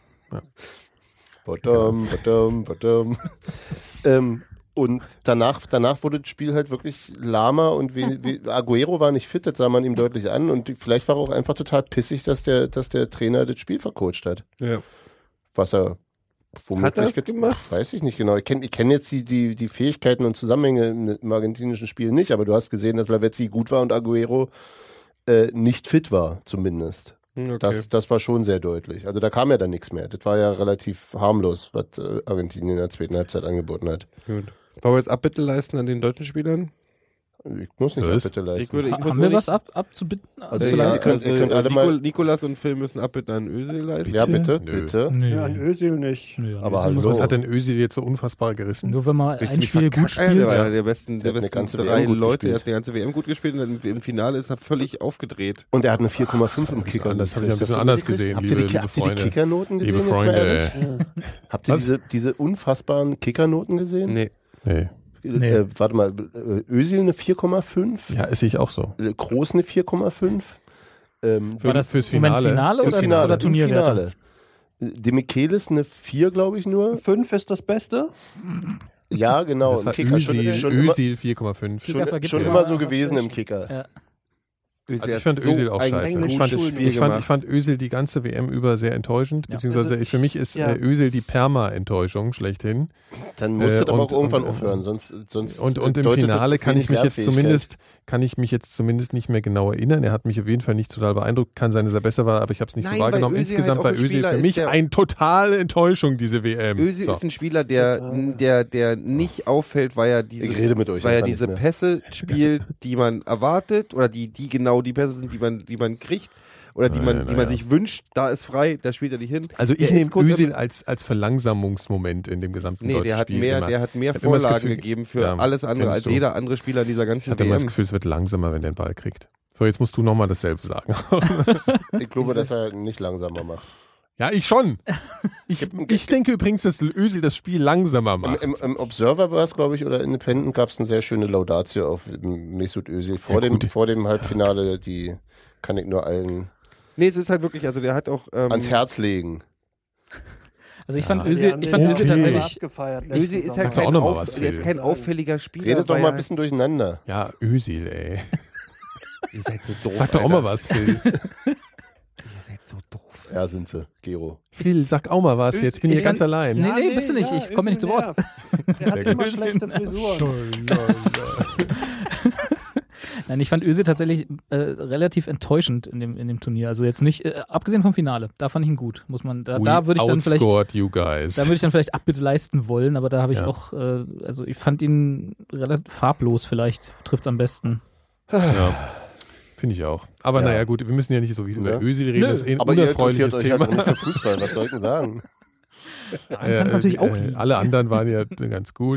Badum, badum, badum. ähm, und danach, danach wurde das Spiel halt wirklich lahmer und we, we, Aguero war nicht fit, das sah man ihm deutlich an und die, vielleicht war er auch einfach total pissig, dass der, dass der Trainer das Spiel vercoacht hat. ja. Was er womöglich Hat er das get- gemacht? Weiß ich nicht genau. Ich kenne ich kenn jetzt die, die, die Fähigkeiten und Zusammenhänge im, im argentinischen Spiel nicht, aber du hast gesehen, dass Lavezzi gut war und Aguero äh, nicht fit war, zumindest. Okay. Das, das war schon sehr deutlich. Also da kam ja dann nichts mehr. Das war ja relativ harmlos, was äh, Argentinien in der zweiten Halbzeit angeboten hat. Gut. Wollen wir jetzt Abbitte leisten an den deutschen Spielern? Ich muss nicht Was? Abbitte leisten. Ich würde, ich muss Haben wir nicht- was ab, abzubitten? Also, Äh, ja, ja, ihr könnt- ihr also, könnt alle Nico, mal- Nikolas und Phil müssen Abbitte an Özil leisten. Ja, bitte, Nö. bitte. Nö. Ja, an Özil nicht. Nö, an Aber Özil hallo. muss- Was hat denn Özil jetzt so unfassbar gerissen? Nur wenn man Willst ein du mich Spiel gut verkacken? Der spielt. war einer der besten, Der der hat eine besten ganze drei W M gut Leute. gespielt. Der hat die ganze W M gut gespielt und im Finale ist er völlig aufgedreht. Und er hat eine vier Komma fünf im ein bisschen Kicker. anders, hab ich ein Hast bisschen du anders mitgekriegt? gesehen, Habt liebe- ihr die, liebe habt ihr die Freunde. Kickernoten gesehen? Liebe jetzt mal Freunde. ehrlich? Habt ihr Was? diese, diese unfassbaren Kickernoten gesehen? Nee. Nee. Nee. Äh, warte mal, äh, Özil eine vier Komma fünf, Ja, ist ich auch so. äh, Groß eine vier Komma fünf. Ähm, War das fürs Moment Finale? Finale im oder, Finale, oder im Turnierwerte? Finale. De Michelis eine vier, glaube ich nur. Fünf ist das Beste? Ja, genau. Das Im war Kicker. Schon, Özil, schon, immer, Özil vier Komma fünf. Kicker schon, vergibt schon ja. immer so Ja, gewesen im schlecht. Kicker. Ja. Özil Also ich hat fand so Özil auch ein scheiße. gutes Ich fand, Spiel ich, fand, gemacht. ich fand Özil die ganze W M über sehr enttäuschend, Ja. beziehungsweise Also für mich ist ja. äh, Özil die Perma-Enttäuschung schlechthin. Dann musst Äh, du aber und- auch irgendwann und- aufhören, sonst, sonst Und, und im deutet das Finale kann ich wenig mich jetzt Lernfähigkeit. zumindest kann ich mich jetzt zumindest nicht mehr genau erinnern. Er hat mich auf jeden Fall nicht total beeindruckt. Kann sein, dass er besser war, aber ich habe es nicht Nein, so wahrgenommen. weil Özil Insgesamt halt war auch ein Özil Spieler für ist, mich der- eine totale Enttäuschung, diese W M. Özil So. ist ein Spieler, der, Total. der, der nicht auffällt, weil er diese, Ich rede mit euch weil er einfach diese nicht mehr. Pässe spielt, die man erwartet oder die, die genau die Pässe sind, die man, die man kriegt oder die Naja, man, die man naja. sich wünscht. Da ist frei, da spielt er nicht hin. Also Der ich ist nehme kurz Özil im- als, als Verlangsamungsmoment in dem gesamten Nee, deutschen der hat Spiel mehr, immer. der hat mehr Ich hab immer das Vorlagen Gefühl- gegeben für Ja, alles andere kennst als du. jeder andere Spieler dieser Ich ganzen hatte immer das W M. Gefühl, es wird langsamer, wenn der den Ball kriegt. So, jetzt musst du nochmal dasselbe sagen. Ich glaube, dass er nicht langsamer macht. Ja, ich schon. Ich, ich denke übrigens, dass Özil das Spiel langsamer Im, macht. im, im Observer war es, glaube ich, oder Independent gab es eine sehr schöne Laudatio auf Mesut Özil vor, Ja, dem, gut. vor dem Halbfinale. Die kann ich nur allen Nee, es ist halt wirklich, also der hat auch ähm, ans Herz legen. Also ich fand Ja. Özil, ich fand Okay. Özil tatsächlich, abgefeiert. Özil ist halt Sag doch kein, auch noch mal auf, was, der ist Phil. kein auffälliger Spieler. Redet doch weil mal ein er- bisschen durcheinander. Ja, Özil, ey. Ihr seid so doof. Sag doch auch Alter. mal was, Phil. Ihr seid so doof. Ja, sind sie, Gero. Phil, sag auch mal was. Jetzt bin ich Ich ganz fand- allein. Nee, nee, bist du nicht. Ich komme nicht zu Wort. Er hat Sehr immer gut. schlechte Frisuren. Nein, ich fand Özil tatsächlich äh, relativ enttäuschend in dem, in dem Turnier. Also jetzt nicht, äh, abgesehen vom Finale, da fand ich ihn gut. Muss man, da, We da würde ich dann vielleicht, outscored you guys. da würde ich dann vielleicht Abbitte leisten wollen, aber da habe ich Ja. auch, äh, also ich fand ihn relativ farblos vielleicht, trifft es am besten. Ja, finde ich auch. Aber Ja. naja, gut, wir müssen ja nicht so wie über Ja. Ösil reden, Nö, das ist eh ein Aber ihr unerfreuliches interessiert euch halt Thema. auch nicht für Fußball, was soll ich denn sagen? Dann kann es natürlich auch liegen. Alle anderen waren ja ganz gut.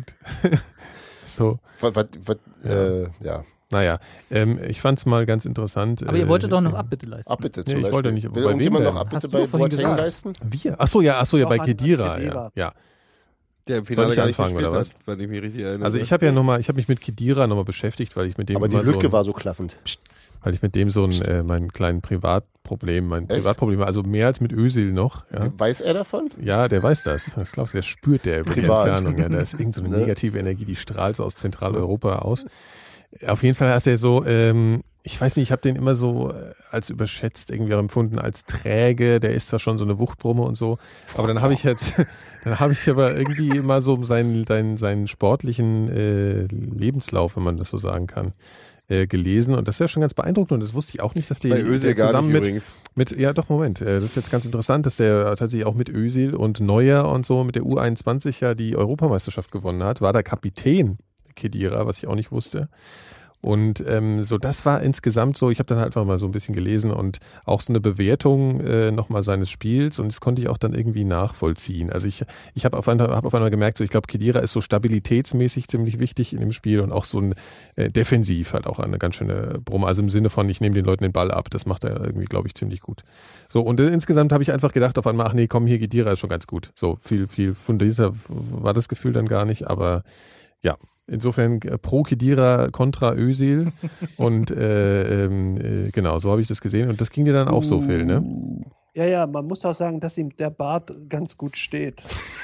So, Was, was, was, äh, ja, naja, ähm, ich fand es mal ganz interessant. Aber ihr äh, wolltet doch noch Abbitte leisten. Abbitte Nee, zum ich Beispiel. wollte nicht. Will Bei wem irgendjemand denn? noch Abbitte Hast du bei doch vorhin Boateng gesagt. leisten? Wir? Achso, ja, achso, ja, Doch, bei an- Kedira, an ja. Khedira. ja. Der im Soll Finale ich gar nicht anfangen, gespielt oder hat, was? wenn ich mich richtig erinnere. Also ich habe ja nochmal, ich habe mich mit Kedira nochmal beschäftigt, weil ich mit dem Aber die immer Lücke so ein, war so klaffend. weil ich mit dem so ein, äh, mein kleinen Privatproblem, mein Echt? Privatproblem, also mehr als mit Özil noch, ja. Weiß er davon? Ja, der weiß das. Das glaubst du, der spürt der über Privat. die Entfernung. Ja, da ist irgend so eine Ne? negative Energie, die strahlt so aus Zentraleuropa aus. Auf jeden Fall hast er so, ähm, ich weiß nicht, ich habe den immer so äh, als überschätzt irgendwie auch empfunden, als träge. Der ist zwar schon so eine Wuchtbrumme und so, aber dann habe ich jetzt, dann habe ich aber irgendwie immer so seinen, seinen, seinen sportlichen äh, Lebenslauf, wenn man das so sagen kann, äh, gelesen. Und das ist ja schon ganz beeindruckend. Und das wusste ich auch nicht, dass die Bei Özil der gar zusammen nicht mit, übrigens. mit, ja, doch, Moment. äh, Das ist jetzt ganz interessant, dass der tatsächlich auch mit Özil und Neuer und so mit der U einundzwanzig ja die Europameisterschaft gewonnen hat. War der Kapitän Kedira, was ich auch nicht wusste. Und ähm, so, das war insgesamt so, ich habe dann halt einfach mal so ein bisschen gelesen und auch so eine Bewertung äh, nochmal seines Spiels und das konnte ich auch dann irgendwie nachvollziehen. Also ich, ich habe auf, einmal- hab auf einmal gemerkt, so ich glaube, Kedira ist so stabilitätsmäßig ziemlich wichtig in dem Spiel und auch so ein äh, defensiv halt auch eine ganz schöne Brumme. Also im Sinne von, ich nehme den Leuten den Ball ab, das macht er irgendwie, glaube ich, ziemlich gut. So, und äh, insgesamt habe ich einfach gedacht auf einmal, ach nee, komm, hier Kedira ist schon ganz gut. So, viel, viel fundierter war das Gefühl dann gar nicht, aber ja. Insofern äh, pro Kedira kontra Özil und äh, ähm, äh, genau, so habe ich das gesehen und das ging dir dann auch so, Phil, ne? Ja, ja, man muss auch sagen, dass ihm der Bart ganz gut steht.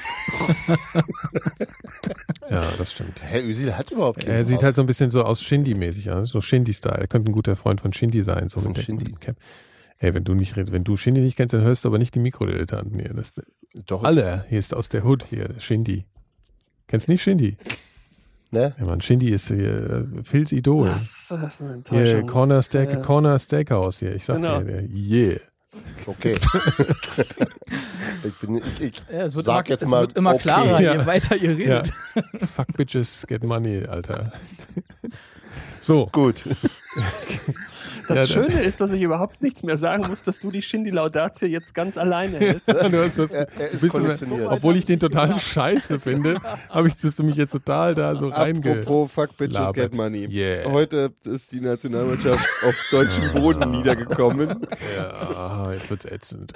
Ja, das stimmt. Herr Özil hat überhaupt keinen Er sieht Bart. halt so ein bisschen so aus Shindy-mäßig aus, so Shindy-Style. Er könnte ein guter Freund von Shindy sein. So Was ist mit ein der- Shindy? mit dem Cap. Ey, wenn du nicht red- wenn du Shindy nicht kennst, dann hörst du aber nicht die Mikrodilettanten hier. Das, Doch, alle, hier ist aus der Hood hier, der Shindy. Kennst du nicht Shindy? ne? Ja, Mann, Shindy ist hier äh, Phils Idol. Das ist eine Hier, Enttäuschung. Corner, Steak, Ja. Corner Steakhouse hier. Ich sag Genau. dir, der, yeah. Okay. ich bin, ich, ich Ja, es wird sag immer, jetzt es mal, wird immer okay. klarer, Ja. je weiter ihr Ja. redet. Fuck bitches, get money, Alter. So. Gut. Das Ja, Schöne ist, dass ich überhaupt nichts mehr sagen muss, dass du die Shindy Laudatio jetzt ganz alleine hältst. Du hast, du hast, Er, er ist bist du, konditioniert. obwohl ich den total scheiße finde, habe ich das du mich jetzt total da so reinge... Apropos Fuck Bitches labert. Get Money. Yeah. Heute ist die Nationalmannschaft auf deutschem Boden niedergekommen. Ja, jetzt wird's ätzend.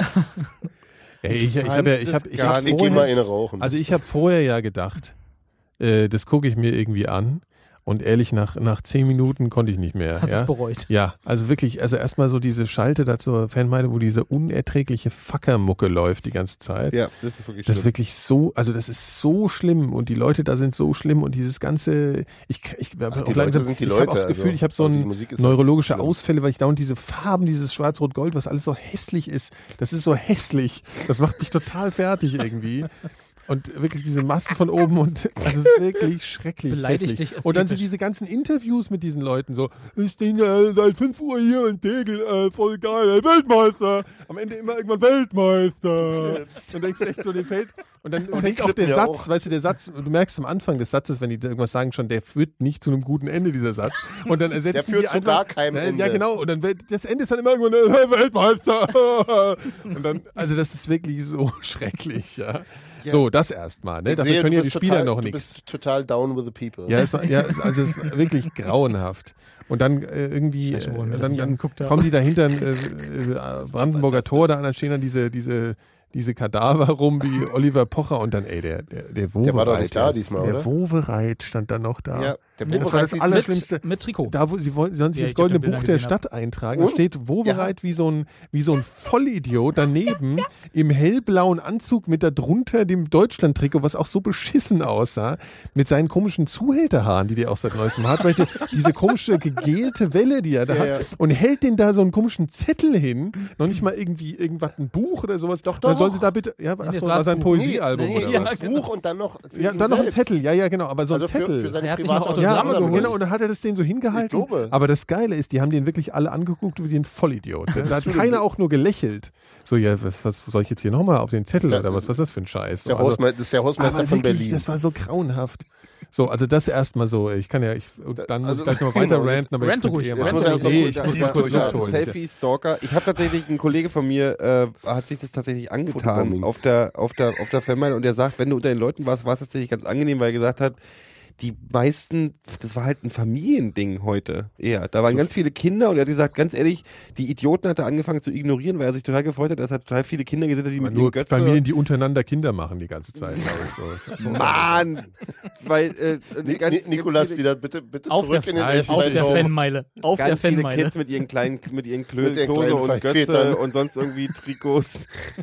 Ja, ich ich habe ja, ich habe, ich gar habe nicht. Ich geh mal vorher, in rauchen. also ich habe vorher ja gedacht, äh, das gucke ich mir irgendwie an. Und ehrlich, nach, nach zehn Minuten konnte ich nicht mehr. Hast ja? es bereut? Ja, also wirklich, also erstmal so diese Schalte da zur Fanmeile, wo diese unerträgliche Fackermucke läuft die ganze Zeit. Ja, das ist wirklich Das schlimm. ist wirklich so, also das ist so schlimm und die Leute da sind so schlimm und dieses ganze, ich, ich, ich habe die Leute sind die ich hab Leute, auch das Gefühl, also, ich habe so aber die ein Musik ist neurologische halt schlimm. Ausfälle, weil ich dauernd diese Farben, dieses Schwarz-Rot-Gold, was alles so hässlich ist, das ist so hässlich, das macht mich total fertig irgendwie. Und wirklich diese Massen von oben und das ist wirklich schrecklich. Beleidigt hässlich. dich Und dann sind ästhetisch. diese ganzen Interviews mit diesen Leuten so, ich stehe äh, seit fünf Uhr hier in Tegel, äh, voll geil, äh, Weltmeister. Am Ende immer irgendwann Weltmeister. Und denkst echt so, den fällt. Und dann Und fängt die auch der klippen ja Satz, auch. weißt du, der Satz, du merkst am Anfang des Satzes, wenn die irgendwas sagen, schon, der führt nicht zu einem guten Ende, dieser Satz. Und dann ersetzen Der führt die zu einfach, gar keinem ja, Ende. Ja, genau. Und dann wird- das Ende ist dann immer irgendwann äh, Weltmeister. Und dann, also das ist wirklich so schrecklich, ja. So, das erstmal, ne? Ich Dafür sehe, können du ja die bist Spieler total, noch du nichts. bist total down with the people. Ja, es war, ja, also es war wirklich grauenhaft. Und dann äh, irgendwie, äh, Vielleicht wollen wir das dann, nicht dann angeguckt haben. kommen die dahinter, äh, äh, Brandenburger Tor, da und dann stehen dann diese, diese, diese Kadaver rum wie Oliver Pocher und dann, ey, der, der, der Wowereit. Der war doch nicht da ja, diesmal, der oder? Wowereit stand dann noch da. Ja, Der das war Wowereit das sieht- Allerschlimmste. Mit, mit Trikot. Da, wo sie wollen, sie sollen sich Ja, ins ich hab goldene den Bildern Buch der gesehen, Stadt eintragen. Da Und? steht Wowereit wie so ein, wie so ein Vollidiot daneben im hellblauen Anzug mit da drunter dem Deutschland-Trikot, was auch so beschissen aussah, mit seinen komischen Zuhälterhaaren, die der auch seit neuestem hat, weißt du, diese komische gegelte Welle, die er da Ja, hat, ja. und hält den da so einen komischen Zettel hin, noch nicht mal irgendwie irgendwas, ein Buch oder sowas. Doch, Dann doch. sollen sie da bitte, ja, ach das so, war war sein das Buch. Poesiealbum Nee, oder ja, was? das Buch und dann noch für Ja, ihn dann noch ein selbst. Zettel, ja, ja, genau, aber so ein Also für, Zettel. für seine Er hat sich noch private Autogramme Ja, geholt. genau, und dann hat er das denen so hingehalten. Ich glaube. Aber das Geile ist, die haben den wirklich alle angeguckt wie den Vollidiot. Da hat keiner auch nur gelächelt. So, ja, was, was soll ich jetzt hier nochmal auf den Zettel der- oder was? Was ist das für ein Scheiß? So, Der also, Hausme das ist der Hausmeister aber von wirklich, Berlin. das war so grauenhaft. So, also das erstmal so. Ich kann ja, ich, und dann muss Also- ich gleich noch weiter Genau, ranten, aber rant jetzt könnt ruhig, ihr rant machen. ruhig. Nee, Jetzt ich muss muss er mal kurz durchhalten. Luft holen. Selfie-Stalker. Ich habe tatsächlich, ein Kollege von mir äh, hat sich das tatsächlich angetan Fotobombing. auf der, auf der, auf der Fanmeile und der sagt, wenn du unter den Leuten warst, war es tatsächlich ganz angenehm, weil er gesagt hat, die meisten, das war halt ein Familiending heute eher. Da waren ganz viele Kinder und er hat gesagt, ganz ehrlich, die Idioten hat er angefangen zu ignorieren, weil er sich total gefreut hat, dass er total viele Kinder gesehen hat, die Aber mit nur ihren Götze... Familien, die untereinander Kinder machen die ganze Zeit. glaube ich, so. So Mann! weil, äh, Ni ganz, Ni Nikolas, ganz viele, wieder bitte, bitte Auf zurück der- in den Ja, ersten Auf der Zeitraum. Fanmeile. Auf der ganz viele Fanmeile. Kids mit ihren kleinen, mit ihren Klö Mit den Klose kleinen und Vätern. Götze und sonst irgendwie Trikots.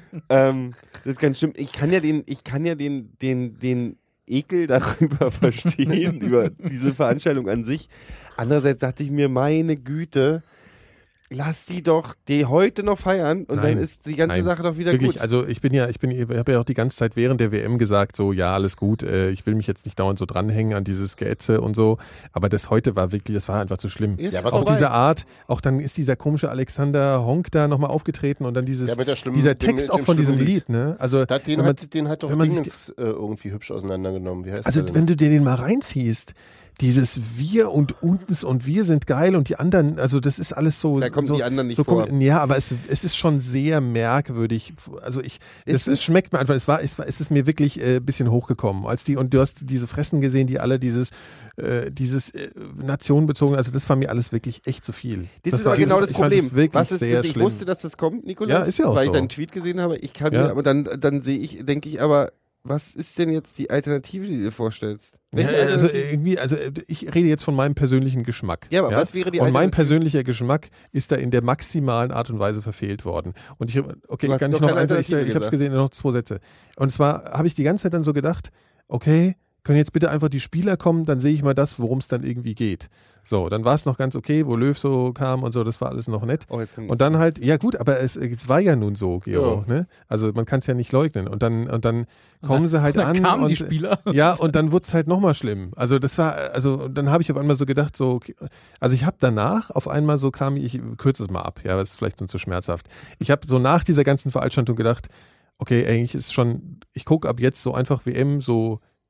ähm, das ist ganz schlimm. Ich kann ja den, ich kann ja den, den, den Ekel darüber verstehen, über diese Veranstaltung an sich. Andererseits dachte ich mir, meine Güte, lass die doch die heute noch feiern und Nein, dann ist die ganze nein, Sache doch wieder Wirklich, gut. also ich bin ja, ich bin, ich habe ja auch die ganze Zeit während der W M gesagt, so ja, alles gut, äh, ich will mich jetzt nicht dauernd so dranhängen an dieses Geätze und so, aber das heute war wirklich, das war einfach zu schlimm. Jetzt Ja, ist aber Auch vorbei. diese Art, auch dann ist dieser komische Alexander Honk da nochmal aufgetreten und dann dieses, Ja, mit der schlimmen- dieser dem- Text dem auch von diesem schlimmen Lied, ne? Also, Da, den, wenn man, hat, den hat doch wenn man sich- Dingens äh, irgendwie hübsch auseinandergenommen. Wie heißt also der denn? wenn du dir den mal reinziehst, dieses Wir und uns und wir sind geil und die anderen, also das ist alles so. Da kommen so, die anderen nicht so vor. kommt- Ja, aber es, es ist schon sehr merkwürdig. Also ich, es, es schmeckt mir einfach, es war, es war, es ist mir wirklich ein äh, bisschen hochgekommen. Als die, und du hast diese Fressen gesehen, die alle dieses, äh, dieses äh, nationenbezogen, also das war mir alles wirklich echt zu viel. Das, ist war aber genau dieses- das ich fand Problem. das wirklich Was ist sehr das? Ich schlimm. wusste, dass das kommt, Nikolas, Ja, ist ja auch weil so. ich deinen Tweet gesehen habe. Ich kann Ja. mir, aber dann, dann sehe ich, denke ich, aber was ist denn jetzt die Alternative, die du dir vorstellst? Ja, Welche also Alternative? irgendwie, also äh, ich rede jetzt von meinem persönlichen Geschmack. Ja, aber was wäre die Und mein Alternative? persönlicher Geschmack ist da in der maximalen Art und Weise verfehlt worden. Und ich, okay, Du hast kann ich doch noch keine eins, ich, Alternative ich habe es gesagt. gesehen, noch zwei Sätze. Und zwar habe ich die ganze Zeit dann so gedacht, okay, können jetzt bitte einfach die Spieler kommen, dann sehe ich mal das, worum es dann irgendwie geht. So, dann war es noch ganz okay, wo Löw so kam und so, das war alles noch nett. Oh, jetzt kann Und dann halt, ja gut, aber es, es war ja nun so, Gero, ne? Also man kann es ja nicht leugnen. Und dann, und dann kommen sie halt dann an. kamen und, die Spieler. Ja, und dann wurde es halt nochmal schlimm. Also das war, also dann habe ich auf einmal so gedacht, so, okay, also ich habe danach auf einmal so kam, ich kürze es mal ab, ja, das ist vielleicht sonst zu schmerzhaft. Ich habe so nach dieser ganzen Veranstaltung gedacht, okay, eigentlich ist schon, ich gucke ab jetzt so einfach W M so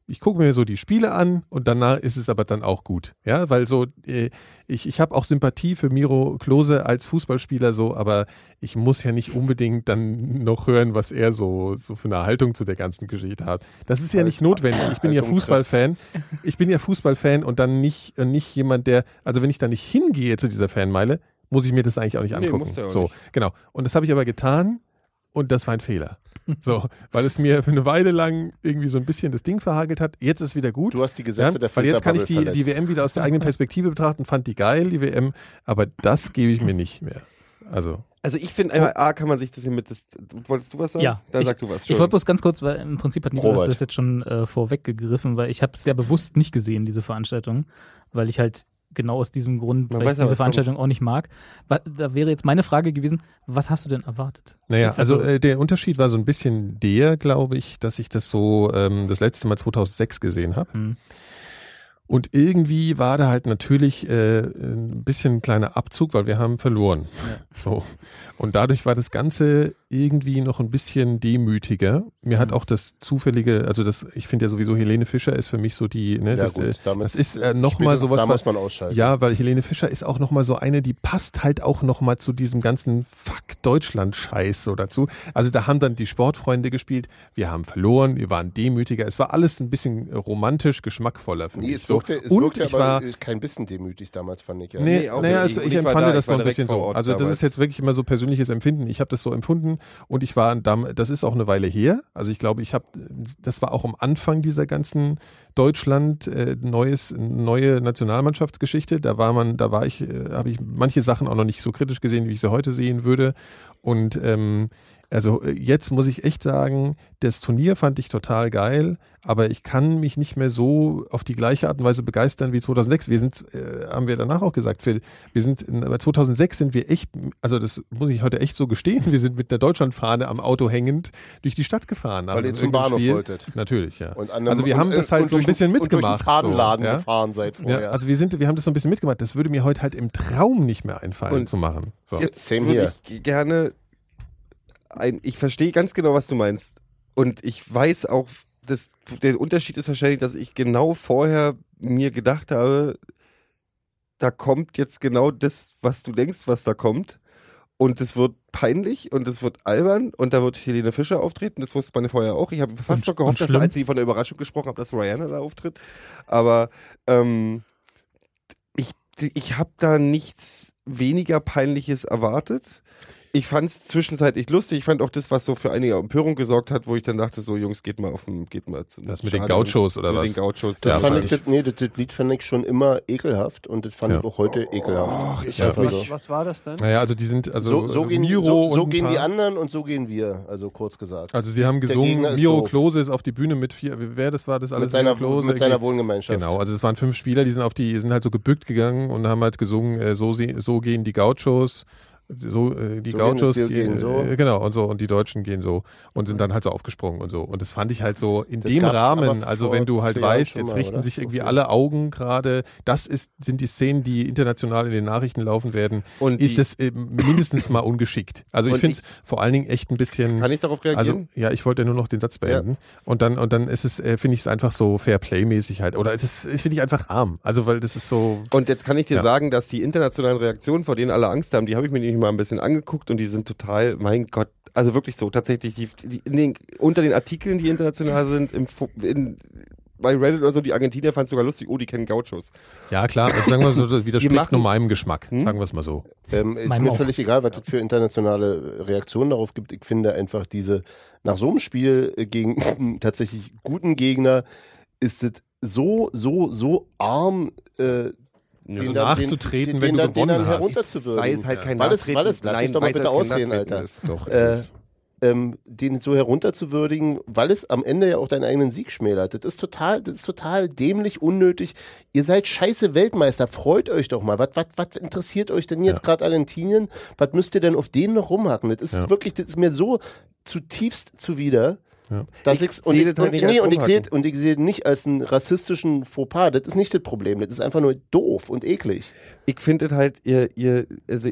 ich gucke mir so die Spiele an und danach ist es aber dann auch gut. Ja, weil so, äh, ich, ich habe auch Sympathie für Miro Klose als Fußballspieler so, aber ich muss ja nicht unbedingt dann noch hören, was er so, so für eine Haltung zu der ganzen Geschichte hat. Das ist ja nicht notwendig. Ich bin ja Fußballfan. Ich bin ja Fußballfan und dann nicht, nicht jemand, der, also wenn ich da nicht hingehe zu dieser Fanmeile, muss ich mir das eigentlich auch nicht angucken. Nee, musst du auch so, nicht. Genau. Und das habe ich aber getan und das war ein Fehler. So, weil es mir für eine Weile lang irgendwie so ein bisschen das Ding verhagelt hat. Jetzt ist es wieder gut. Du hast die Gesetze ja, der Weil jetzt kann ich die, die W M wieder aus der eigenen Perspektive betrachten, fand die geil, die W M, aber das gebe ich mir nicht mehr. Also, also ich finde, einmal A kann man sich das hier mit, das, wolltest du was sagen? Ja. Dann ich, sag du was. Ich wollte bloß ganz kurz, weil im Prinzip hat Nikolaus das jetzt schon äh, vorweggegriffen, weil ich habe es ja bewusst nicht gesehen, diese Veranstaltung, weil ich halt genau aus diesem Grund, Man weil ich diese Veranstaltung kommt. auch nicht mag. Da wäre jetzt meine Frage gewesen, was hast du denn erwartet? Naja, also so? äh, der Unterschied war so ein bisschen der, glaube ich, dass ich das so ähm, das letzte Mal zweitausendsechs gesehen habe. Hm. Und irgendwie war da halt natürlich äh, ein bisschen ein kleiner Abzug, weil wir haben verloren. Ja. So. Und dadurch war das Ganze irgendwie noch ein bisschen demütiger. Mir mhm. hat auch das zufällige, also das, ich finde ja sowieso Helene Fischer ist für mich so die, ne, ja, das, gut, äh, damit das ist äh, nochmal sowas. Da muss man ausschalten. Ja, weil Helene Fischer ist auch nochmal so eine, die passt halt auch nochmal zu diesem ganzen Fuck Deutschland-Scheiß so dazu. Also da haben dann die Sportfreunde gespielt, wir haben verloren, wir waren demütiger. Es war alles ein bisschen romantisch, geschmackvoller für nee, mich. Es wirkte, es und wirkte ich aber war kein bisschen demütig damals, fand ich. Ja. Nee, nee auch naja, also ich, ich empfand da, das so ein da bisschen so. Also das damals. ist jetzt wirklich immer so persönliches Empfinden. Ich habe das so empfunden und ich war, das ist auch eine Weile her. Also ich glaube, ich habe, das war auch am Anfang dieser ganzen Deutschland äh, neues neue Nationalmannschaftsgeschichte. Da war man, da war ich, äh, habe ich manche Sachen auch noch nicht so kritisch gesehen, wie ich sie heute sehen würde. Und ähm, also jetzt muss ich echt sagen, das Turnier fand ich total geil, aber ich kann mich nicht mehr so auf die gleiche Art und Weise begeistern wie zweitausendsechs. Wir sind, äh, haben wir danach auch gesagt, Phil, wir sind, bei zweitausendsechs sind wir echt, also das muss ich heute echt so gestehen, wir sind mit der Deutschlandfahne am Auto hängend durch die Stadt gefahren. Weil ihr zum Bahnhof wolltet. Natürlich, ja. Und einem, also wir haben und, das halt so ein bisschen durch, mitgemacht. Und durch den Fadenladen so, ja? gefahren seid vorher. Ja, also wir sind, wir haben das so ein bisschen mitgemacht. Das würde mir heute halt im Traum nicht mehr einfallen und zu machen. So. Jetzt würde ich gerne Ein, ich verstehe ganz genau, was du meinst. Und ich weiß auch, dass der Unterschied ist wahrscheinlich, dass ich genau vorher mir gedacht habe, da kommt jetzt genau das, was du denkst, was da kommt. Und es wird peinlich und es wird albern und da wird Helene Fischer auftreten. Das wusste man vorher auch. Ich habe fast noch gehofft, dass er, als sie von der Überraschung gesprochen habe, dass Rihanna da auftritt. Aber ähm, ich, ich habe da nichts weniger Peinliches erwartet. Ich fand es zwischenzeitlich lustig. Ich fand auch das, was so für einige Empörung gesorgt hat, wo ich dann dachte, so Jungs, geht mal auf dem, geht mal zum Das mit den Gauchos oder mit was? Den Gauchos, das ja, fand ich, das, nee, das, das Lied fand ich schon immer ekelhaft und das fand ja. ich auch heute ekelhaft. Oh, ich ja, hab mich, so. Was war das denn? Naja, also die sind, also so, so gehen, Miro so, so und gehen paar, die anderen und so gehen wir, also kurz gesagt. Also sie haben gesungen, Miro doof. Klose ist auf die Bühne mit vier, wer das war, das alles? Mit seiner, Klose, mit seiner Wohngemeinschaft. Genau, also es waren fünf Spieler, die sind auf die, sind halt so gebückt gegangen und haben halt gesungen, äh, so, so gehen die Gauchos. So, äh, die so Gauchos gehen, gehen, gehen so. Äh, genau, und so, und die Deutschen gehen so und sind dann halt so aufgesprungen und so. Und das fand ich halt so in das dem Rahmen, also wenn du halt weißt, jetzt mal, richten oder? sich irgendwie alle Augen gerade, das ist, sind die Szenen, die international in den Nachrichten laufen werden, und ist es äh, mindestens mal ungeschickt. Also ich finde es vor allen Dingen echt ein bisschen. Kann ich darauf reagieren? Also, ja, ich wollte ja nur noch den Satz beenden. Ja. Und dann, und dann ist es, äh, finde ich es einfach so Fair-Play-mäßig halt. Oder das finde ich einfach arm. Also, weil das ist so. Und jetzt kann ich dir ja. sagen, dass die internationalen Reaktionen, vor denen alle Angst haben, die habe ich mir nämlich mal ein bisschen angeguckt und die sind total, mein Gott, also wirklich so, tatsächlich, die, die in den, unter den Artikeln, die international sind, im, in, bei Reddit oder so, die Argentinier fanden es sogar lustig, oh, die kennen Gauchos. Ja, klar, also sagen wir so, das widerspricht nur meinem Geschmack, hm? sagen wir es mal so. Ähm, ist mir auch. völlig egal, was es für internationale Reaktionen darauf gibt. Ich finde einfach diese, nach so einem Spiel gegen tatsächlich guten Gegner, ist es so, so, so arm, äh, Den so dann, nachzutreten, den, den, wenn du den, gewonnen den dann hast. herunterzuwürdigen. Weil es halt kein weil es, weil es, lass Nein, mich doch mal bitte ausreden, Alter. Ist. Doch, äh, ist. Ähm, den so herunterzuwürdigen, weil es am Ende ja auch deinen eigenen Sieg schmälert. Das ist total, das ist total dämlich, unnötig. Ihr seid scheiße Weltmeister, freut euch doch mal. Was, was, was interessiert euch denn jetzt ja. gerade Argentinien? Was müsst ihr denn auf denen noch rumhacken? Das ist ja. wirklich, das ist mir so zutiefst zuwider. Ja. Dass ich, ich und, ich, und, nee, und, ich sehe, und ich sehe nicht als einen rassistischen Fauxpas. Das ist nicht das Problem. Das ist einfach nur doof und eklig. Ich finde halt, ihr, ihr, also ich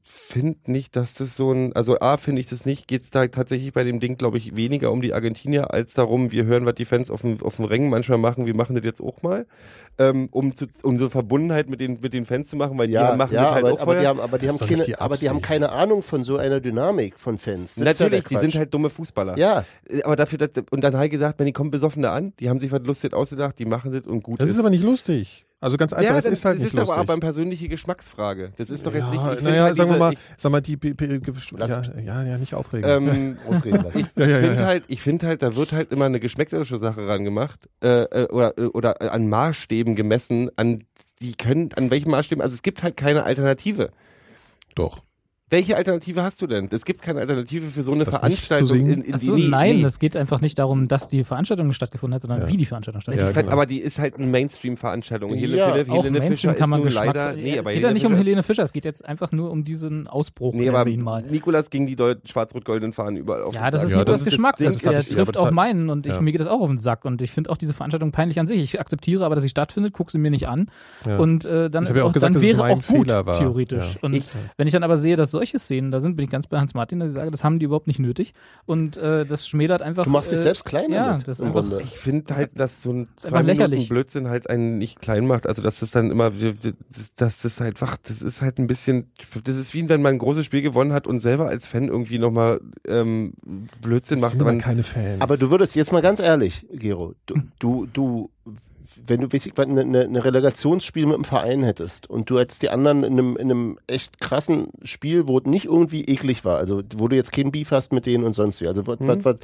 finde nicht, dass das so ein, also A, finde ich das nicht, geht es da tatsächlich bei dem Ding, glaube ich, weniger um die Argentinier, als darum, wir hören, was die Fans auf dem, auf dem Rängen manchmal machen, wir machen das jetzt auch mal, ähm, um, zu, um so Verbundenheit mit den, mit den Fans zu machen, weil ja, die machen ja, das halt aber, auch aber vorher. die haben, aber die haben keine, die aber die haben keine Ahnung von so einer Dynamik von Fans. Das Natürlich, ist die ja sind halt dumme Fußballer. Ja. Aber dafür, dass, und dann halt gesagt, wenn die kommen besoffen da an, die haben sich was Lustiges ausgedacht, die machen das und gut Das ist. ist aber nicht lustig. Also ganz einfach, ja, es das ist halt das nicht ist lustig. aber eine persönliche Geschmacksfrage. Das ist doch jetzt ja, nicht. Ich naja, halt sagen wir diese, mal, ich, sag mal, die, die, die ja, ja, ja, nicht aufregen. Ähm, Ausreden lassen. Ich Ja, ja, ja, finde ja. halt, ich finde halt, da wird halt immer eine geschmäcklerische Sache rangemacht äh, oder oder an Maßstäben gemessen, an die können, an welchen Maßstäben. Also es gibt halt keine Alternative. Doch. Welche Alternative hast du denn? Es gibt keine Alternative für so eine Das Veranstaltung. nicht zu singen? In, in Achso, die, nee, nein, nee. es geht einfach nicht darum, dass die Veranstaltung stattgefunden hat, sondern Ja. wie die Veranstaltung Die stattgefunden Ja, Fett, genau. Aber die ist halt eine Mainstream-Veranstaltung. Helene, Ja, Helene, Auch Helene Mainstream Fischer kann man ist nur Geschmack. leider. Nee, es aber geht ja nicht um Fischer- Helene Fischer, es geht jetzt einfach nur um diesen Ausbruch, Nee, nennen aber wir ihn mal. Nikolas ging die Deut- schwarz-rot-goldenen Fahnen überall auf Ja, den das Sack. ist Ja, Nikolas das ist Geschmack, das das, Ding, der das- ja, trifft aber das auch hat- meinen und ich, ja. mir geht das auch auf den Sack und ich finde auch diese Veranstaltung peinlich an sich. Ich akzeptiere aber, dass sie stattfindet, gucke sie mir nicht an Ja. und äh, dann, Ich ist hab ja auch auch, gesagt, dann dass es wäre mein auch gut, Fehler war. theoretisch. Ja. Und Ich- wenn ich dann aber sehe, dass solche Szenen da sind, bin ich ganz bei Hans Martin, dass ich sage, das haben die überhaupt nicht nötig und äh, das schmedert einfach. Du machst dich äh, selbst klein Ja, damit, das ist im einfach. Grunde. Ich finde halt, dass so ein ist zwei einfach Minuten lächerlich. Blödsinn halt einen nicht klein macht. Also dass das dann immer, dass das einfach, das ist halt ein bisschen, das ist wie wenn man ein großes Spiel gewonnen hat und selber als Fan irgendwie nochmal ähm, Blödsinn Das macht. sind aber Man, keine Fans. Aber du würdest jetzt mal ganz ehrlich, Gero, du, du, du wenn du weiß ich, eine, eine eine Relegationsspiel mit dem Verein hättest und du hättest die anderen in einem, in einem echt krassen Spiel, wo es nicht irgendwie eklig war, also wo du jetzt keinen Beef hast mit denen und sonst wie, also was, Hm. was, was,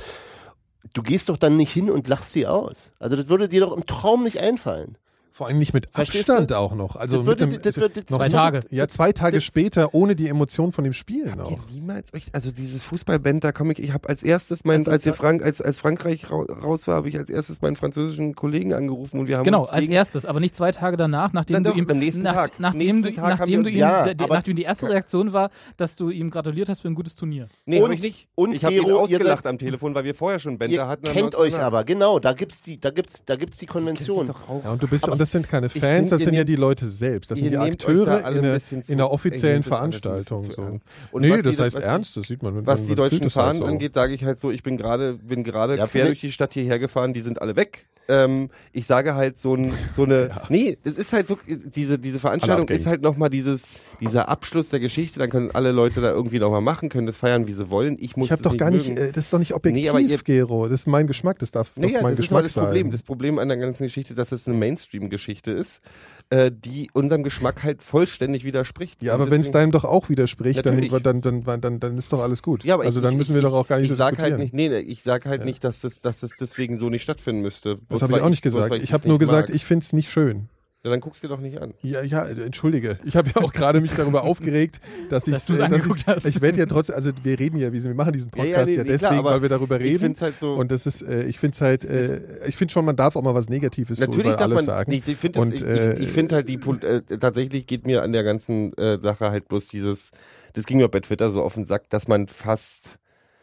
du gehst doch dann nicht hin und lachst sie aus. Also das würde dir doch im Traum nicht einfallen. Vor allem nicht mit Verstehst Abstand du? auch noch. Also Das würde- mit einem, das würde- noch Zwei so- Tage. Ja, zwei Tage das- später, ohne die Emotion von dem Spiel noch. ihr niemals euch, also dieses Fußballband, da komme ich, ich habe als erstes, mein, Also, als wir Frank, als, als Frankreich ra raus war, habe ich als erstes meinen französischen Kollegen angerufen und wir haben Genau, uns als gegen, erstes, aber nicht zwei Tage danach, nachdem Dann du doch, ihm, am nächsten nach, Tag. nachdem Nächsten du, Tag haben nachdem wir du uns- ihm, Ja, der- der- aber- nachdem die erste Reaktion war, dass du ihm gratuliert hast für ein gutes Turnier. Nee, Und- habe ich nicht. und ich habe ihn Gero, ihr ausgelacht seid- am Telefon, weil wir vorher schon Bänder Ihr hatten. haben wir kennt uns euch danach- aber, genau, da gibt's die, da gibt's, da gibt's die Konvention. Kennt sie doch auch. Ja, und du bist, Aber und das sind keine ich Fans, find, das ihr sind ja nehmt- die Leute selbst. Das sind ihr die nehmt euch da Akteure alle in ein der, bisschen zu- in der ihr offiziellen nehmt das alles ein bisschen Veranstaltung. zu So. ernst. Und Nee, was das die- heißt was die- ernst, das sieht man. man- Was man die deutschen fühlt das halt Fahnen so. angeht, sage ich halt so, ich bin gerade bin gerade Ja, quer für durch die Stadt hierher gefahren, die sind alle weg. Ähm, ich sage halt so, ein, so eine, nee, das ist halt wirklich, diese, diese Veranstaltung abgehängt. ist halt nochmal dieses, dieser Abschluss der Geschichte, dann können alle Leute da irgendwie nochmal machen, können das feiern, wie sie wollen. Ich muss Ich habe das doch nicht gar nicht, mögen. äh, das ist doch nicht objektiv, Nee, aber ihr- Gero. Das ist mein Geschmack, das darf Naja, doch mein das ist mal Geschmack das Problem. sein. Das Problem an der ganzen Geschichte, dass es eine Mainstream-Geschichte ist, äh, die unserem Geschmack halt vollständig widerspricht. Ja, Und aber wenn es deswegen- deinem doch auch widerspricht, dann, Natürlich. dann, dann, dann, dann, dann ist doch alles gut. Ja, aber also ich, dann ich, müssen wir ich, doch auch gar nicht ich so sag diskutieren. halt nicht, nee, nee, ich sage halt Ja. nicht, dass das, dass das deswegen so nicht stattfinden müsste. Das Bloß habe ich weil auch nicht bloß gesagt. weil Ich das habe nur nicht gesagt, mag. ich finde es nicht schön. Ja, dann guckst du dir doch nicht an. Ja, ja, äh, entschuldige. Ich habe ja auch gerade mich darüber aufgeregt, dass ich, Dass du's äh, angeguckt ich, hast. ich werde ja trotzdem, also wir reden ja, wir wir machen diesen Ja, ja, Podcast nee, ja, nee, deswegen, klar, aber weil wir darüber Ich reden. finde es halt so. Und das ist, äh, ich finde es halt, äh, ich finde schon, man darf auch mal was Negatives so Natürlich über darf alles man, sagen. nee, ich finde Und, ich, äh, ich, ich find halt die, Pol- äh, tatsächlich geht mir an der ganzen äh, Sache halt bloß dieses, das ging mir bei Twitter so auf den Sack, dass man fast,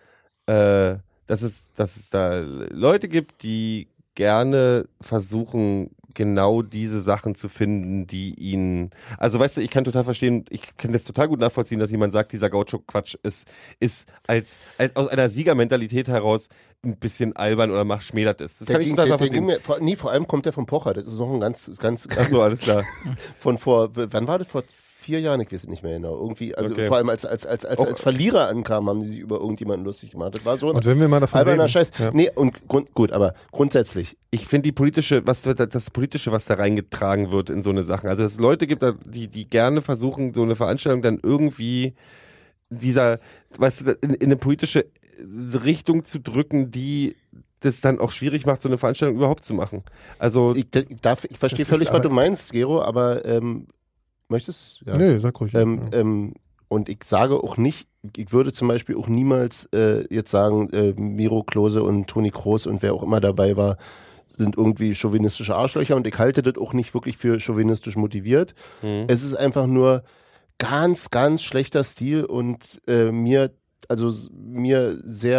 äh, dass es, dass es da Leute gibt, die gerne versuchen, genau diese Sachen zu finden, die ihnen, also weißt du, ich kann total verstehen, ich kann das total gut nachvollziehen, dass jemand sagt, dieser Gaucho-Quatsch ist, ist als, als aus einer Siegermentalität heraus ein bisschen albern oder macht schmälert ist. Das Der kann ich ging, total der, der ging nachvollziehen. mir, vor, nee, vor allem kommt der von Pocher. Das ist noch ein ganz, ganz, Achso, alles klar. von vor, wann war das? Vor vier Jahren? Ich weiß es nicht mehr genau. Irgendwie, also Okay. vor allem als, als, als, als, Auch- als Verlierer ankamen, haben die sich über irgendjemanden lustig gemacht. Das war so ein Und wenn wir mal davon alberner reden, Scheiß. ja. Nee, und Grund, gut, aber grundsätzlich, Ich finde die politische, was das politische, was da reingetragen wird in so eine Sachen. Also dass es Leute gibt, die, die gerne versuchen, so eine Veranstaltung dann irgendwie dieser, weißt du, in, in eine politische Richtung zu drücken, die das dann auch schwierig macht, so eine Veranstaltung überhaupt zu machen. Also ich, ich, darf, ich verstehe Das ist völlig, was aber- du meinst, Gero, aber ähm, möchtest? Ja. Nee, sag ruhig. Ähm, ja. ähm, und ich sage auch nicht, ich würde zum Beispiel auch niemals äh, jetzt sagen, äh, Miro Klose und Toni Kroos und wer auch immer dabei war, sind irgendwie chauvinistische Arschlöcher und ich halte das auch nicht wirklich für chauvinistisch motiviert. Mhm. Es ist einfach nur ganz, ganz schlechter Stil und äh, mir, also s- mir sehr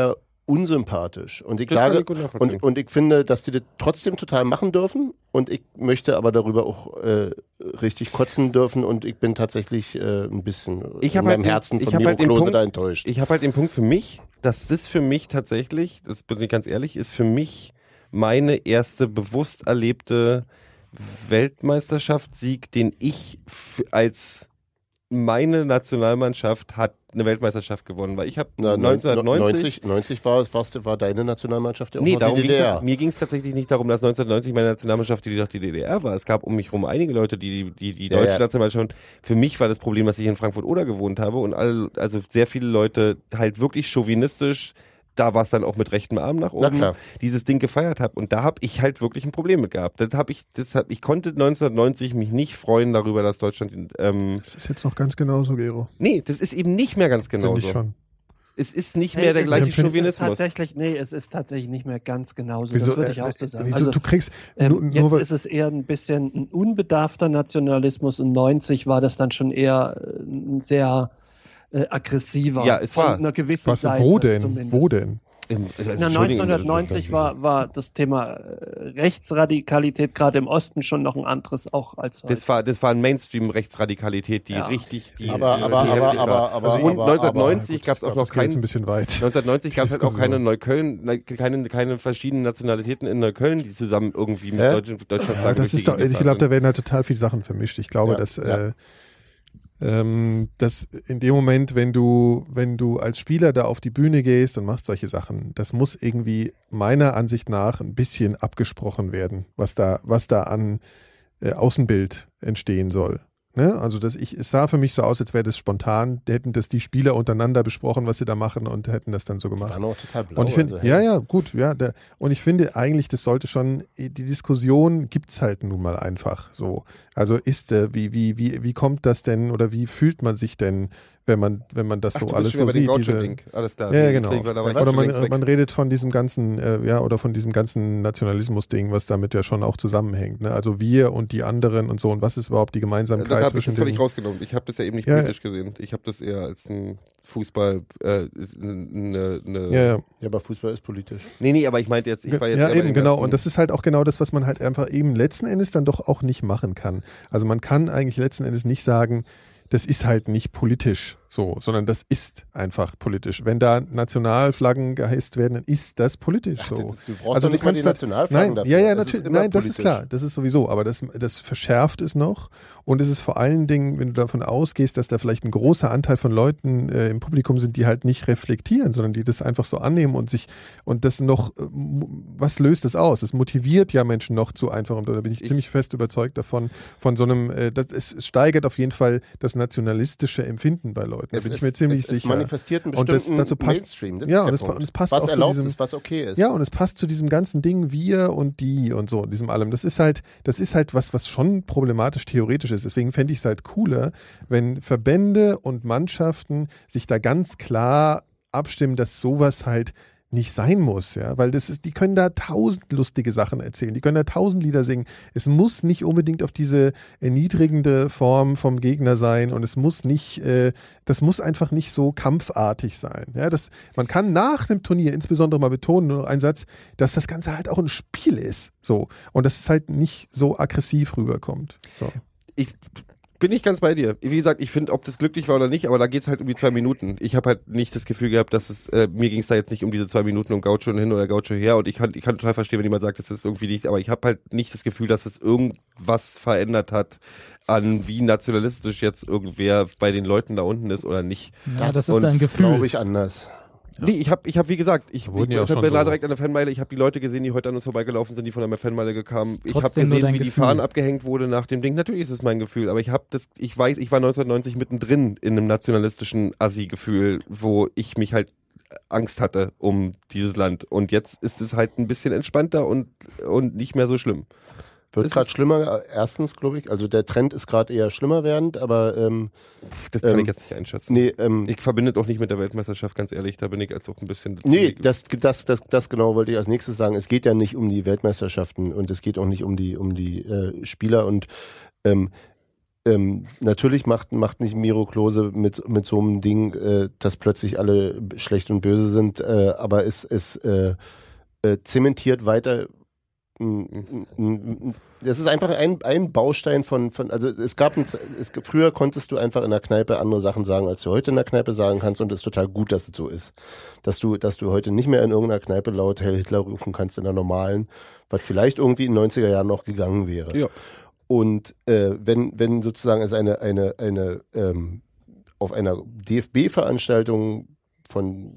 unsympathisch. Und ich Das kann sage, ich gut nachvollziehen. und, und ich finde, dass die das trotzdem total machen dürfen. Und ich möchte aber darüber auch äh, richtig kotzen dürfen. Und ich bin tatsächlich äh, ein bisschen Ich in hab meinem halt den- Herzen ich von hab Miro halt den Klose Punkt- da enttäuscht. Ich habe halt den Punkt für mich, dass das für mich tatsächlich, das bin ich ganz ehrlich, ist für mich meine erste bewusst erlebte Weltmeisterschaftssieg, den ich f- als meine Nationalmannschaft hat eine Weltmeisterschaft gewonnen, weil ich habe Na, neunzehnhundertneunzig neunzig war, warst, war deine Nationalmannschaft ja auch Nee, noch darum die D D ging's, R. mir ging es tatsächlich nicht darum, dass neunzehnhundertneunzig meine Nationalmannschaft die, die D D R war. Es gab um mich herum einige Leute, die die, die Ja, deutsche ja. Nationalmannschaft. Für mich war das Problem, dass ich in Frankfurt-Oder gewohnt habe und alle, also sehr viele Leute halt wirklich chauvinistisch, da war es dann auch mit rechtem Arm nach Na oben, klar. dieses Ding gefeiert habe. Und da habe ich halt wirklich ein Problem mit gehabt. Das hab ich, das hab, ich konnte neunzehnhundertneunzig mich nicht freuen darüber, dass Deutschland... Ähm, Das ist jetzt noch ganz genauso, Gero. nee, das ist eben nicht mehr ganz Finde genauso. ich schon. Es ist nicht Hey, mehr der es gleiche ist- es ist Chauvinismus. tatsächlich, nee, es ist tatsächlich nicht mehr ganz genauso. Wieso, das würde ich äh, auch so äh, sagen. wieso, Also, du kriegst ähm, nur, jetzt nur weil, ist es eher ein bisschen ein unbedarfter Nationalismus. In neunzig war das dann schon eher äh, ein sehr äh, aggressiver. Ja, es von war- einer gewissen was, Seite wo denn? zumindest. Wo denn? Im- also, Na, Entschuldigen, neunzehnhundertneunzig war, war das Thema äh, Rechtsradikalität gerade im Osten schon noch ein anderes auch als heute. Das war, das war ein Mainstream-Rechtsradikalität, die Ja. richtig, die, Aber- die, aber- die aber- heftig aber- war. aber- also und aber- neunzehnhundertneunzig gab es Ich auch glaub, noch das geht jetzt kein, ein bisschen weit. neunzehnhundertneunzig gab es halt auch Diskussion. keine Neukölln, ne- keine, keine verschiedenen Nationalitäten in Neukölln, die zusammen irgendwie mit Hä? Deutschland, Deutschland Ja, das ist doch, ich glaube, da werden halt total viele Sachen vermischt. Ich glaube, Ja, dass, ja. äh, ähm, dass in dem Moment, wenn du, wenn du als Spieler da auf die Bühne gehst und machst solche Sachen, das muss irgendwie meiner Ansicht nach ein bisschen abgesprochen werden, was da, was da an äh, Außenbild entstehen soll. Ne? Also das, ich, es sah für mich so aus, als wäre das spontan, hätten das die Spieler untereinander besprochen, was sie da machen und hätten das dann so Die gemacht. waren auch total blau. Und ich finde, also, hey. ja, ja, gut, ja. Der, und ich finde eigentlich, das sollte schon, die Diskussion gibt's halt nun mal einfach so. Also ist, äh, wie, wie, wie, wie kommt das denn oder wie fühlt man sich denn, wenn man, wenn man das Ach, so du bist alles schon so wieder bei dem sieht? Diese, Gaucho-Link. Alles klar. ja, ja, Den- genau. deswegen war da war ich Oder schon man, längst weg. man redet von diesem ganzen, äh, ja, oder von diesem ganzen Nationalismus-Ding, was damit ja schon auch zusammenhängt. Ne? Also wir und die anderen und so. Und was ist überhaupt die Gemeinsamkeit Da habe ich zwischen das völlig den... rausgenommen. Ich habe das ja eben nicht Ja, politisch gesehen. Ich habe das eher als ein Fußball, äh, ne, ne, Ja, ja. Ja, aber Fußball ist politisch. Nee, nee, aber ich meinte jetzt, ich war jetzt ja, eher bei eben, dem genau. ganzen- Und das ist halt auch genau das, was man halt einfach eben letzten Endes dann doch auch nicht machen kann. Also man kann eigentlich letzten Endes nicht sagen, das ist halt nicht politisch so, sondern das ist einfach politisch. Wenn da Nationalflaggen gehisst werden, dann ist das politisch Ach, so. das- du brauchst doch nicht mal die halt- Nationalflaggen nein, dafür. Ja, ja, Das ist natürlich. immer Nein, das ist politisch. klar. Das ist sowieso. Aber das, das verschärft es noch. Und es ist vor allen Dingen, wenn du davon ausgehst, dass da vielleicht ein großer Anteil von Leuten äh, im Publikum sind, die halt nicht reflektieren, sondern die das einfach so annehmen und sich, und das noch, äh, was löst das aus? Das motiviert ja Menschen noch zu einfachem. Da bin ich, Ich- ziemlich fest überzeugt davon, von so einem, äh, das, es steigert auf jeden Fall das nationalistische Empfinden bei Leuten. Da Es bin ich ist- mir ziemlich es, es sicher. manifestiert einen Und das bestimmten dazu passt, Mainstream. Das ja, ist und der es, pa- Punkt. und es passt was auch erlaubt zu diesem, ist, was okay ist. ja, und es passt zu diesem ganzen Ding wir und die und so, diesem allem. Das ist halt, das ist halt was, was schon problematisch theoretisch ist. Deswegen fände ich es halt cooler, wenn Verbände und Mannschaften sich da ganz klar abstimmen, dass sowas halt nicht sein muss, ja, weil das ist, die können da tausend lustige Sachen erzählen, die können da tausend Lieder singen. Es muss nicht unbedingt auf diese erniedrigende Form vom Gegner sein und es muss nicht, äh, das muss einfach nicht so kampfartig sein. Ja, das, man kann nach einem Turnier insbesondere mal betonen, nur noch ein Satz, dass das Ganze halt auch ein Spiel ist, so, und dass es halt nicht so aggressiv rüberkommt. So. Ich bin nicht ganz bei dir. Wie gesagt, ich finde, ob das glücklich war oder nicht, aber da geht es halt um die zwei Minuten. Ich habe halt nicht das Gefühl gehabt, dass es, äh, mir ging es da jetzt nicht um diese zwei Minuten und Gaucho hin oder Gaucho her und ich kann, ich kann total verstehen, wenn jemand sagt, das ist irgendwie nicht, aber ich habe halt nicht das Gefühl, dass es irgendwas verändert hat an wie nationalistisch jetzt irgendwer bei den Leuten da unten ist oder nicht. Ja, das ist Und dein Gefühl. Glaube ich anders. Nee, ich habe, ich hab, wie gesagt, ich, wurden ich, ja auch ich schon bin da so- direkt an der Fanmeile, ich habe die Leute gesehen, die heute an uns vorbeigelaufen sind, die von der Fanmeile gekamen. Ich habe Trotzdem nur gesehen, dein wie die Gefühl. Fahnen abgehängt wurde nach dem Ding. Natürlich ist es mein Gefühl, aber ich habe das, ich weiß, ich war neunzehnhundertneunzig mittendrin in einem nationalistischen Assi-Gefühl, wo ich mich halt Angst hatte um dieses Land. Und jetzt ist es halt ein bisschen entspannter und, und nicht mehr so schlimm. Wird Es gerade ist- schlimmer, erstens, glaube ich. Also der Trend ist gerade eher schlimmer werdend, aber ähm, Das kann Ähm, ich jetzt nicht einschätzen. nee, ähm, Ich verbinde doch nicht mit der Weltmeisterschaft, ganz ehrlich, da bin ich als auch ein bisschen... nee, das, das, das, das genau wollte ich als nächstes sagen. Es geht ja nicht um die Weltmeisterschaften und es geht auch nicht um die, um die äh, Spieler und ähm, ähm, natürlich macht, macht nicht Miro Klose mit, mit so einem Ding, äh, dass plötzlich alle schlecht und böse sind, äh, aber es, es äh, äh, zementiert weiter. Das ist einfach ein, ein Baustein von, von, also es gab, ein, es, früher konntest du einfach in der Kneipe andere Sachen sagen, als du heute in der Kneipe sagen kannst, und es ist total gut, dass es so ist. Dass du, dass du heute nicht mehr in irgendeiner Kneipe laut Heil Hitler rufen kannst in der normalen, was vielleicht irgendwie in den neunziger Jahren noch gegangen wäre. Ja. Und äh, wenn, wenn sozusagen es eine, eine, eine ähm, auf einer D F B-Veranstaltung von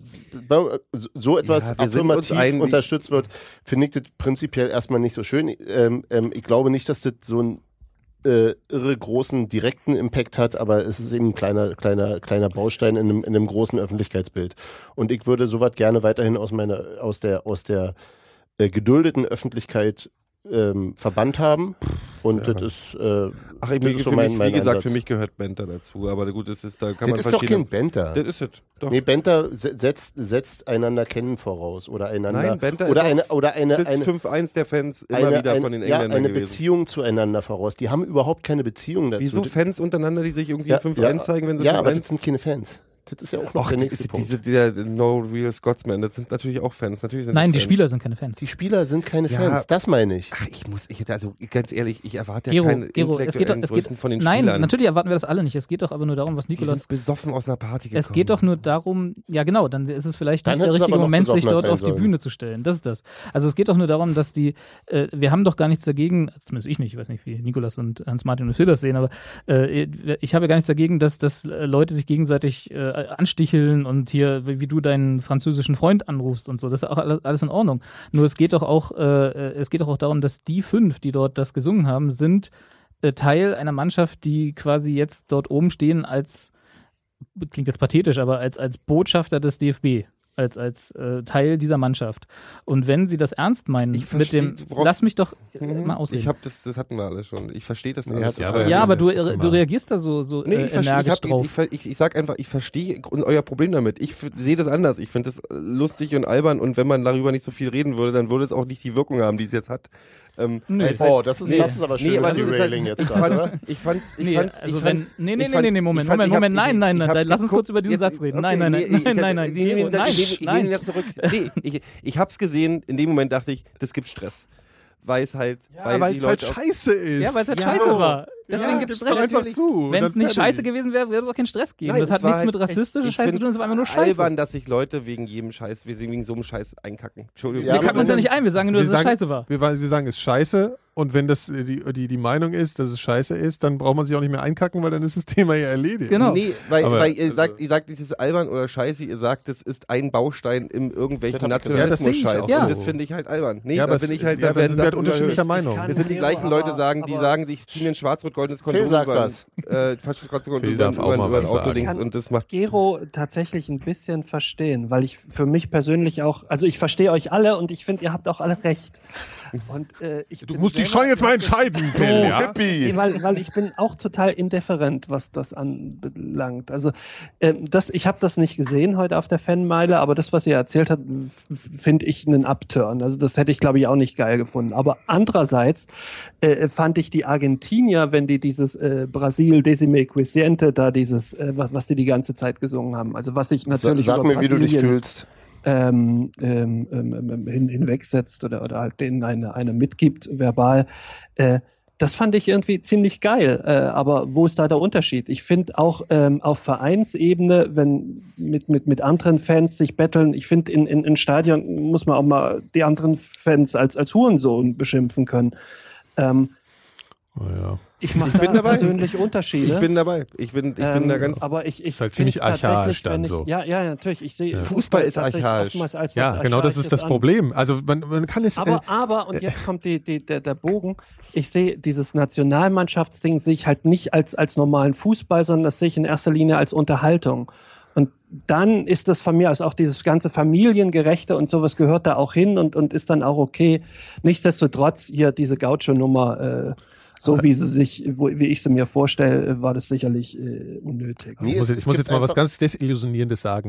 so etwas ja, affirmativ ein, unterstützt wird, finde ich das prinzipiell erstmal nicht so schön. Ähm, ähm, ich glaube nicht, dass das so einen äh, irre großen direkten Impact hat, aber es ist eben ein kleiner, kleiner, kleiner Baustein in einem, in einem großen Öffentlichkeitsbild. Und ich würde sowas gerne weiterhin aus meiner, aus der, aus der äh, geduldeten Öffentlichkeit ähm, verbannt haben. Und ja. das ist, äh, Ach, ich, das ist so für mein, mich, mein wie gesagt, Ansatz. für mich gehört Benter dazu, aber gut, das ist, da kann das man ist doch kein Benter. Das ist es, doch. Nee, Benter setzt, setzt einander kennen voraus oder einander. Nein, Benter oder ist eine, oder eine, bis eine, fünf eins der Fans immer eine, wieder ein, von den ja, Engländern eine gewesen. Beziehung zueinander voraus. Die haben überhaupt keine Beziehung dazu. Wieso Fans untereinander, die sich irgendwie ja, fünf ja, eins zeigen, wenn sie ja, fünf aber eins das sind keine Fans. Das ist ja auch noch Och, der die, nächste die, Punkt. diese, der No Real Scotsman, das sind natürlich auch Fans. Natürlich sind Nein, die Fans. Spieler sind keine Fans. Die Spieler sind keine Ja. Fans, das meine ich. Ach, ich muss, ich also ganz ehrlich, ich erwarte Gero, ja keine Gero, es geht doch, intellektuellen es Größen geht, von den nein, Spielern. natürlich erwarten wir das alle nicht. Es geht doch aber nur darum, was Die Nikolas. sind besoffen aus einer Party gekommen. Es geht doch nur darum, ja genau, dann ist es vielleicht Dann nicht der hätten sie richtige aber noch Moment, sich besoffener dort sein auf die sollen. Bühne zu stellen. Das ist das. Also es geht doch nur darum, dass die, äh, wir haben doch gar nichts dagegen, also zumindest ich nicht, ich weiß nicht, wie Nikolas und Hans-Martin und Phil das sehen, aber äh, ich habe gar nichts dagegen, dass, dass Leute sich gegenseitig äh, ansticheln und hier, wie du deinen französischen Freund anrufst und so, das ist auch alles in Ordnung. Nur es geht doch auch, äh, es geht doch auch darum, dass die fünf, die dort das gesungen haben, sind äh, Teil einer Mannschaft, die quasi jetzt dort oben stehen als, klingt jetzt pathetisch, aber als, als Botschafter des D F B. Als, als äh, Teil dieser Mannschaft. Und wenn sie das ernst meinen, Ich mit dem, versteh- du brauchst- lass mich doch äh, Mhm. mal ausreden. Ich hab das, das hatten wir alle schon. Ich verstehe das Nee, alles. hat- total. ja, aber du, Trotzdem du mal. reagierst da so, so Nee, äh, ich, verstehe, ich, energisch hab, drauf. ich, ich, ich, ich sag einfach, ich verstehe euer Problem damit. Ich f- sehe das anders. Ich finde das lustig und albern, und wenn man darüber nicht so viel reden würde, dann würde es auch nicht die Wirkung haben, die es jetzt hat. Ähm, Nee. es ist Oh, das ist, nee, das ist aber schön, nee, aber das das ist Derailing halt- jetzt ich gerade, fand's, oder? ich fand's, ich Nee, fand's, also ich wenn, fand's, nee, nee, ich nee, fand's- nee, nee, Moment, ich fand- Moment, ich hab- Moment, nein, ich- nein, ich nein, hab's lass uns geguckt, kurz über diesen jetzt- Satz reden. okay, Nein, nein, nee, nein, ich- nein, nein, nein, ich nehme ihn- nein, ich nehme- ich nehme nein. ihn jetzt zurück. Nee, ich, ich hab's gesehen, in dem Moment dachte ich, das gibt Stress. Weil es halt, Ja, weil die es halt Leute auf- scheiße ist. Ja, weil es halt Ja. scheiße war. Deswegen Ja, gibt es gib's doch Stress. einfach zu. Wenn es Dann nicht fertig. scheiße gewesen wäre, würde es auch keinen Stress geben. Nein, das es hat war nichts halt- mit rassistischer ich Scheiße zu find's tun, das ist einfach nur Scheiße. albern, dass sich Leute wegen jedem Scheiß, wegen so einem Scheiß einkacken. Entschuldigung. Ja, Wir aber kacken uns wenn ja nicht ein, wir sagen nur, Wir dass es sagen- scheiße war. Wir, wir sagen, es ist scheiße, und wenn das die, die, die Meinung ist, dass es scheiße ist, dann braucht man sich auch nicht mehr einkacken, weil dann ist das Thema ja erledigt. Genau. Nee, weil, Aber- weil ihr sagt, ihr sagt nicht, das ist albern oder scheiße, ihr sagt, das ist ein Baustein im irgendwelchen Das hab ich gesagt. Ja, das sehe ich Nationalismus-Scheiß. auch Ja. Und das finde ich halt albern. Nee, Ja, da aber bin es- ich halt, ja, da dann werden sind wir halt Sachen unterschiedlicher überhört. Meinung. kann- Das sind die Gero, gleichen aber- Leute, sagen, die aber- sagen, ich ziehe mir ein schwarz-rot-goldenes Kondom Phil sagt über, was. äh, schwarz-rot-goldenes Phil über, darf auch über, mal über ein was Auto sagen. links, und das macht Gero tatsächlich ein bisschen verstehen, weil ich für mich persönlich auch, also ich verstehe euch alle und ich finde, ihr habt auch alle recht. Und, äh, ich Du bin musst dich selber- schon jetzt mal entscheiden, Phil. Ja? Nee, weil, weil ich bin auch total indifferent, was das anbelangt. Also ähm, das, ich habe das nicht gesehen heute auf der Fanmeile, aber das, was ihr erzählt habt, f- finde ich einen Upturn. Also das hätte ich, glaube ich, auch nicht geil gefunden. Aber andererseits äh, fand ich die Argentinier, wenn die dieses äh, Brasil Decime Quiescente, da dieses, äh, was, was die die ganze Zeit gesungen haben, also was ich natürlich Sag über mir, wie du dich Brasilien- fühlst. ähm, ähm, ähm, hin, hinwegsetzt oder, oder halt denen eine, eine mitgibt, verbal. Äh, das fand ich irgendwie ziemlich geil. Äh, aber wo ist da der Unterschied? Ich finde auch ähm, auf Vereinsebene, wenn mit, mit, mit anderen Fans sich betteln, ich finde, in, in, in Stadion muss man auch mal die anderen Fans als, als Hurensohn beschimpfen können. Ähm, Oh, ja. ich mache bin da dabei. persönlich Unterschiede. Ich bin dabei. Ich bin, ich bin Ähm, da ganz. aber ich, ich Ist halt find's ziemlich archaisch tatsächlich, wenn dann ich, so. Ja, ja, natürlich. Ich sehe Fußball ist tatsächlich archaisch. oftmals als was Ja, genau, das ist das Archaisches an. Problem. Also man, man kann es. Aber, äh, aber, und jetzt kommt die, die, der, der Bogen, ich sehe dieses Nationalmannschaftsding sehe ich halt nicht als, als normalen Fußball, sondern das sehe ich in erster Linie als Unterhaltung. Und dann ist das von mir aus auch dieses ganze Familiengerechte und sowas gehört da auch hin und, und ist dann auch okay. Nichtsdestotrotz hier diese Gaucho-Nummer, äh, so wie sie sich, wo, wie ich sie mir vorstelle, war das sicherlich äh, unnötig. Nee, ich muss, es- ich es muss gibt jetzt mal was einfach- ganz Desillusionierendes sagen.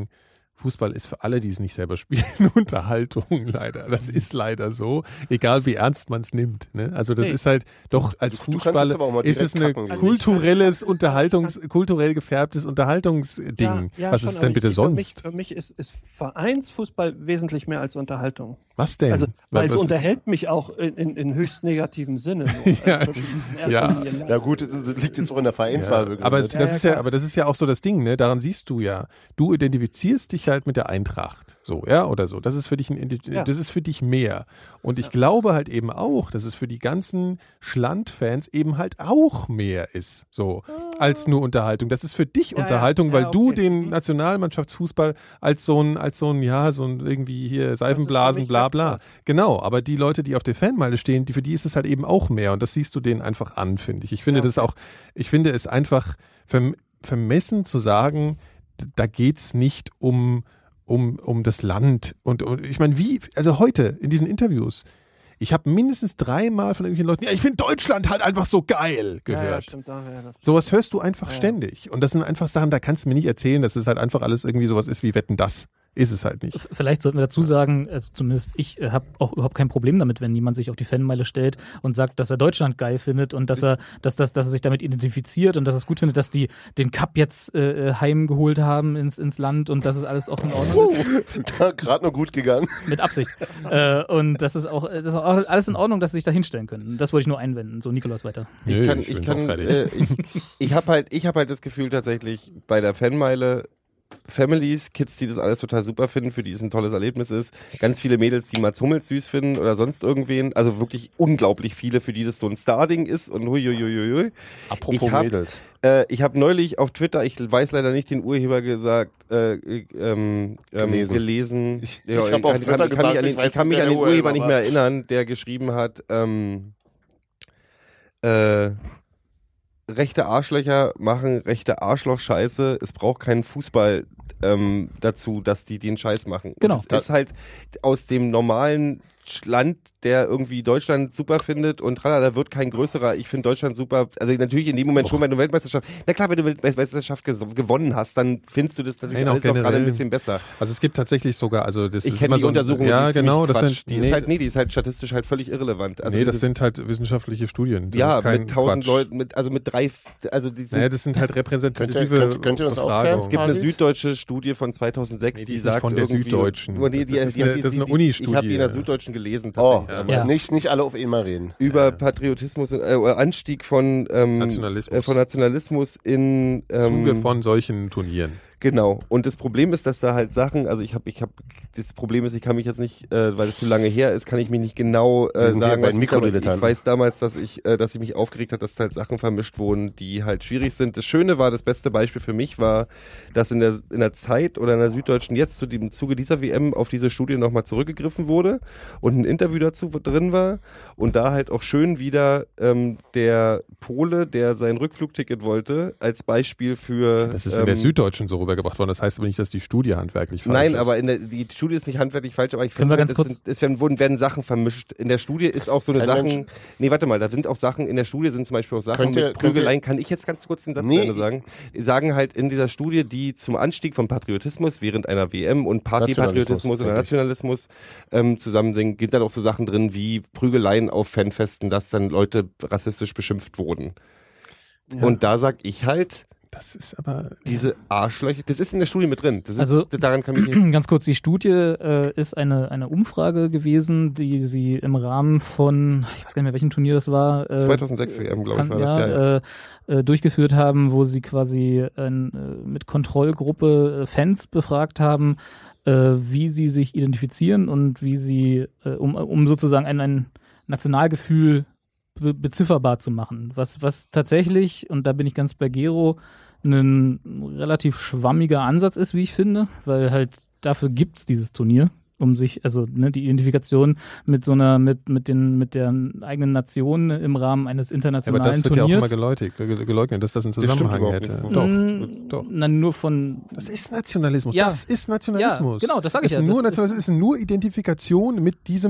Fußball ist für alle, die es nicht selber spielen, Unterhaltung leider. Das ist leider so, egal wie ernst man es nimmt. Ne? Also das Nee. ist halt doch als Du- du kannst Fußballer es aber auch mal ist es direkt ein kacken, Also kulturelles, ich- Unterhaltungs, kulturell gefärbtes Unterhaltungsding. Ja, ja, Was schon, ist aber denn bitte ich, sonst? Für mich, für mich ist, ist Vereinsfußball wesentlich mehr als Unterhaltung. Was denn? Also, weil es Was- unterhält mich auch in, in, in höchst negativem Sinne. Nur. Ja, Also wirklich in erster ja. Linie leid. Ja gut, das ist- liegt jetzt auch in der Vereinswahl. Ja, wirklich, aber, ne? das Ja, ja, ist ja, klar. aber das ist ja auch so das Ding, ne? Daran siehst du ja. Du identifizierst dich halt mit der Eintracht. So, ja, oder so. Das ist für dich ein, Ja. das ist für dich mehr. Und ich glaube halt eben auch, dass es für die ganzen Schland-Fans eben halt auch mehr ist. So, als nur Unterhaltung. Das ist für dich Ja, ja. Unterhaltung, weil Ja, du okay. den Mhm. Nationalmannschaftsfußball als so ein, als so ein, ja, so ein irgendwie hier Seifenblasen, mich bla der bla. Pass. Genau, aber die Leute, die auf der Fanmeile stehen, die, für die ist es halt eben auch mehr. Und das siehst du denen einfach an, finde ich. Ich finde Ja, das auch, ich finde es einfach verm vermessen zu sagen, d- da geht's nicht um, um, um das Land. Und, und ich meine, wie, also heute in diesen Interviews, ich habe mindestens dreimal von irgendwelchen Leuten, ja, ich finde Deutschland halt einfach so geil Ja, ja, gehört. stimmt, daher das. Sowas hörst du einfach Ja. ständig. Und das sind einfach Sachen, da kannst du mir nicht erzählen, dass es halt einfach alles irgendwie sowas ist wie Wetten, das. Ist es halt nicht. Vielleicht sollten wir dazu sagen, also zumindest ich äh, habe auch überhaupt kein Problem damit, wenn jemand sich auf die Fanmeile stellt und sagt, dass er Deutschland geil findet und dass er, dass, dass, dass er sich damit identifiziert und dass er es gut findet, dass die den Cup jetzt äh, heimgeholt haben ins, ins Land und dass es alles auch in Ordnung ist. Gerade noch gut gegangen. Mit Absicht. äh, und das ist auch, das ist auch alles in Ordnung, dass sie sich da hinstellen können. Das wollte ich nur einwenden. So, Nikolaus, weiter. Ich Nö, kann, ich ich bin kann, auch fertig. äh, ich, ich habe halt, ich habe halt das Gefühl tatsächlich bei der Fanmeile, Families, Kids, die das alles total super finden, für die es ein tolles Erlebnis ist. Ganz viele Mädels, die Mats Hummels süß finden oder sonst irgendwen. Also wirklich unglaublich viele, für die das so ein Starding ist und huiuiuiui. Apropos ich hab, Mädels. Äh, ich habe neulich auf Twitter, ich weiß leider nicht den Urheber gesagt, äh, ähm, ähm, Gelesen. gelesen. Ich- Ja, ich hab auf kann, Twitter kann, gesagt, mich an den, ich weiß ich kann mich nicht, an wer den der Urheber Urheber nicht war. mehr erinnern, der geschrieben hat, ähm, äh, rechte Arschlöcher machen rechte Arschloch-Scheiße. Es braucht keinen Fußball ähm, dazu, dass die den Scheiß machen. Genau. Und das ist halt aus dem normalen Land, der irgendwie Deutschland super findet und tralala, da wird kein größerer, ich finde Deutschland super, also natürlich in dem Moment schon, wenn du Weltmeisterschaft, na klar, wenn du Weltmeisterschaft ges- gewonnen hast, dann findest du das natürlich Nein, auch alles noch gerade ein generell. bisschen besser. Also es gibt tatsächlich sogar, also das Ich ist kenne immer die so ein- Untersuchung, ja, die ist genau, ziemlich das Quatsch. sind, die nee, ist halt, nee, die ist halt statistisch halt völlig irrelevant. Also nee, das dieses- sind halt wissenschaftliche Studien. Das ja, ist kein mit tausend Quatsch. Leuten, mit, also mit drei, also die sind, Naja, das sind halt repräsentative Könnt ihr- könnt- könnt ihr uns aufklären? es Befragungen. gibt eine Basis? süddeutsche Studie von zweitausendsechs, Nee, die die ist nicht sagt von der irgendwie, Süddeutschen. Oh, nee, die, Das ist die, eine- die, das ist eine die- Uni-Studie. Ich habe die in der Süddeutschen gelesen Oh, tatsächlich. Ja. nicht, nicht alle auf einmal reden. Über Patriotismus, äh, oder Anstieg von, ähm, Nationalismus. Äh, von Nationalismus in ähm, Zuge von solchen Turnieren. Genau. Und das Problem ist, dass da halt Sachen, also ich habe, ich habe, das Problem ist, ich kann mich jetzt nicht, äh, weil es zu lange her ist, kann ich mich nicht genau äh, Wir sind hier sagen, bei was den mit, aber ich Mikrodilettanten. weiß damals, dass ich, äh, dass ich mich aufgeregt hat, dass halt Sachen vermischt wurden, die halt schwierig sind. Das Schöne war, das beste Beispiel für mich war, dass in der in der Zeit oder in der Süddeutschen jetzt zu dem Zuge dieser W M auf diese Studie nochmal zurückgegriffen wurde und ein Interview dazu drin war und da halt auch schön wieder ähm, der Pole, der sein Rückflugticket wollte, als Beispiel für Das ist in ähm, der Süddeutschen so rübergebracht worden. Das heißt aber nicht, dass die Studie handwerklich falsch Nein, ist. aber in der, die Studie ist nicht handwerklich falsch, aber ich Können finde, wir halt, ganz es, kurz- sind, es werden, wurden, werden Sachen vermischt. In der Studie ist auch so eine Kein Sachen, Mensch. nee, warte mal, da sind auch Sachen, in der Studie sind zum Beispiel auch Sachen Könnt ihr- mit Prügeleien. könnt Kann ich jetzt ganz kurz den Satz Nee. zu Ende sagen? Die sagen halt in dieser Studie, die zum Anstieg von Patriotismus während einer W M und Partypatriotismus oder Nationalismus, Nationalismus ähm, zusammensingt, gibt dann auch so Sachen drin wie Prügeleien auf Fanfesten, dass dann Leute rassistisch beschimpft wurden. Und da sag ich halt, das ist aber diese Arschlöcher, das ist in der Studie mit drin. Das ist, Also- daran kann mich nicht Ganz kurz, die Studie äh, ist eine, eine Umfrage gewesen, die sie im Rahmen von, ich weiß gar nicht mehr, welchem Turnier das war. Äh, zweitausendsechs W M, glaube ich, kann- war das. ja, Ja, ja. Äh, äh, durchgeführt haben, wo sie quasi äh, mit Kontrollgruppe äh, Fans befragt haben, äh, wie sie sich identifizieren und wie sie, äh, um, um sozusagen ein, ein Nationalgefühl be bezifferbar zu machen. Was, was tatsächlich, und da bin ich ganz bei Gero, ein relativ schwammiger Ansatz ist, wie ich finde, weil halt dafür gibt's dieses Turnier, um sich, also ne, die Identifikation mit so einer, mit, mit den, mit der eigenen Nation im Rahmen eines ja, aber internationalen das wird ja auch Turniers. immer geleugnet, ge- geleugnet, dass das einen stimmt Zusammenhang überhaupt hätte. nicht. Doch, Mm, doch. Na, nur von. Das ist Nationalismus. Ja. Das ist Nationalismus. Ja, genau, das sag ich ist ja. Nur Das Nationalismus ist nur Identifikation mit diesem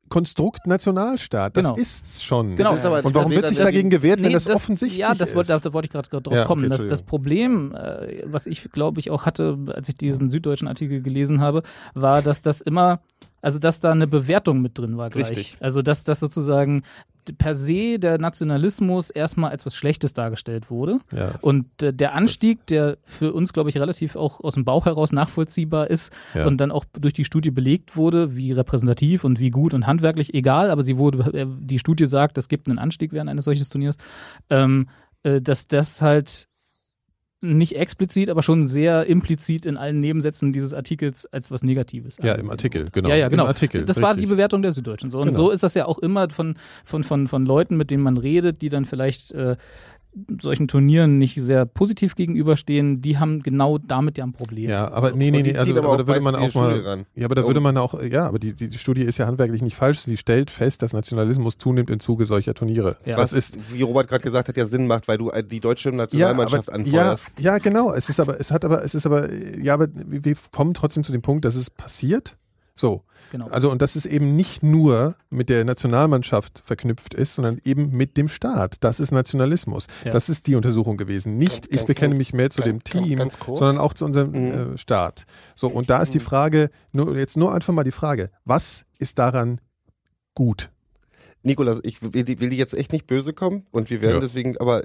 Konstrukt Nationalstaat. Das Genau. ist's schon. Genau. Und warum wird sich dagegen gewehrt, wenn Nee, das, offensichtlich ja, das ist? wollte, da wollte ich gerade drauf Ja, okay, kommen. Das, das Entschuldigung. Problem, äh, was ich glaube ich auch hatte, als ich diesen süddeutschen Artikel gelesen habe, war, dass das immer, also dass da eine Bewertung mit drin war gleich. Richtig. Also dass das sozusagen per se der Nationalismus erstmal als was Schlechtes dargestellt wurde. Ja. Und äh, der Anstieg, der für uns, glaube ich, relativ auch aus dem Bauch heraus nachvollziehbar ist Ja. und dann auch durch die Studie belegt wurde, wie repräsentativ und wie gut und handwerklich, egal, aber sie wurde, äh, die Studie sagt, es gibt einen Anstieg während eines solchen Turniers, ähm, äh, dass das halt nicht explizit, aber schon sehr implizit in allen Nebensätzen dieses Artikels als was Negatives. Ja, im Artikel, genau. Ja, ja, genau. Im Artikel, das war die richtig. Bewertung der Süddeutschen. So. Und Genau. so ist das ja auch immer von, von, von, von Leuten, mit denen man redet, die dann vielleicht äh, solchen Turnieren nicht sehr positiv gegenüberstehen, die haben genau damit ja ein Problem. Ja, aber so. nee, nee, Und die nee, also ziehen aber aber da auch würde man meist die auch Studie mal, ran. ja, aber da Um- würde man auch, ja, aber die, die, die Studie ist ja handwerklich nicht falsch, sie stellt fest, dass Nationalismus zunimmt im Zuge solcher Turniere. Ja. Was, Das ist, wie Robert gerade gesagt hat, ja Sinn macht, weil du äh, die deutsche ja, aber, Nationalmannschaft ja, anfeuerst. ja, genau, es ist aber, es hat aber, es ist aber, ja, aber wir wir kommen trotzdem zu dem Punkt, dass es passiert. So. Genau. Also, und dass es eben nicht nur mit der Nationalmannschaft verknüpft ist, sondern eben mit dem Staat. Das ist Nationalismus. Ja. Das ist die Untersuchung gewesen. Nicht, Ganz- ich ganz- bekenne mich mehr zu ganz- dem Team, ganz kurz. sondern auch zu unserem Mhm. äh, Staat. So, und da ist die Frage, nur, jetzt nur einfach mal die Frage, was ist daran gut? Nikolas, ich will, die- will die jetzt echt nicht böse kommen und wir werden Ja. deswegen, aber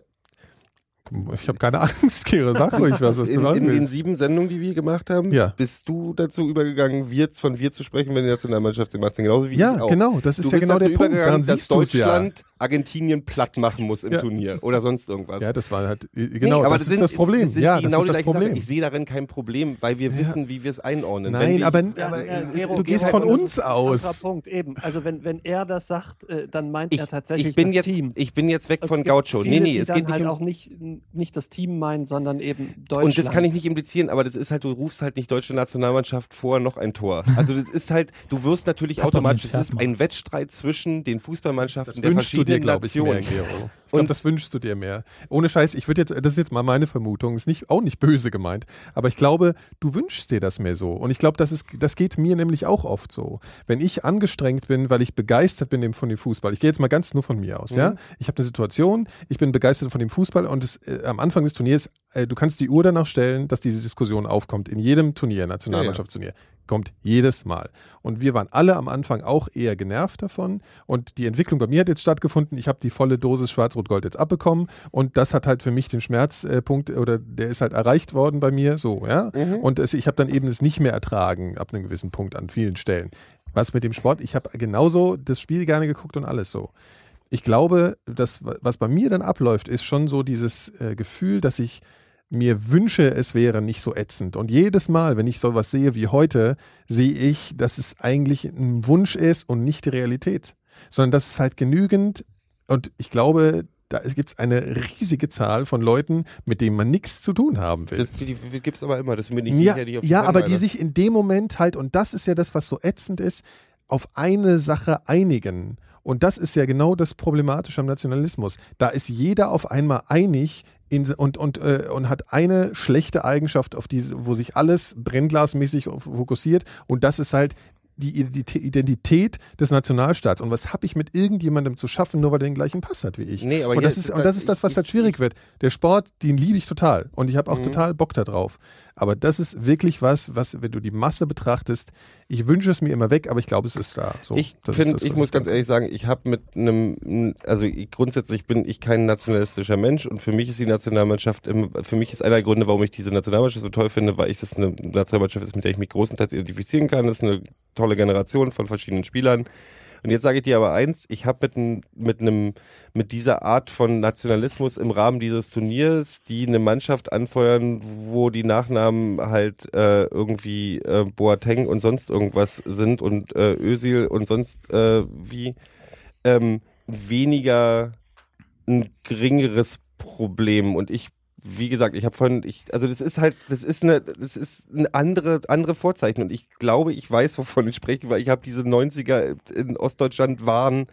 Ich habe keine Angst, Kira, sag ruhig was, was in, du sagen in den willst. sieben Sendungen, die wir gemacht haben, Ja. bist du dazu übergegangen, wir, von wir zu sprechen, wenn die Nationalmannschaft sie macht, genauso wie ich Ja, auch. genau, das ist Du ja bist genau dazu der Punkt. Daran übergegangen, dass siehst du es ja. Deutschland Argentinien platt machen muss im Ja. Turnier oder sonst irgendwas. Ja, das war halt, äh, genau, nee, aber das, sind, ist das Problem. Das sind ja, genau das die ist das gleichen Problem. Sachen. Ich sehe darin kein Problem, weil wir wissen, wie wir es einordnen. Wenn Nein, wir, aber, Ja, aber äh, du Gero, gehst Gero, von das uns ist ein anderer aus. Punkt, eben. Also wenn, wenn er das sagt, äh, dann meint ich, er tatsächlich ich bin das jetzt, Team. ich bin jetzt weg Es von gibt Gaucho. Viele, Nee, nee, die es dann geht nicht halt um, auch nicht, nicht das Team meinen, sondern eben Deutschland. und das kann ich nicht implizieren, aber das ist halt, du rufst halt nicht deutsche Nationalmannschaft vor noch ein Tor. Also das ist halt, du wirst natürlich Das ist doch automatisch, nicht es ist Versmacht. ein Wettstreit zwischen den Fußballmannschaften Das der wünschst du dir, verschiedenen glaube ich, mehr, Nationen. Gero. Ich glaube, Und- das wünschst du dir mehr. Ohne Scheiß, ich würde jetzt, das ist jetzt mal meine Vermutung, ist nicht, auch nicht böse gemeint, aber ich glaube, du wünschst dir das mehr so. Und ich glaube, das ist, das geht mir nämlich auch oft so. Wenn ich angestrengt bin, weil ich begeistert bin von dem Fußball, ich gehe jetzt mal ganz nur von mir aus, Mhm. ja. Ich habe eine Situation, ich bin begeistert von dem Fußball und es, äh, am Anfang des Turniers, äh, du kannst die Uhr danach stellen, dass diese Diskussion aufkommt. In jedem Turnier, Nationalmannschaftsturnier. Kommt jedes Mal. Und wir waren alle am Anfang auch eher genervt davon. Und die Entwicklung bei mir hat jetzt stattgefunden. Ich habe die volle Dosis Schwarz-Rot-Gold jetzt abbekommen. Und das hat halt für mich den Schmerzpunkt, äh, oder der ist halt erreicht worden bei mir. So, ja. Mhm. Und es, ich habe dann eben es nicht mehr ertragen ab einem gewissen Punkt an vielen Stellen. Was mit dem Sport, ich habe genauso das Spiel gerne geguckt und alles so. Ich glaube, das, was bei mir dann abläuft, ist schon so dieses äh, Gefühl, dass ich mir wünsche, es wäre nicht so ätzend. Und jedes Mal, wenn ich sowas sehe wie heute, sehe ich, dass es eigentlich ein Wunsch ist und nicht die Realität. Sondern dass es halt genügend, und ich glaube, da gibt es eine riesige Zahl von Leuten, mit denen man nichts zu tun haben will. Das die, die gibt es aber immer, das bin ich Ja, nicht, die auf die ja aber die Fernweide. sich in dem Moment halt, und das ist ja das, was so ätzend ist, auf eine Sache einigen. Und das ist ja genau das Problematische am Nationalismus. Da ist jeder auf einmal einig in, und, und, äh, und hat eine schlechte Eigenschaft, auf die, wo sich alles brennglasmäßig fokussiert. Und das ist halt die Identität des Nationalstaats. Und was habe ich mit irgendjemandem zu schaffen, nur weil der den gleichen Pass hat wie ich? Nee, aber und, das hier- ist, und das ist das, was ich- halt schwierig wird. Der Sport, den liebe ich total. Und ich habe auch Mhm. total Bock da drauf. Aber das ist wirklich was, was, wenn du die Masse betrachtest, ich wünsche es mir immer weg, aber ich glaube, es ist da. So, ich das ist finde, das, ich was muss ganz denke. ehrlich sagen, ich habe mit einem, also ich, grundsätzlich bin ich kein nationalistischer Mensch und für mich ist die Nationalmannschaft, im, für mich ist einer der Gründe, warum ich diese Nationalmannschaft so toll finde, weil ich das eine Nationalmannschaft ist, mit der ich mich großenteils identifizieren kann. Das ist eine tolle Generation von verschiedenen Spielern. Und jetzt sage ich dir aber eins, ich habe mit, n- mit einem, mit dieser Art von Nationalismus im Rahmen dieses Turniers, die eine Mannschaft anfeuern, wo die Nachnamen halt äh, irgendwie äh, Boateng und sonst irgendwas sind und äh, Özil und sonst äh, wie, ähm, weniger ein geringeres Problem. Und ich wie gesagt, ich habe von, ich, also das ist halt, das ist eine, das ist eine andere, andere Vorzeichen und ich glaube, ich weiß, wovon ich spreche, weil ich habe diese neunziger in Ostdeutschland waren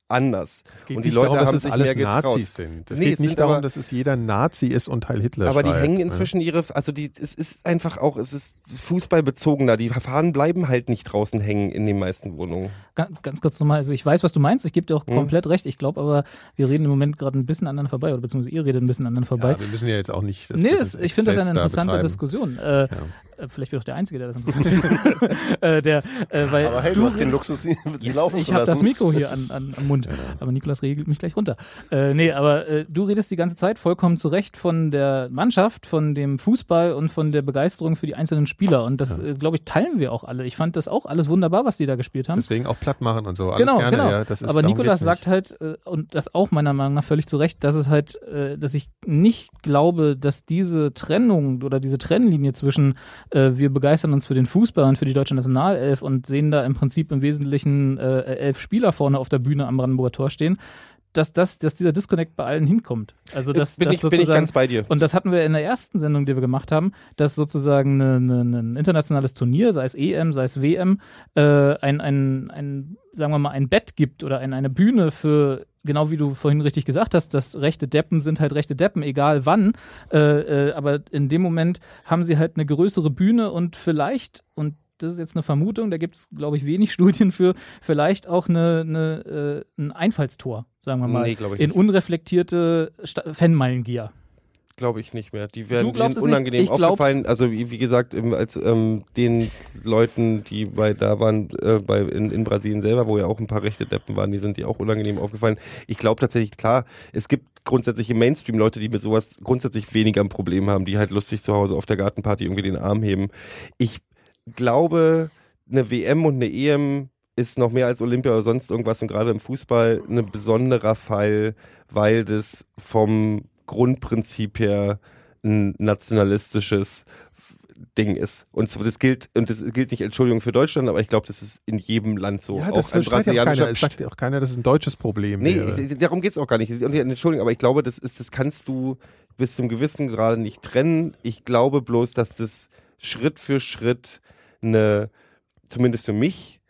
anders. Es geht und die nicht Leute darum, dass haben es sich alles mehr getraut. Nazis sind. Es Nee, geht es nicht sind darum, aber, dass es jeder Nazi ist und Heil Hitler aber die schreibt, hängen ne? inzwischen ihre, also die, es ist einfach auch, es ist fußballbezogener. Die Fahnen bleiben halt nicht draußen hängen in den meisten Wohnungen. Ganz, ganz kurz nochmal, also ich weiß, was du meinst, ich gebe dir auch Hm. komplett recht. Ich glaube aber, wir reden im Moment gerade ein bisschen aneinander vorbei, oder beziehungsweise ihr redet ein bisschen aneinander vorbei. Ja, wir müssen ja jetzt auch nicht das Nee, Business das, ich finde das eine Exzess da interessante betreiben. Diskussion. Äh, äh, Vielleicht bin ich auch der Einzige, der das interessant findet. äh, der, äh, weil Aber hey, du hast den Luxus, sie Yes, laufen ich zu habe lassen. das Mikro hier an, an, am Mund, aber Nikolas regelt mich gleich runter. Äh, nee, aber äh, du redest die ganze Zeit vollkommen zu Recht von der Mannschaft, von dem Fußball und von der Begeisterung für die einzelnen Spieler. Und das, äh, glaube ich, teilen wir auch alle. Ich fand das auch alles wunderbar, was die da gespielt haben. Deswegen auch platt machen und so. Alles Genau, gerne, genau. ja. Das ist, aber darum Nikolas geht's sagt halt, äh, und das auch meiner Meinung nach völlig zu Recht, dass es halt, äh, dass ich nicht glaube, dass diese Trennung oder diese Trennlinie zwischen äh, wir begeistern uns für den Fußball und für die deutsche Nationalelf und sehen da im Prinzip im Wesentlichen äh, elf Spieler vorne auf der Bühne am Brandenburger Tor stehen, dass, das, dass dieser Disconnect bei allen hinkommt. Also das, bin, das ich, bin ich ganz bei dir. Und das hatten wir in der ersten Sendung, die wir gemacht haben, dass sozusagen eine, eine, ein internationales Turnier, sei es E M, sei es W M, äh, ein, ein, ein, sagen wir mal, ein Bett gibt oder ein, eine Bühne für, genau wie du vorhin richtig gesagt hast, dass rechte Deppen sind halt rechte Deppen, egal wann. Äh, äh, aber in dem Moment haben sie halt eine größere Bühne und vielleicht, und das ist jetzt eine Vermutung, da gibt es, glaube ich, wenig Studien für, vielleicht auch eine, eine, äh, ein Einfallstor, sagen wir mal, Nee, glaub ich in nicht. unreflektierte Sta- Fanmeilengier. Glaube ich nicht mehr. Die werden Du glaubst denen es nicht? unangenehm Ich glaub's. aufgefallen. Also wie, wie gesagt, im, als ähm, den Leuten, die bei da waren, äh, bei in, in Brasilien selber, wo ja auch ein paar rechte Deppen waren, die sind die auch unangenehm aufgefallen. Ich glaube tatsächlich, klar, es gibt grundsätzlich im Mainstream Leute, die mit sowas grundsätzlich weniger ein Problem haben, die halt lustig zu Hause auf der Gartenparty irgendwie den Arm heben. Ich glaube, eine W M und eine E M ist noch mehr als Olympia oder sonst irgendwas und gerade im Fußball ein besonderer Fall, weil das vom Grundprinzip her ein nationalistisches Ding ist. Und zwar, das gilt, und das gilt nicht, Entschuldigung für Deutschland, aber ich glaube, das ist in jedem Land so. Ja, das auch ein versteht ja brasilianischer keiner. Es sagt ja auch keiner, dass es ein deutsches Problem Nee, wäre. ich- darum geht's auch gar nicht. Und, Entschuldigung, aber ich glaube, das ist, das kannst du bis zum gewissen Grade nicht trennen. Ich glaube bloß, dass das Schritt für Schritt eine, zumindest für mich,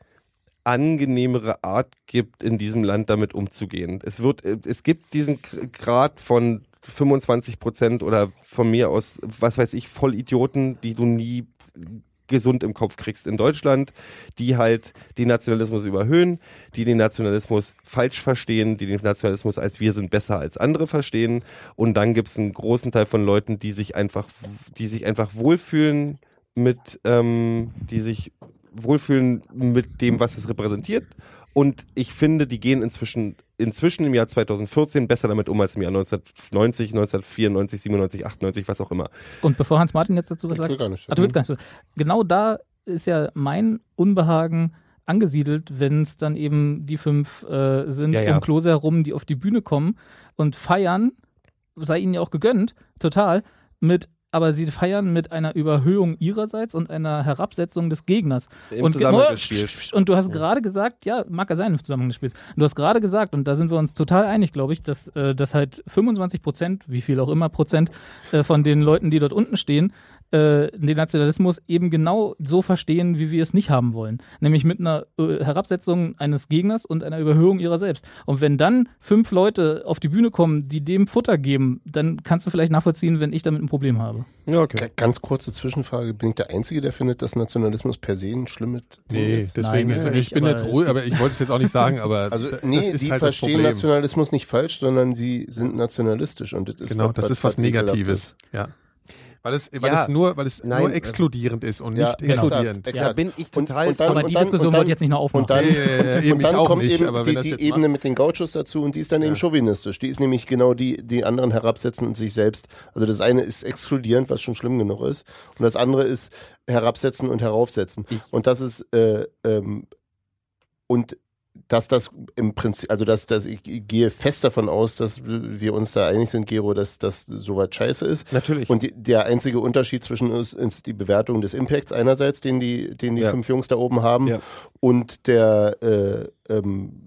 angenehmere Art gibt, in diesem Land damit umzugehen. Es wird, es gibt diesen Grad von fünfundzwanzig Prozent oder von mir aus, was weiß ich, Vollidioten, die du nie gesund im Kopf kriegst in Deutschland, die halt den Nationalismus überhöhen, die den Nationalismus falsch verstehen, die den Nationalismus als wir sind besser als andere verstehen. Und dann gibt es einen großen Teil von Leuten, die sich einfach, die sich einfach wohlfühlen mit, ähm, die sich wohlfühlen mit dem, was es repräsentiert. Und ich finde, die gehen inzwischen, inzwischen im Jahr zweitausendvierzehn besser damit um als im Jahr neunzehnhundertneunzig, neunzehnhundertvierundneunzig, siebenundneunzig, achtundneunzig, was auch immer. Und bevor Hans-Martin jetzt dazu was Ich will sagt, gar nicht. ah, du willst gar nicht so. Genau da ist ja mein Unbehagen angesiedelt, wenn es dann eben die fünf äh, sind Ja, ja. um Klose herum, die auf die Bühne kommen und feiern, sei ihnen ja auch gegönnt, total, mit aber sie feiern mit einer Überhöhung ihrerseits und einer Herabsetzung des Gegners. Im und, Zusammenhang oh, des Spiels. und du hast gerade gesagt, ja, mag ja sein im Zusammenhang des Spiels. Und du hast gerade gesagt, und da sind wir uns total einig, glaube ich, dass, äh, dass halt fünfundzwanzig Prozent, wie viel auch immer Prozent äh, von den Leuten, die dort unten stehen, äh, den Nationalismus eben genau so verstehen, wie wir es nicht haben wollen. Nämlich mit einer äh, Herabsetzung eines Gegners und einer Überhöhung ihrer selbst. Und wenn dann fünf Leute auf die Bühne kommen, die dem Futter geben, dann kannst du vielleicht nachvollziehen, wenn ich damit ein Problem habe. Ja, okay. Ga- Ganz kurze Zwischenfrage. Bin ich der Einzige, der findet, dass Nationalismus per se ein schlimmes Ding Nee, ist? deswegen Nein, ist, ja, ich nicht, bin aber jetzt es ruhig, gibt- aber ich wollte es jetzt auch nicht sagen, aber Also, das nee, ist die halt das verstehen Problem. Nationalismus nicht falsch, sondern sie sind nationalistisch. Und das ist Genau, das ist was ekelhaft Negatives. ist. Ja. Weil es, weil Ja. es nur, weil es Nein, nur äh, exkludierend ist und Ja, nicht genau. inkludierend. Exakt, exakt. Da bin ich total Und- und dann- Aber und die dann- Diskussion und dann- wollte ich jetzt nicht noch aufmachen. Und dann, Ja, ja, ja, und, eben, und ich dann auch kommt nicht, eben aber die, wenn das die jetzt Ebene macht- mit den Gauchos dazu und die ist dann eben chauvinistisch. Die ist nämlich genau die, die anderen herabsetzen und sich selbst. Also das eine ist exkludierend, was schon schlimm genug ist. Und das andere ist herabsetzen und heraufsetzen. Und das ist, äh, ähm, und dass das im Prinzip, also dass, dass ich gehe fest davon aus, dass wir uns da einig sind, Gero, dass das soweit scheiße ist. Natürlich. Und die, der einzige Unterschied zwischen uns ist die Bewertung des Impacts einerseits, den die, den die Ja. fünf Jungs da oben haben, Ja. und der äh, ähm,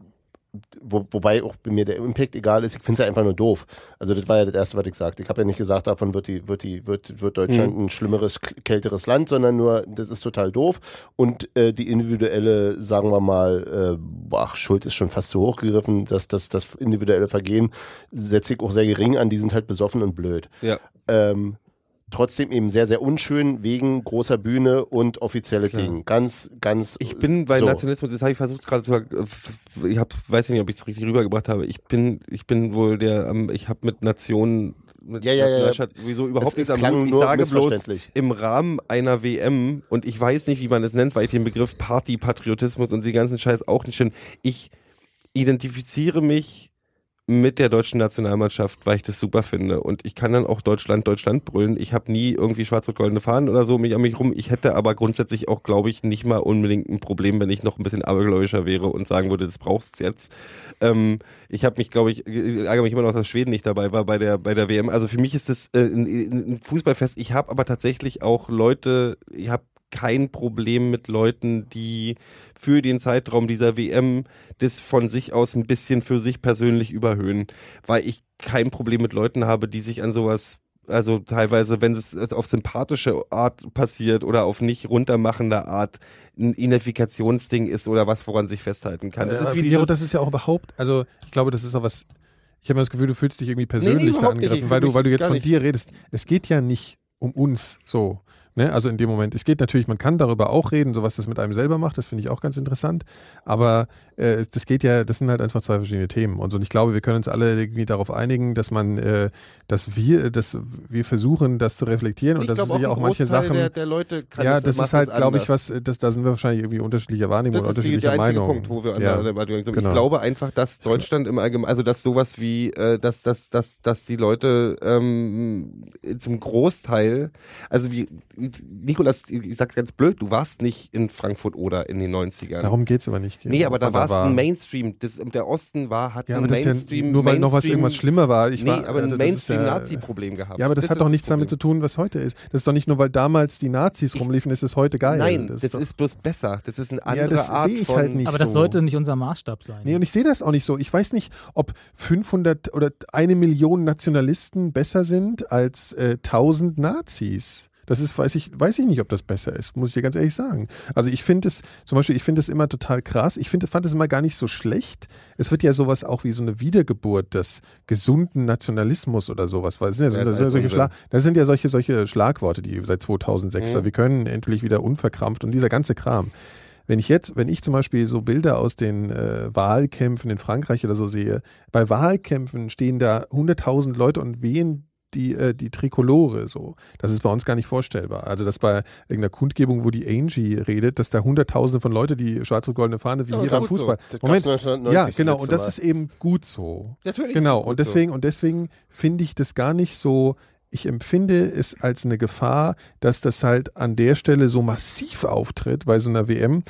Wo, wobei auch bei mir der Impact egal ist, ich finde es ja einfach nur doof. Also das war ja das Erste, was ich sagte. Ich habe ja nicht gesagt, davon wird die, wird die, wird, wird Deutschland mhm. ein schlimmeres, kälteres Land, sondern nur, das ist total doof. Und äh, die individuelle, sagen wir mal, äh, ach, Schuld ist schon fast zu hoch gegriffen, dass das, das individuelle Vergehen setze ich auch sehr gering an, die sind halt besoffen und blöd. Ja. Ähm, Trotzdem eben sehr, sehr unschön wegen großer Bühne und offizielle Dinge. Ganz, ganz. Ich bin bei so. Nationalismus, das habe ich versucht gerade zu, ich hab, weiß nicht, ob ich es richtig rübergebracht habe. Ich bin, ich bin wohl der, ich habe mit Nationen, mit ja, ja, ja. sowieso überhaupt nichts am Hut. Ich nur sage bloß, im Rahmen einer W M, und ich weiß nicht, wie man es nennt, weil ich den Begriff Party, Patriotismus und die ganzen Scheiß auch nicht schön. Ich identifiziere mich mit der deutschen Nationalmannschaft, weil ich das super finde. Und ich kann dann auch Deutschland, Deutschland brüllen. Ich habe nie irgendwie schwarz-rot-goldene Fahnen oder so mich an mich rum. Ich hätte aber grundsätzlich auch, glaube ich, nicht mal unbedingt ein Problem, wenn ich noch ein bisschen abergläubischer wäre und sagen würde, das brauchst du jetzt. Ähm, ich habe mich, glaube ich, ärgere mich immer noch, dass Schweden nicht dabei war bei der bei der W M. Also für mich ist das äh, ein, ein Fußballfest. Ich habe aber tatsächlich auch Leute, ich habe kein Problem mit Leuten, die für den Zeitraum dieser W M das von sich aus ein bisschen für sich persönlich überhöhen, weil ich kein Problem mit Leuten habe, die sich an sowas, also teilweise, wenn es auf sympathische Art passiert oder auf nicht runtermachende Art ein Identifikationsding ist oder was, woran sich festhalten kann. Das ja, ist wie dieses, das ist ja auch überhaupt, also ich glaube, das ist auch was, ich habe das Gefühl, du fühlst dich irgendwie persönlich nee, nee, da angegriffen, weil du, weil du jetzt von dir redest. Es geht ja nicht um uns so. Ne, also in dem Moment, es geht natürlich, man kann darüber auch reden, so was das mit einem selber macht, das finde ich auch ganz interessant, aber äh, das geht ja, das sind halt einfach zwei verschiedene Themen und so, und ich glaube, wir können uns alle irgendwie darauf einigen, dass man, äh, dass wir, dass wir versuchen, das zu reflektieren und ich dass es sich auch auch manche Sachen, der, der Leute kann ja, das, das ist halt, glaube ich, was, das, da sind wir wahrscheinlich irgendwie unterschiedlicher Wahrnehmung oder unterschiedlicher Meinung. Das ist der einzige Punkt, wo wir ja, an der Meinung sind. Genau. Ich glaube einfach, dass Deutschland im Allgemeinen, also dass sowas wie, äh, dass, dass, dass, dass die Leute ähm, zum Großteil, also wie Nikolas, ich sag's ganz blöd, du warst nicht in Frankfurt oder in den neunzigern. Darum geht's aber nicht. Nee, aber da war es war ein Mainstream. Das, der Osten war, hat ja, ein Mainstream. Ja, nur weil noch was irgendwas schlimmer war. Ich nee, war, aber also ein Mainstream-Nazi-Problem gehabt. Ja, aber das, das hat doch nichts damit zu tun, was heute ist. Das ist doch nicht nur, weil damals die Nazis ich, rumliefen, ist es heute geil. Nein, das, das ist, ist bloß besser. Das ist eine andere ja, das Art ich von... Halt nicht aber das so. sollte nicht unser Maßstab sein. Nee, und ich sehe das auch nicht so. Ich weiß nicht, ob fünfhundert oder eine Million Nationalisten besser sind als äh, tausend Nazis. Das ist, weiß ich, weiß ich nicht, ob das besser ist, muss ich dir ganz ehrlich sagen. Also ich finde es, zum Beispiel, ich finde es immer total krass. Ich finde, fand es immer gar nicht so schlecht. Es wird ja sowas auch wie so eine Wiedergeburt des gesunden Nationalismus oder sowas, weil es sind ja, so, das, das, solche Schlag, das sind ja solche, solche Schlagworte, die seit zweitausendsechs, mhm. wir können endlich wieder unverkrampft und dieser ganze Kram. Wenn ich jetzt, wenn ich zum Beispiel so Bilder aus den äh, Wahlkämpfen in Frankreich oder so sehe, bei Wahlkämpfen stehen da hunderttausend Leute und wehen die, äh, die Trikolore, so. Das ist bei uns gar nicht vorstellbar. Also, dass bei irgendeiner Kundgebung, wo die Angie redet, dass da hunderttausende von Leute die schwarz-goldene Fahne wie ja, hier beim Fußball. So. Moment, ja, genau, und das ist eben gut so. Natürlich genau, ist es gut und deswegen, so. und deswegen finde ich das gar nicht so, ich empfinde es als eine Gefahr, dass das halt an der Stelle so massiv auftritt bei so einer W M.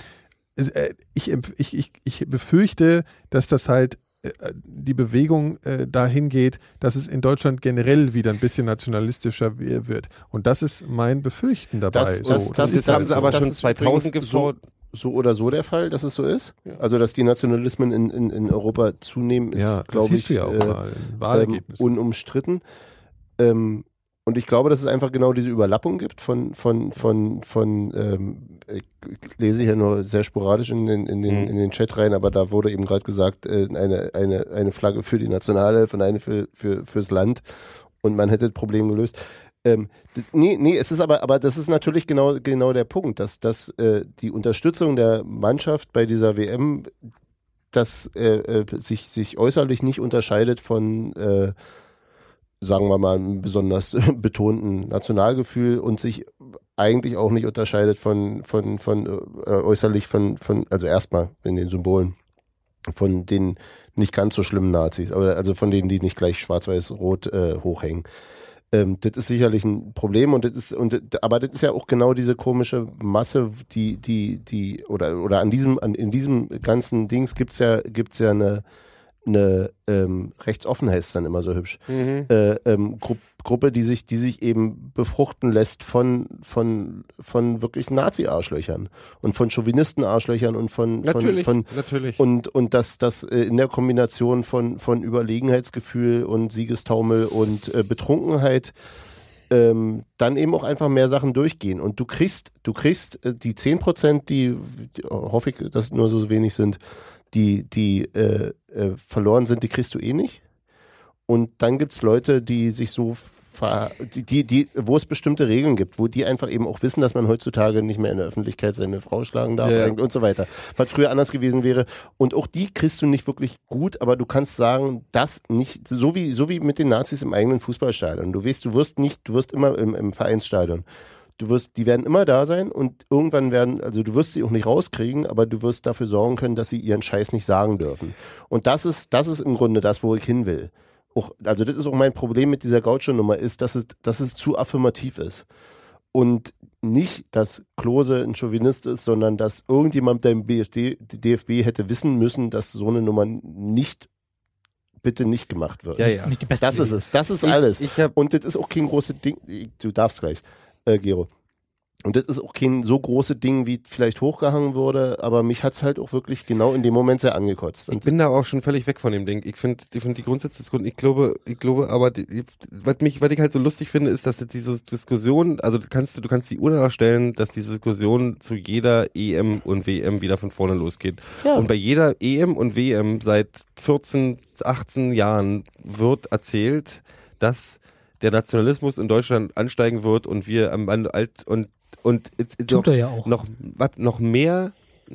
Ich, ich, ich, ich befürchte, dass das halt die Bewegung äh, dahin geht, dass es in Deutschland generell wieder ein bisschen nationalistischer wird. Und das ist mein Befürchten dabei. Das, so, das, das, das ist, haben sie aber das schon ist zweitausend gefordert. So, so oder so der Fall, dass es so ist. Ja. Also, dass die Nationalismen in, in, in Europa zunehmen, ist, ja, glaube ich, ja äh, ähm, unumstritten. Ähm, Und ich glaube, dass es einfach genau diese Überlappung gibt von, von, von, von ähm, ich lese hier nur sehr sporadisch in den, in den, in den Chat rein, aber da wurde eben gerade gesagt, äh, eine, eine, eine Flagge für die Nationalelf und eine für, für, fürs Land und man hätte das Problem gelöst. Ähm, nee, nee, es ist aber, aber das ist natürlich genau, genau der Punkt, dass, dass äh, die Unterstützung der Mannschaft bei dieser W M, dass äh, sich, sich äußerlich nicht unterscheidet von äh, sagen wir mal, einem besonders betonten Nationalgefühl und sich eigentlich auch nicht unterscheidet von, von, von äh, äußerlich von, von, also erstmal in den Symbolen, von den nicht ganz so schlimmen Nazis, aber also von denen, die nicht gleich schwarz-weiß-rot äh, hochhängen. Ähm, das ist sicherlich ein Problem und das ist, und aber das ist ja auch genau diese komische Masse, die, die, die, oder, oder an diesem, an, in diesem ganzen Dings gibt's ja, gibt's ja eine, eine ähm, rechtsoffen heißt es dann immer so hübsch, Mhm. äh, ähm, Gru- Gruppe, die sich, die sich eben befruchten lässt von, von, von wirklich Nazi-Arschlöchern und von Chauvinisten-Arschlöchern und von, Natürlich, von, von natürlich. und, und das, das äh, in der Kombination von, von Überlegenheitsgefühl und Siegestaumel und äh, Betrunkenheit ähm, dann eben auch einfach mehr Sachen durchgehen. Und du kriegst, du kriegst äh, die zehn Prozent, die, die hoffe ich, dass es nur so wenig sind, die, die äh, äh, verloren sind, die kriegst du eh nicht. Und dann gibt es Leute, die sich so ver die, die, die, wo es bestimmte Regeln gibt, wo die einfach eben auch wissen, dass man heutzutage nicht mehr in der Öffentlichkeit seine Frau schlagen darf Ja. und so weiter. Was früher anders gewesen wäre. Und auch die kriegst du nicht wirklich gut, aber du kannst sagen, das nicht, so wie, so wie mit den Nazis im eigenen Fußballstadion. Du weißt, du wirst nicht, du wirst immer im, im Vereinsstadion. Du wirst, die werden immer da sein und irgendwann werden, also du wirst sie auch nicht rauskriegen, aber du wirst dafür sorgen können, dass sie ihren Scheiß nicht sagen dürfen. Und das ist, das ist im Grunde das, wo ich hin will. Auch, also das ist auch mein Problem mit dieser Gaucho-Nummer, ist, dass es, dass es zu affirmativ ist. Und nicht, dass Klose ein Chauvinist ist, sondern dass irgendjemand beim B F D, D F B hätte wissen müssen, dass so eine Nummer nicht, bitte nicht gemacht wird. Ja, ja. Nicht die beste Das ist Idee. es, das ist Ich- alles. ich hab- Und das ist auch kein großes Ding, du darfst gleich, äh, Gero. Und das ist auch kein so großes Ding, wie vielleicht hochgehangen wurde, aber mich hat's halt auch wirklich genau in dem Moment sehr angekotzt. Ich Und bin da auch schon völlig weg von dem Ding. Ich finde ich find die Grundsätze des Grund, ich glaube, ich glaube, aber die, was mich, was ich halt so lustig finde, ist, dass diese Diskussion, also du kannst du kannst die Uhr danach stellen, dass diese Diskussion zu jeder E M und W M wieder von vorne losgeht. Ja. Und bei jeder E M und W M seit vierzehn, achtzehn Jahren wird erzählt, dass der Nationalismus in Deutschland ansteigen wird und wir am alt und und it's, it's Tut er ja auch. noch was noch mehr,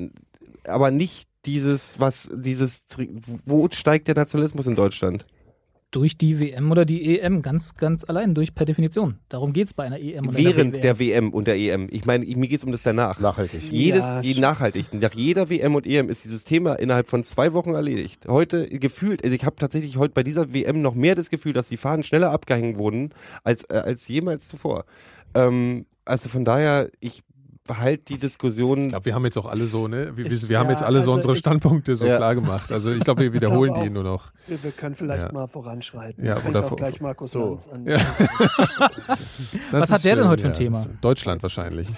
aber nicht dieses, was dieses, wo steigt der Nationalismus in Deutschland? Durch die W M oder die E M, ganz, ganz allein, durch per Definition. Darum geht's bei einer E M oder Während einer der W M und der E M. Ich meine, mir geht's um das danach. nachhaltig. Jedes, Ja, je schon. nachhaltig. Nach jeder W M und E M ist dieses Thema innerhalb von zwei Wochen erledigt. Heute gefühlt, also ich habe tatsächlich heute bei dieser W M noch mehr das Gefühl, dass die Fahnen schneller abgehängt wurden als, äh, als jemals zuvor. Ähm, also von daher, ich behalte die Diskussion. Ich glaube, wir haben jetzt auch alle so, ne? Wir, wir, Ich- wir haben ja, jetzt alle so also unsere ich- Standpunkte so Ja. klar gemacht. Also ich glaube, wir wiederholen glaube die auch. nur noch. Wir, wir können vielleicht Ja. mal voranschreiten. Ja, Ja, fängt oder auch vor- gleich Markus so. Lanz an. Ja. Das Was hat ist der denn schön, heute für ein ja. Thema? Deutschland wahrscheinlich.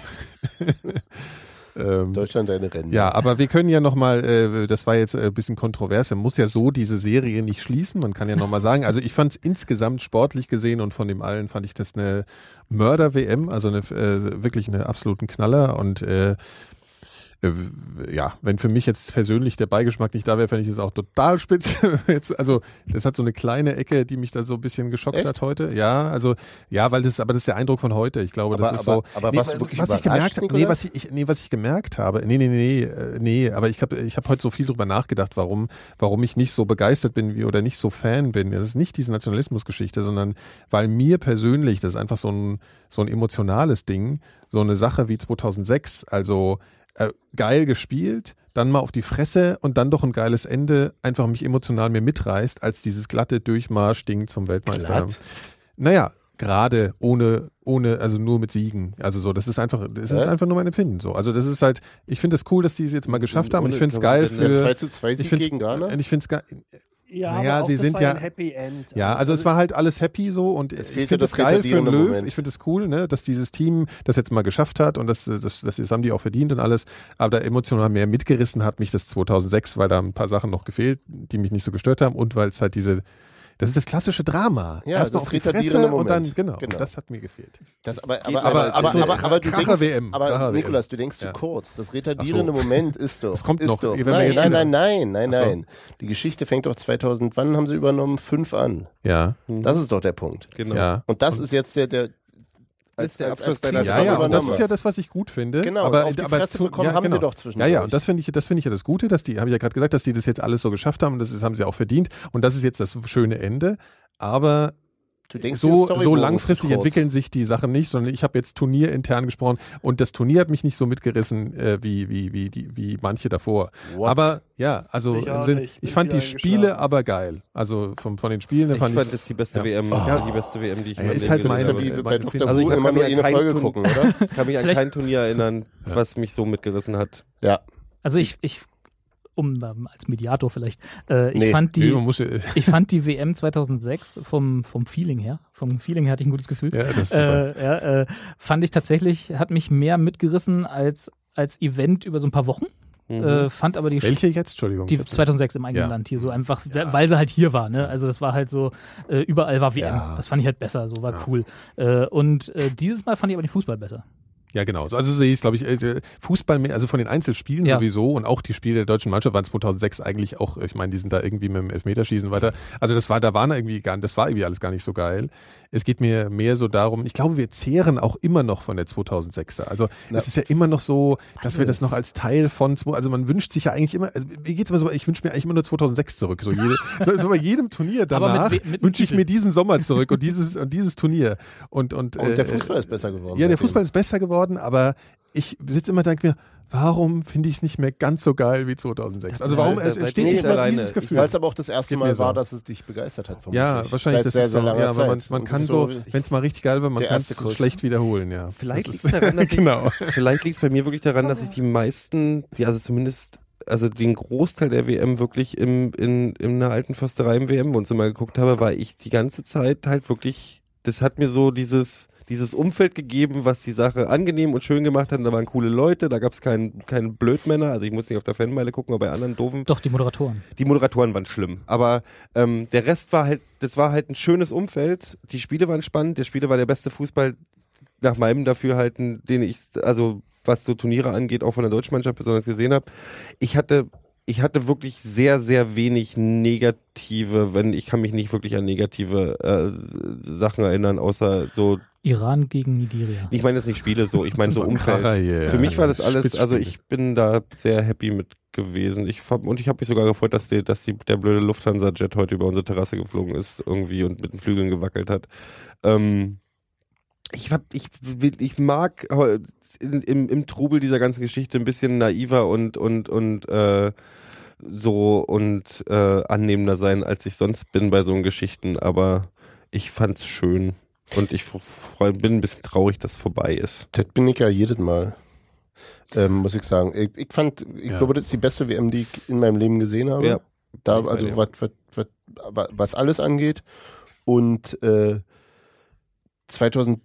ähm, Deutschland deine Rennen. Ja, aber wir können ja nochmal, äh, das war jetzt ein bisschen kontrovers, man muss ja so diese Serie nicht schließen, man kann ja nochmal sagen, also ich fand es insgesamt sportlich gesehen und von dem allen fand ich das eine Mörder-W M, also eine, äh, wirklich eine absoluten Knaller und äh, äh, ja, wenn für mich jetzt persönlich der Beigeschmack nicht da wäre, fände ich das auch total spitze. Jetzt, also das hat so eine kleine Ecke, die mich da so ein bisschen geschockt Echt? hat heute. Ja, also ja, weil das, aber das ist der Eindruck von heute. Ich glaube, das Aber- ist aber- so. aber was wirklich was ich überrascht, gemerkt habe, nee, Nikolas? was ich, ich, nee, was ich gemerkt habe, nee, nee, nee, äh, nee, aber ich habe, ich habe heute so viel drüber nachgedacht, warum, warum ich nicht so begeistert bin wie oder nicht so Fan bin. Das ist nicht diese Nationalismusgeschichte, sondern weil mir persönlich das ist einfach so ein so ein emotionales Ding, so eine Sache wie zweitausendsechs, also äh, geil gespielt, dann mal auf die Fresse und dann doch ein geiles Ende einfach mich emotional mehr mitreißt, als dieses glatte Durchmarsch-Ding zum Weltmeister. Glatt? Naja, gerade ohne, ohne, also nur mit Siegen. Also so, das ist einfach, das ist Hä? einfach nur mein Empfinden so. Also das ist halt, ich finde es cool, dass die es jetzt mal geschafft haben und ich finde es geil Der für. zwei zu zwei ich Sieg find's- gegen Ghana? Und ich finde es geil. Ja, Naja, aber auch sie das sind war ja- ein Happy End. Ja, also es war halt alles happy so und Es ich fehlte finde das das geil für einen retardierende Löw. Moment. Ich finde es cool, ne, dass dieses Team das jetzt mal geschafft hat und das, das, das, das haben die auch verdient und alles, aber da emotional mehr mitgerissen hat mich das zweitausendsechs, weil da ein paar Sachen noch gefehlt, die mich nicht so gestört haben und weil es halt diese, das ist das klassische Drama. Ja, Erst mal das auf die retardierende Fresse und dann, Moment. genau, Genau. das hat mir gefehlt. Das, aber, geht aber, aber- aber, aber, so aber, aber, du Kracher denkst, W M, aber Kracher W M. Nikolas, du denkst Ja. zu kurz. Das retardierende Ach so. Moment ist doch. Das kommt ist noch. Doch. Wenn wir Nein, jetzt nein, wieder- nein, nein, nein, Ach so. nein. Die Geschichte fängt doch zweitausend, wann haben sie übernommen? Fünf an. Ja, Das ist doch der Punkt. Genau. ja. Und das ist jetzt der, der, als, der als, Abschluss als bei der Klinsmann Ja, ja, und das übernommen ist ja hat. das, was ich gut finde. Genau, aber, auf die aber Fresse zu- bekommen ja, haben sie genau. doch zwischendurch. Ja, ja, und das finde ich, das finde ich ja das Gute, dass die, habe ich ja gerade gesagt, dass die das jetzt alles so geschafft haben und das ist, haben sie auch verdient und das ist jetzt das schöne Ende, aber Du denkst, den so, Storybogen so zu langfristig kurz. entwickeln sich die Sachen nicht, sondern ich habe jetzt turnierintern gesprochen und das Turnier hat mich nicht so mitgerissen äh, wie, wie, wie, die, wie manche davor. What? Aber ja, also Ich im auch Sinn, nicht. ich Bin fand die wieder Spiele eingeschlafen. aber geil. Also vom, von den Spielen Ich fand fand ich das die beste ja. W M, Oh. die beste W M, die ich Ja, in meinem ist Leben halt gesehen Das ist ja meine- wie habe. bei meine Doktor Empfindung. Also ich Who kann immer mich nur an eine kein Folge Turn- gucken, oder? kann mich an Vielleicht- kein Turnier erinnern, was mich so mitgerissen hat. Ja. Also ich, ich um ähm, als Mediator vielleicht, äh, ich Nee, fand die, nee, man muss ja- ich fand die W M zweitausendsechs vom vom Feeling her, vom Feeling her hatte ich ein gutes Gefühl. Ja, das ist super. Äh, ja, äh, fand ich tatsächlich, hat mich mehr mitgerissen als als Event über so ein paar Wochen. Mhm. Äh, fand aber die Welche jetzt? Entschuldigung. die bitte. zweitausendsechs im eigenen Ja. Land hier so einfach, weil sie halt hier war, ne? Also das war halt so, äh, überall war W M. Ja. Das fand ich halt besser, so war Ja. cool. Äh, und äh, dieses Mal fand ich aber den Fußball besser. Ja, genau. So, also sehe ich es, glaube ich, äh, Fußball, also von den Einzelspielen Ja. sowieso und auch die Spiele der deutschen Mannschaft waren zweitausendsechs eigentlich auch, ich meine, die sind da irgendwie mit dem Elfmeterschießen weiter. Also das war, da waren irgendwie gar, das war irgendwie alles gar nicht so geil. Es geht mir mehr so darum, ich glaube, wir zehren auch immer noch von der zweitausendsechser. Also es ist ja immer noch so, dass wir das noch als Teil von, also man wünscht sich ja eigentlich immer, also mir geht's immer so, ich wünsche mir eigentlich immer nur zweitausendsechs zurück. So, jede, so bei jedem Turnier Aber danach mit we- mit wünsche ich Titel. mir diesen Sommer zurück und dieses, und dieses Turnier. Und, und, Und der äh, Fußball ist besser geworden. Ja, der seitdem. Fußball ist besser geworden, aber ich sitze immer und denke mir, warum finde ich es nicht mehr ganz so geil wie zweitausendsechs? Also warum Ja, da- da- entsteht nee, nicht mehr alleine. dieses Gefühl? Weil es aber auch das erste Geht mir Mal so. war, dass es dich begeistert hat. Ja, vermutlich. wahrscheinlich. Seit Das sehr, ist sehr so, langer ja, Zeit. weil man, man Und kann das so, ist wenn es mal richtig geil war, man der kann es erste Kuss. schlecht wiederholen, ja. Vielleicht Das liegt ist- es daran, dass ich, genau. vielleicht liegt es bei mir wirklich daran, dass ich die meisten, die also zumindest, also den Großteil der W M wirklich im, in, in einer alten Försterei im W M-Wohnzimmer geguckt habe, weil ich die ganze Zeit halt wirklich, das hat mir so dieses, dieses Umfeld gegeben, was die Sache angenehm und schön gemacht hat. Und da waren coole Leute, da gab es keinen keinen Blödmänner, also ich muss nicht auf der Fanmeile gucken, aber bei anderen doofen. Doch, die Moderatoren. Die Moderatoren waren schlimm, aber ähm, der Rest war halt, das war halt ein schönes Umfeld. Die Spiele waren spannend, der Spiele war der beste Fußball nach meinem Dafürhalten, den ich, also was so Turniere angeht, auch von der deutschen Mannschaft besonders gesehen habe. Ich hatte, ich hatte wirklich sehr, sehr wenig negative, wenn ich kann mich nicht wirklich an negative äh, Sachen erinnern, außer so. Iran gegen Nigeria. Ich meine jetzt nicht Spiele so, ich meine so So ein Umfeld. Kracher hier, Für mich war das ja, alles, also Spitzspiele. ich bin da sehr happy mit gewesen. Ich hab, und ich habe mich sogar gefreut, dass, die, dass die, der blöde Lufthansa-Jet heute über unsere Terrasse geflogen ist irgendwie und mit den Flügeln gewackelt hat. Ähm, ich, hab, ich, ich mag in, im, im Trubel dieser ganzen Geschichte ein bisschen naiver und, und, und äh, so und äh, annehmender sein, als ich sonst bin bei so Geschichten, aber ich fand's schön. Und ich freu, bin ein bisschen traurig, dass es vorbei ist. Das bin ich ja jedes Mal, ähm, muss ich sagen. Ich, ich fand, ich Ja. glaube, das ist die beste W M, die ich in meinem Leben gesehen habe. Ja. Da, Bin ich bei also dir. was, was, was, was alles angeht. Und äh, zweitausendzehn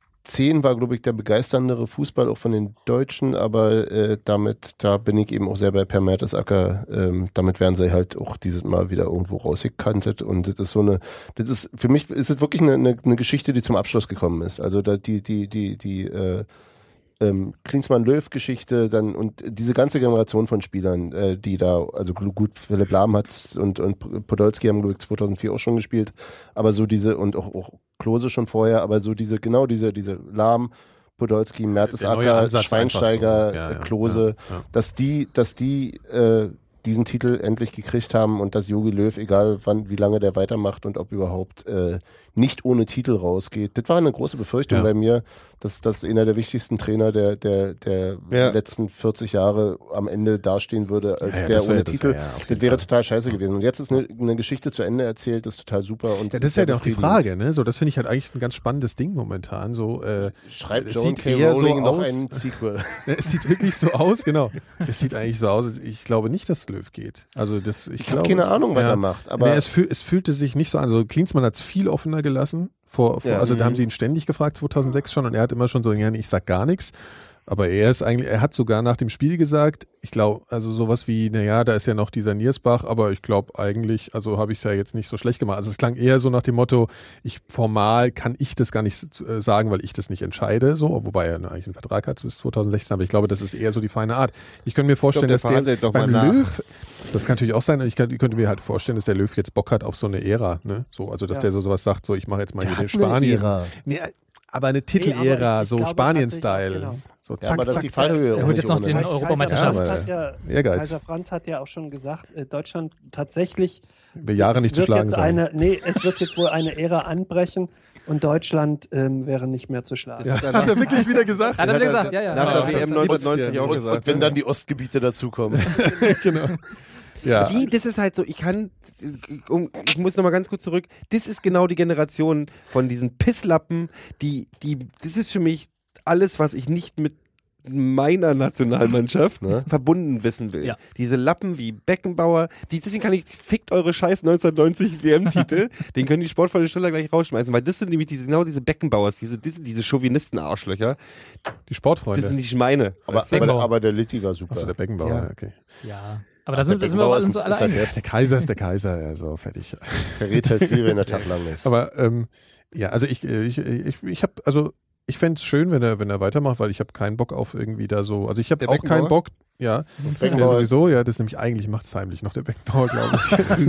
war, glaube ich, der begeisterndere Fußball auch von den Deutschen, aber äh, damit, da bin ich eben auch sehr bei Per Mertesacker. Ähm, damit werden sie halt auch dieses Mal wieder irgendwo rausgekantet und das ist so eine, das ist, für mich ist es wirklich eine, eine, eine Geschichte, die zum Abschluss gekommen ist. Also da die, die, die, die, äh, ähm, Klinsmann-Löw-Geschichte dann und diese ganze Generation von Spielern, äh, die da, also gut, Philipp Lahm hat und, und Podolski haben, glaube ich, zweitausendvier auch schon gespielt, aber so diese, und auch, auch Klose schon vorher, aber so diese, genau diese, diese Lahm, Podolski, Der neue Mertesacker, Ansatz Schweinsteiger, einfach so. Ja, ja, Klose, ja, ja. dass die, dass die äh, diesen Titel endlich gekriegt haben und dass Jogi Löw, egal wann, wie lange der weitermacht und ob überhaupt äh, nicht ohne Titel rausgeht. Das war eine große Befürchtung Ja. bei mir, dass das einer der wichtigsten Trainer der, der, der Ja. letzten vierzig Jahre am Ende dastehen würde als Ja, ja, der das wär- ohne das Titel. wär ja auf das jeden wäre Fall. total scheiße gewesen. Und jetzt ist eine, eine Geschichte zu Ende erzählt, das ist total super. Und Ja, das ist ja sehr auch die befriedigend. Frage, ne? So, das finde ich halt eigentlich ein ganz spannendes Ding momentan. So, äh, Schreibt es Joan sieht K. eher so Rowling noch aus- einen Sequel. es sieht wirklich so aus, genau. Es sieht eigentlich so aus. Ich glaube nicht, dass Löw geht. Also das, ich Ich habe glaube, keine es- Ahnung, was ja. er macht. Aber Nee, es, fühl, es fühlte sich nicht so an. Also Klinsmann hat es viel offener gelassen. Vor, vor, Ja. also da Mhm. haben sie ihn ständig gefragt, zweitausendsechs schon, und er hat immer schon so, ja, nee, ich sag gar nichts. Aber er ist eigentlich, er hat sogar nach dem Spiel gesagt, ich glaube, also sowas wie, naja, da ist ja noch dieser Niersbach, aber ich glaube eigentlich, also habe ich es ja jetzt nicht so schlecht gemacht. Also es klang eher so nach dem Motto, ich formal kann ich das gar nicht äh, sagen, weil ich das nicht entscheide, so, wobei er eigentlich einen Vertrag hat bis zweitausendsechzehn, aber ich glaube, das ist eher so die feine Art. Ich könnte mir vorstellen, Ich glaub, der dass der verhandelt doch mal beim nach. Löw, das kann natürlich auch sein, ich, kann, ich könnte mir halt vorstellen, dass der Löw jetzt Bock hat auf so eine Ära, ne? So, also dass Ja. der so sowas sagt, so ich mache jetzt mal Der hier den hat eine Spanien. Ära. Nee, aber eine Nee, Titelära, aber ich- ich so glaube Spanien-Style. tatsächlich auch, genau. So Ja, zack, aber das ist zack, die zack. Fallhöhe. Er auch holt nicht jetzt noch ohne. den Kaiser Europameisterschaft. Franz, Ja, hat ja, Ehrgeiz. Kaiser Franz hat ja auch schon gesagt, äh, Deutschland tatsächlich Über Jahre es nicht zu wird schlagen jetzt sein. eine, nee, es wird jetzt wohl eine Ära anbrechen und Deutschland ähm, wäre nicht mehr zu schlagen. Ja, hat er wirklich wieder gesagt? Hat er wieder gesagt, ja, ja. Nach Ja, der W das M hat die neunzehnhundertneunzig auch Und, gesagt. und wenn dann die Ostgebiete dazukommen. genau. Ja. Die, das ist halt so, ich kann, um, ich muss nochmal ganz kurz zurück, das ist genau die Generation von diesen Pisslappen, die, die, das ist für mich alles, was ich nicht mit meiner Nationalmannschaft Ne? verbunden wissen will. Ja. Diese Lappen wie Beckenbauer, die, deswegen kann ich, fickt eure scheiß neunzehnhundertneunzig W M-Titel, den können die Sportfreunde Stuttgart gleich rausschmeißen, weil das sind nämlich diese, genau diese Beckenbauers, diese, diese, diese Chauvinisten-Arschlöcher. Die Sportfreunde. Das sind nicht meine. Aber, weißt du? aber, der, aber der Litti war super. Achso, der Beckenbauer, Ja. okay. Ja. Aber da sind, da sind wir aber sind so alle ist halt einig. der, Der Kaiser ist der Kaiser, ja, so, fertig. der redet halt viel, wenn der Tag lang ist. Aber ähm, ja, also ich, ich, ich, ich habe, also ich fände es schön, wenn er, wenn er weitermacht, weil ich habe keinen Bock auf irgendwie da so, also ich habe Der auch Beckenbauer? keinen Bock, ja, der Beckenbauer- sowieso, ja, das ist nämlich eigentlich, macht es heimlich noch der Beckenbauer, glaube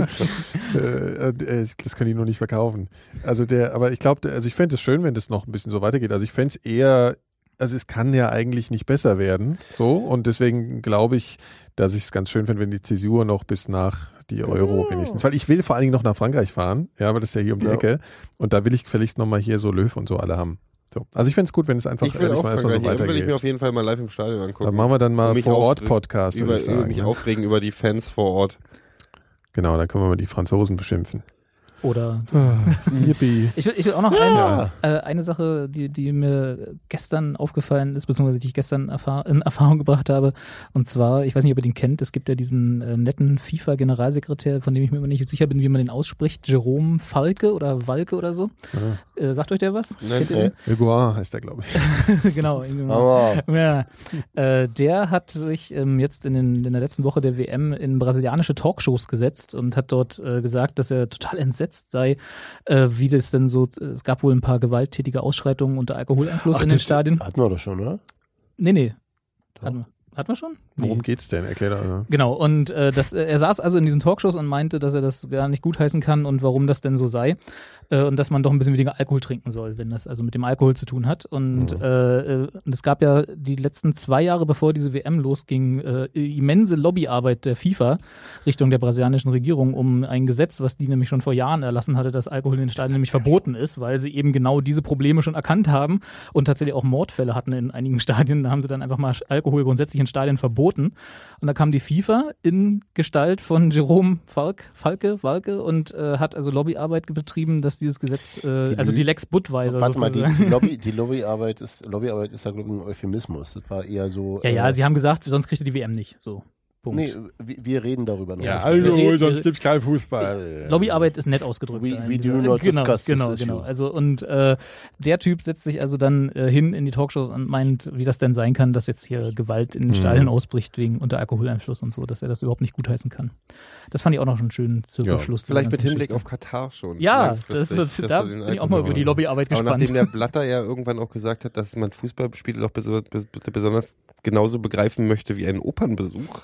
ich. äh, äh, das können die nur nicht verkaufen. Also der, aber ich glaube, also ich fände es schön, wenn das noch ein bisschen so weitergeht. Also ich fände es eher, also es kann ja eigentlich nicht besser werden, so, und deswegen glaube ich, dass ich es ganz schön finde, wenn die Zäsur noch bis nach die Euro Oh. wenigstens, weil ich will vor allen Dingen noch nach Frankreich fahren, ja, aber das ist ja hier um die Ja. Ecke und da will ich gefälligst nochmal hier so Löw und so alle haben. So. Also ich fände es gut, wenn es einfach Ich will ehrlich auch mal erstmal so Frankreich, will ich weitergeht. mir auf jeden Fall mal live im Stadion angucken. Dann machen wir dann mal Und mich vor Ort aufre- Podcast, würde über, ich über sagen. mich ne? aufregen über die Fans vor Ort. Genau, dann können wir mal die Franzosen beschimpfen. Oder Yippie. ich will, ich will auch noch eins, äh, eine Sache, die, die mir gestern aufgefallen ist, beziehungsweise die ich gestern erfahr in Erfahrung gebracht habe. Und zwar, ich weiß nicht, ob ihr den kennt, es gibt ja diesen äh, netten FIFA-Generalsekretär, von dem ich mir immer nicht sicher bin, wie man den ausspricht, Jerome Falke oder Walke oder so. Ja. Äh, sagt euch der was? Nein, Kennt ihr den? Egoin heißt der, glaube ich. Genau. irgendwie- Aber Ja, äh, der hat sich ähm, jetzt in, den, in der letzten Woche der W M in brasilianische Talkshows gesetzt und hat dort äh, gesagt, dass er total entsetzt sei, äh, wie das denn so, es gab wohl ein paar gewalttätige Ausschreitungen unter Alkoholeinfluss Ach, in den das Stadien. hatten wir doch schon, oder? Nee, nee. Hatten wir, hatten wir schon? Worum Nee. geht's denn? Erklär doch. Ne? Genau, und äh, das, äh, er saß also in diesen Talkshows und meinte, dass er das gar nicht gutheißen kann und warum das denn so sei. Äh, und dass man doch ein bisschen weniger Alkohol trinken soll, wenn das also mit dem Alkohol zu tun hat. Und Mhm. äh, und es gab ja die letzten zwei Jahre, bevor diese W M losging, äh, immense Lobbyarbeit der FIFA Richtung der brasilianischen Regierung um ein Gesetz, was die nämlich schon vor Jahren erlassen hatte, dass Alkohol in den Stadien nämlich verboten ist, weil sie eben genau diese Probleme schon erkannt haben und tatsächlich auch Mordfälle hatten in einigen Stadien. Da haben sie dann einfach mal Alkohol grundsätzlich in Stadien verboten. Und da kam die FIFA in Gestalt von Jerome Falk, Falke, Walke und äh, hat also Lobbyarbeit betrieben, dass dieses Gesetz, äh, Die also Lü- die Lex Budweiser Warte mal, die, sozusagen. die, Lobby, die Lobbyarbeit ist, Lobbyarbeit ist ja, glaube ich, ein Euphemismus. Das war eher so. Ja, ja, äh, sie haben gesagt, sonst kriegt ihr die W M nicht. So, Punkt. Nee, wir, wir reden darüber noch Ja, nicht. Alkohol, Wir- sonst gibt's keinen Fußball. Lobbyarbeit ist nett ausgedrückt. We- we Ein- do not genau, discuss this genau, issue. genau. Also und äh, der Typ setzt sich also dann äh, hin in die Talkshows und meint, wie das denn sein kann, dass jetzt hier Gewalt in den Stadien ausbricht wegen unter Alkoholeinfluss und so, dass er das überhaupt nicht gutheißen kann. Das fand ich auch noch einen schönen Zirkelschluss. dieser Vielleicht mit ganzen Hinblick Geschichte. auf Katar schon. Ja, das langfristig, wird, dass da du den bin ich auch mal Alkohol- über die Lobbyarbeit Aber gespannt. nachdem der Blatter ja irgendwann auch gesagt hat, dass man Fußballspiele doch bes- bes- besonders genauso begreifen möchte wie einen Opernbesuch.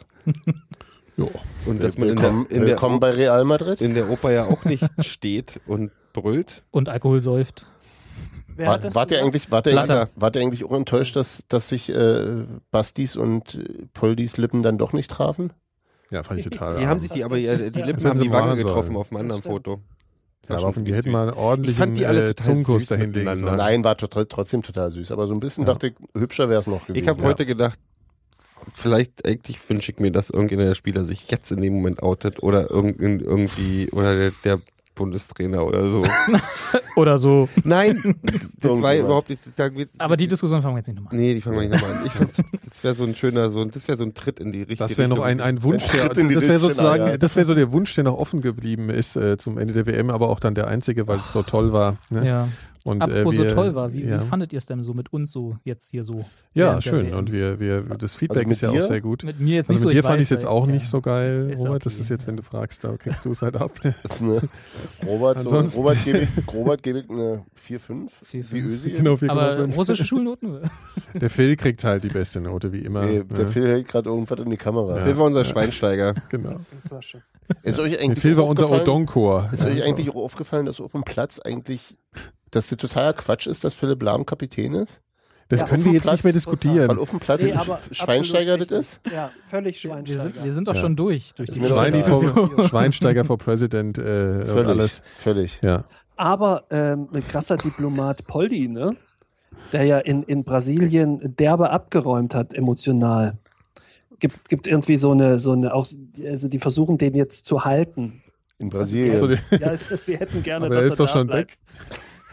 Jo. Und dass man in der, Willkommen, in, der, willkommen bei Real Madrid. in der Oper ja auch nicht steht und brüllt. Und Alkohol säuft. Wer War, hat das wart, ihr gesagt? eigentlich, wart, ihr Blatter. eigentlich, wart ihr eigentlich auch enttäuscht, dass, dass sich äh, Bastis und äh, Poldis Lippen dann doch nicht trafen? Ja, fand ich total. Die arm. haben sich die, aber die, die Ja. Lippen Das haben hätten sie die Wange machen getroffen sollen. auf einem anderen Das stimmt. Foto. Ja, War aber schon die süß. hätten mal einen Ich ordentlichen fand die alle äh, total Zungenkuss süß dahinlegen miteinander. sollen. Nein, war to- trotzdem total süß. Aber so ein bisschen Ja. dachte ich, hübscher wäre es noch gewesen. Ich habe ja. heute gedacht, vielleicht eigentlich wünsche ich mir, dass irgendeiner der Spieler sich jetzt in dem Moment outet oder irgend, irgendwie oder der, der Bundestrainer oder so. Oder so. Nein, das war Irgendjemand. überhaupt nicht. Da, Aber die Diskussion fangen wir jetzt nicht nochmal an. nee, die fangen wir nicht nochmal an. Ich find's, das wäre so ein schöner, so ein, das wäre so ein Tritt in die richtige Das wäre noch ein, ein Wunsch, Ein der, Tritt in die das wäre Richtung, sozusagen, ja. das wäre so der Wunsch, der noch offen geblieben ist äh, zum Ende der W M, aber auch dann der einzige, weil es so toll war. Ne? Ja. Und, Apropos äh, wir, so toll war, wie, ja. wie fandet ihr es denn so mit uns so jetzt hier so? Ja, während der schön. W M? Und wir, wir, das Feedback Also mit ist ja dir? auch sehr gut. Mit mir jetzt Also nicht so. mit dir ich fand ich es weiß, jetzt auch ja. nicht so geil, Ist Robert. Das okay, ist jetzt, wenn ja. du fragst, da kriegst du es halt ab. Ne? Ne? Robert, so, Ansonsten- Robert gebe ich, Robert gebe ich eine vier fünf, vier wie fünf. Ösi. Genau, vier Komma Aber fünf. russische Schulnoten? Der Phil kriegt halt die beste Note, wie immer. Nee, der ne? Phil hält gerade irgendwas in die Kamera. Ja. Phil war unser Schweinsteiger. Genau. Flasche. Ist euch Der eigentlich Phil war auch unser aufgefallen- Odonkor. Ist euch eigentlich auch aufgefallen, dass auf dem Platz eigentlich, dass das totaler Quatsch ist, dass Philipp Lahm Kapitän ist? Das Ja, können auf wir dem jetzt Platz- nicht mehr diskutieren. Weil auf dem Platz Nee, ein aber Schweinsteiger das absolut ist? richtig. Ja, völlig Wir Schweinsteiger. sind, wir sind doch Ja. schon durch. durch Ist die mir doch Schweini egal. vor, Schweinsteiger vor President äh, und Völlig, alles. völlig. Ja. Aber ähm, ein krasser Diplomat Poldi, ne? Der ja in, in Brasilien derbe abgeräumt hat, emotional. Gibt, gibt irgendwie so eine, so eine, auch, also die versuchen den jetzt zu halten. In Brasilien. Achso, die- Ja, es, es, sie hätten gerne, aber dass er ist er doch da schon bleibt. weg.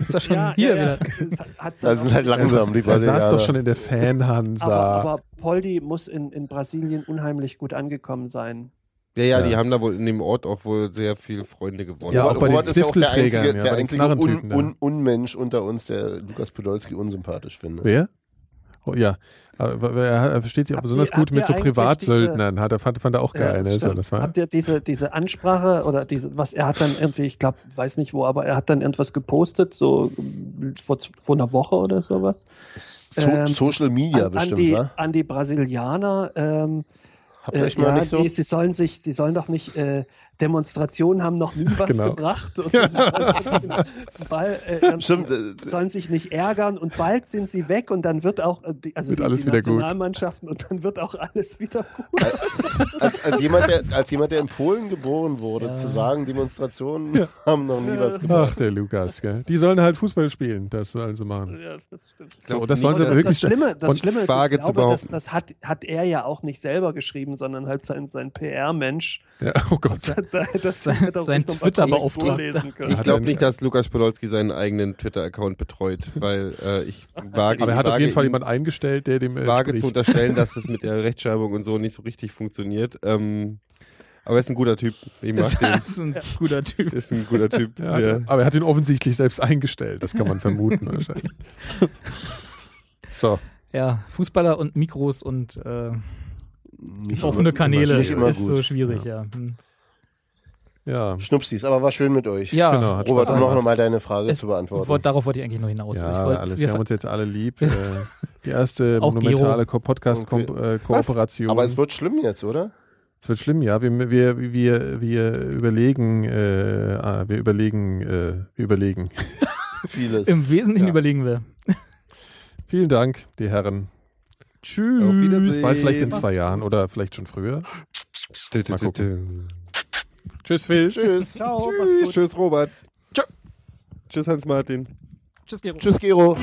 ist doch schon Ja, hier ja, ja. wieder. Es hat- Das ist halt langsam, die Er saß Brasilianer. doch schon in der Fanhansa. Aber, aber Poldi muss in, in Brasilien unheimlich gut angekommen sein. Ja, ja, Ja. die haben da wohl in dem Ort auch wohl sehr viele Freunde gewonnen. Ja, auch bei den Robert ist ja auch der Kniffelträgern, einzige, ja, der bei den einzige Un, Knarrentüten, ja. Un, Unmensch unter uns, der Lukas Podolski unsympathisch findet. Wer? Oh, ja, aber er, hat- er versteht sich auch Habt besonders ihr- gut habt mit ihr so eigentlich Privatsöldnern. Hat er, fand, fand er auch Ja, geil. das ne? So, stimmt. das war, Habt ihr diese, diese Ansprache oder diese, was er hat dann irgendwie, ich glaube, weiß nicht wo, aber er hat dann irgendwas gepostet, so mm, vor, vor einer Woche oder sowas. So, Ähm, Social Media an, bestimmt, an, die, wa? an die Brasilianer. Ähm, Habt ihr äh, euch mal ja, nicht so? nee, sie sollen sich, sie sollen doch nicht, äh, Demonstrationen haben noch nie was Genau. gebracht. Und weil, äh, Stimmt, äh, sollen sich nicht ärgern und bald sind sie weg und dann wird auch, äh, die, also Wird die, alles die wieder gut. Nationalmannschaften und dann wird auch alles wieder gut. als, als, jemand, der, als jemand, der in Polen geboren wurde, Ja. zu sagen, Demonstrationen haben noch nie was gemacht. ach, der Lukas. Gell? Die sollen halt Fußball spielen. Das sollen sie machen. Ja, das stimmt. So, und das sollen Und sie das, wirklich. das Schlimme, das und Schlimme ist, vage ich zu glaube, das, behaupten. das hat, hat er ja auch nicht selber geschrieben, sondern halt sein, sein P R-Mensch. ja, oh Gott. Das Sein- hätte auch sein nicht noch mal Twitter-Beauftragter. vorlesen können. Ich Hat glaube er- nicht, dass Lukas Podolski seinen eigenen Twitter-Account betreut, weil äh, ich wage, Aber er hat auf wage jeden Fall ihm- jemanden eingestellt, der dem äh, wage zu spricht. unterstellen, dass das mit der Rechtschreibung und so nicht so richtig funktioniert. Ähm, aber er ist ein guter Typ. Ich mag den. Das ist ein guter Typ. Ist ein guter Typ. Ja, Ja. aber er hat ihn offensichtlich selbst eingestellt. Das kann man vermuten wahrscheinlich. So. Ja, Fußballer und Mikros und äh, Nicht offene immer- Kanäle Nicht immer ist gut. so schwierig, ja. Hm. Ja. Schnupsis, aber war schön mit euch. Ja, Genau, hat Robert, Spaß um noch gemacht. mal deine Frage es, zu beantworten. wollt, darauf wollte ich eigentlich nur hinaus. ich Ja, wollt, alles. wir Wir haben uns jetzt alle lieb. Äh, die erste Auch monumentale Ko Okay. Podcast-Kooperation. Aber es wird schlimm jetzt, oder? Es wird schlimm, ja. Wir, wir, wir, wir überlegen, äh, ah, wir überlegen, äh, wir überlegen. Vieles. Im Wesentlichen Ja. überlegen wir. Vielen Dank, die Herren. Tschüss. Auf Wiedersehen. Mal vielleicht in zwei Jahren oder vielleicht schon früher. Mal gucken. Tschüss, Phil. Tschüss. Ciao, macht's Tschüss, gut. tschüss Robert. Tschö. Tschüss Hans-Martin. Tschüss, Gero. Tschüss, Gero.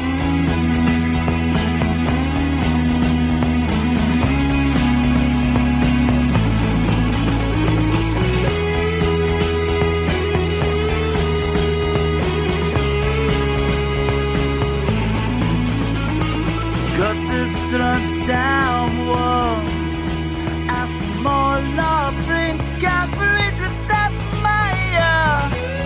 Guts struts downward as more love brings coverage with Sapphire.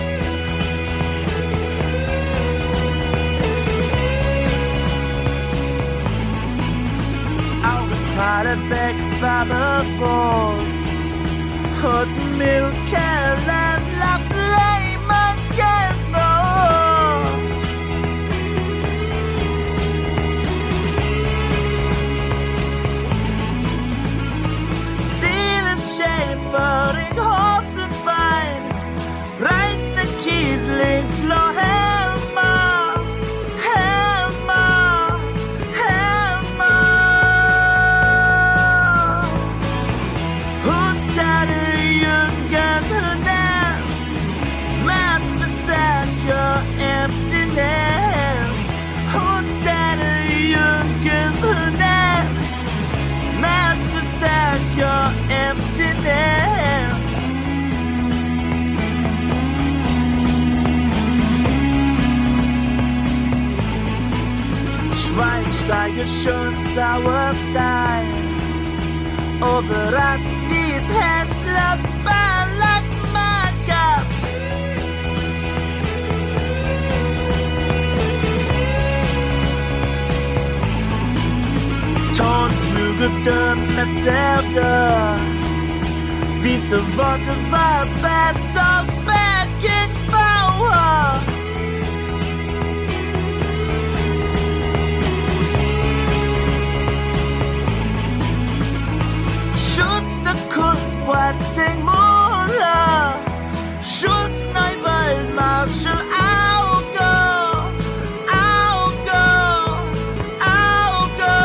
Augeteilte Backbubble Hot milk and loves lemon candle. Seele schäfering Holz und Bein, breite Kiesling, Flo Helmer, Helmer, Helmer. Hundade Jungen Hundar, Matt to set your emptiness. Hundade Jungen Hundar, Matt to set your emptiness. Schweinsteiger schön sauer Stein. Overat dit hässla balak magat. Tonflüge dömmet selber. Wie så Worte var bad og back in power. Schutz der Kunst, Watting Muller. Schutz Neuwald, Marshall Auge. Auge, Auge.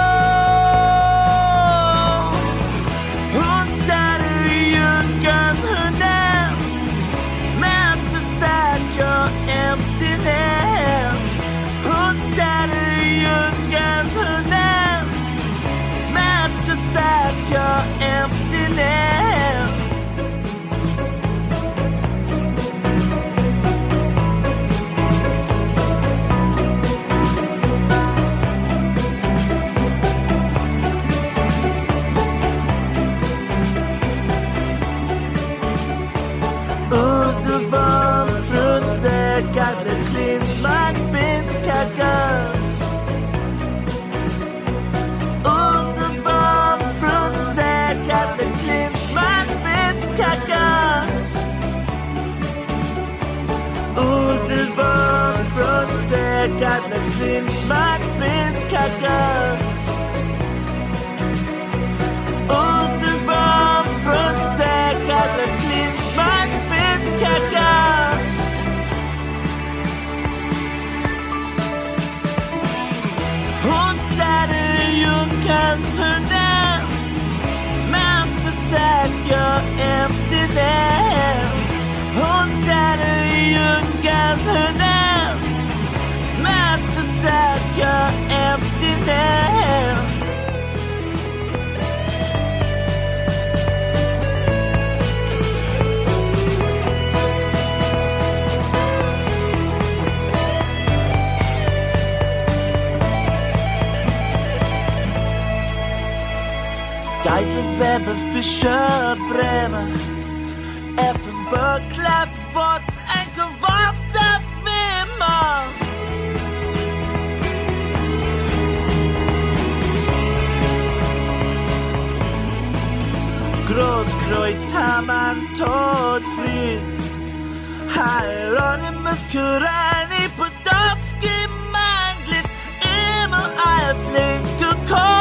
Hunderte Jungen Hundar. Man to set your emptiness. Hunderte Jungen Hundar. Man to set your emptiness. Klinschmark, Winzkagas. Useborn, Frunzek, alle Klinschmark, Winzkagas. Und deine Jungen Tendenz, man to set your emptiness. Und deine Jungen Tendenz, man to set your emptiness. Geiselweber, Fischer, Bremer, Effenberg, Klappwort, Enke, Worte, Wimmer. Großkreuz, Hamann, Todfrieds, Hieronymus, Kurani, Podolski, Manglitz, immer als linke Chor.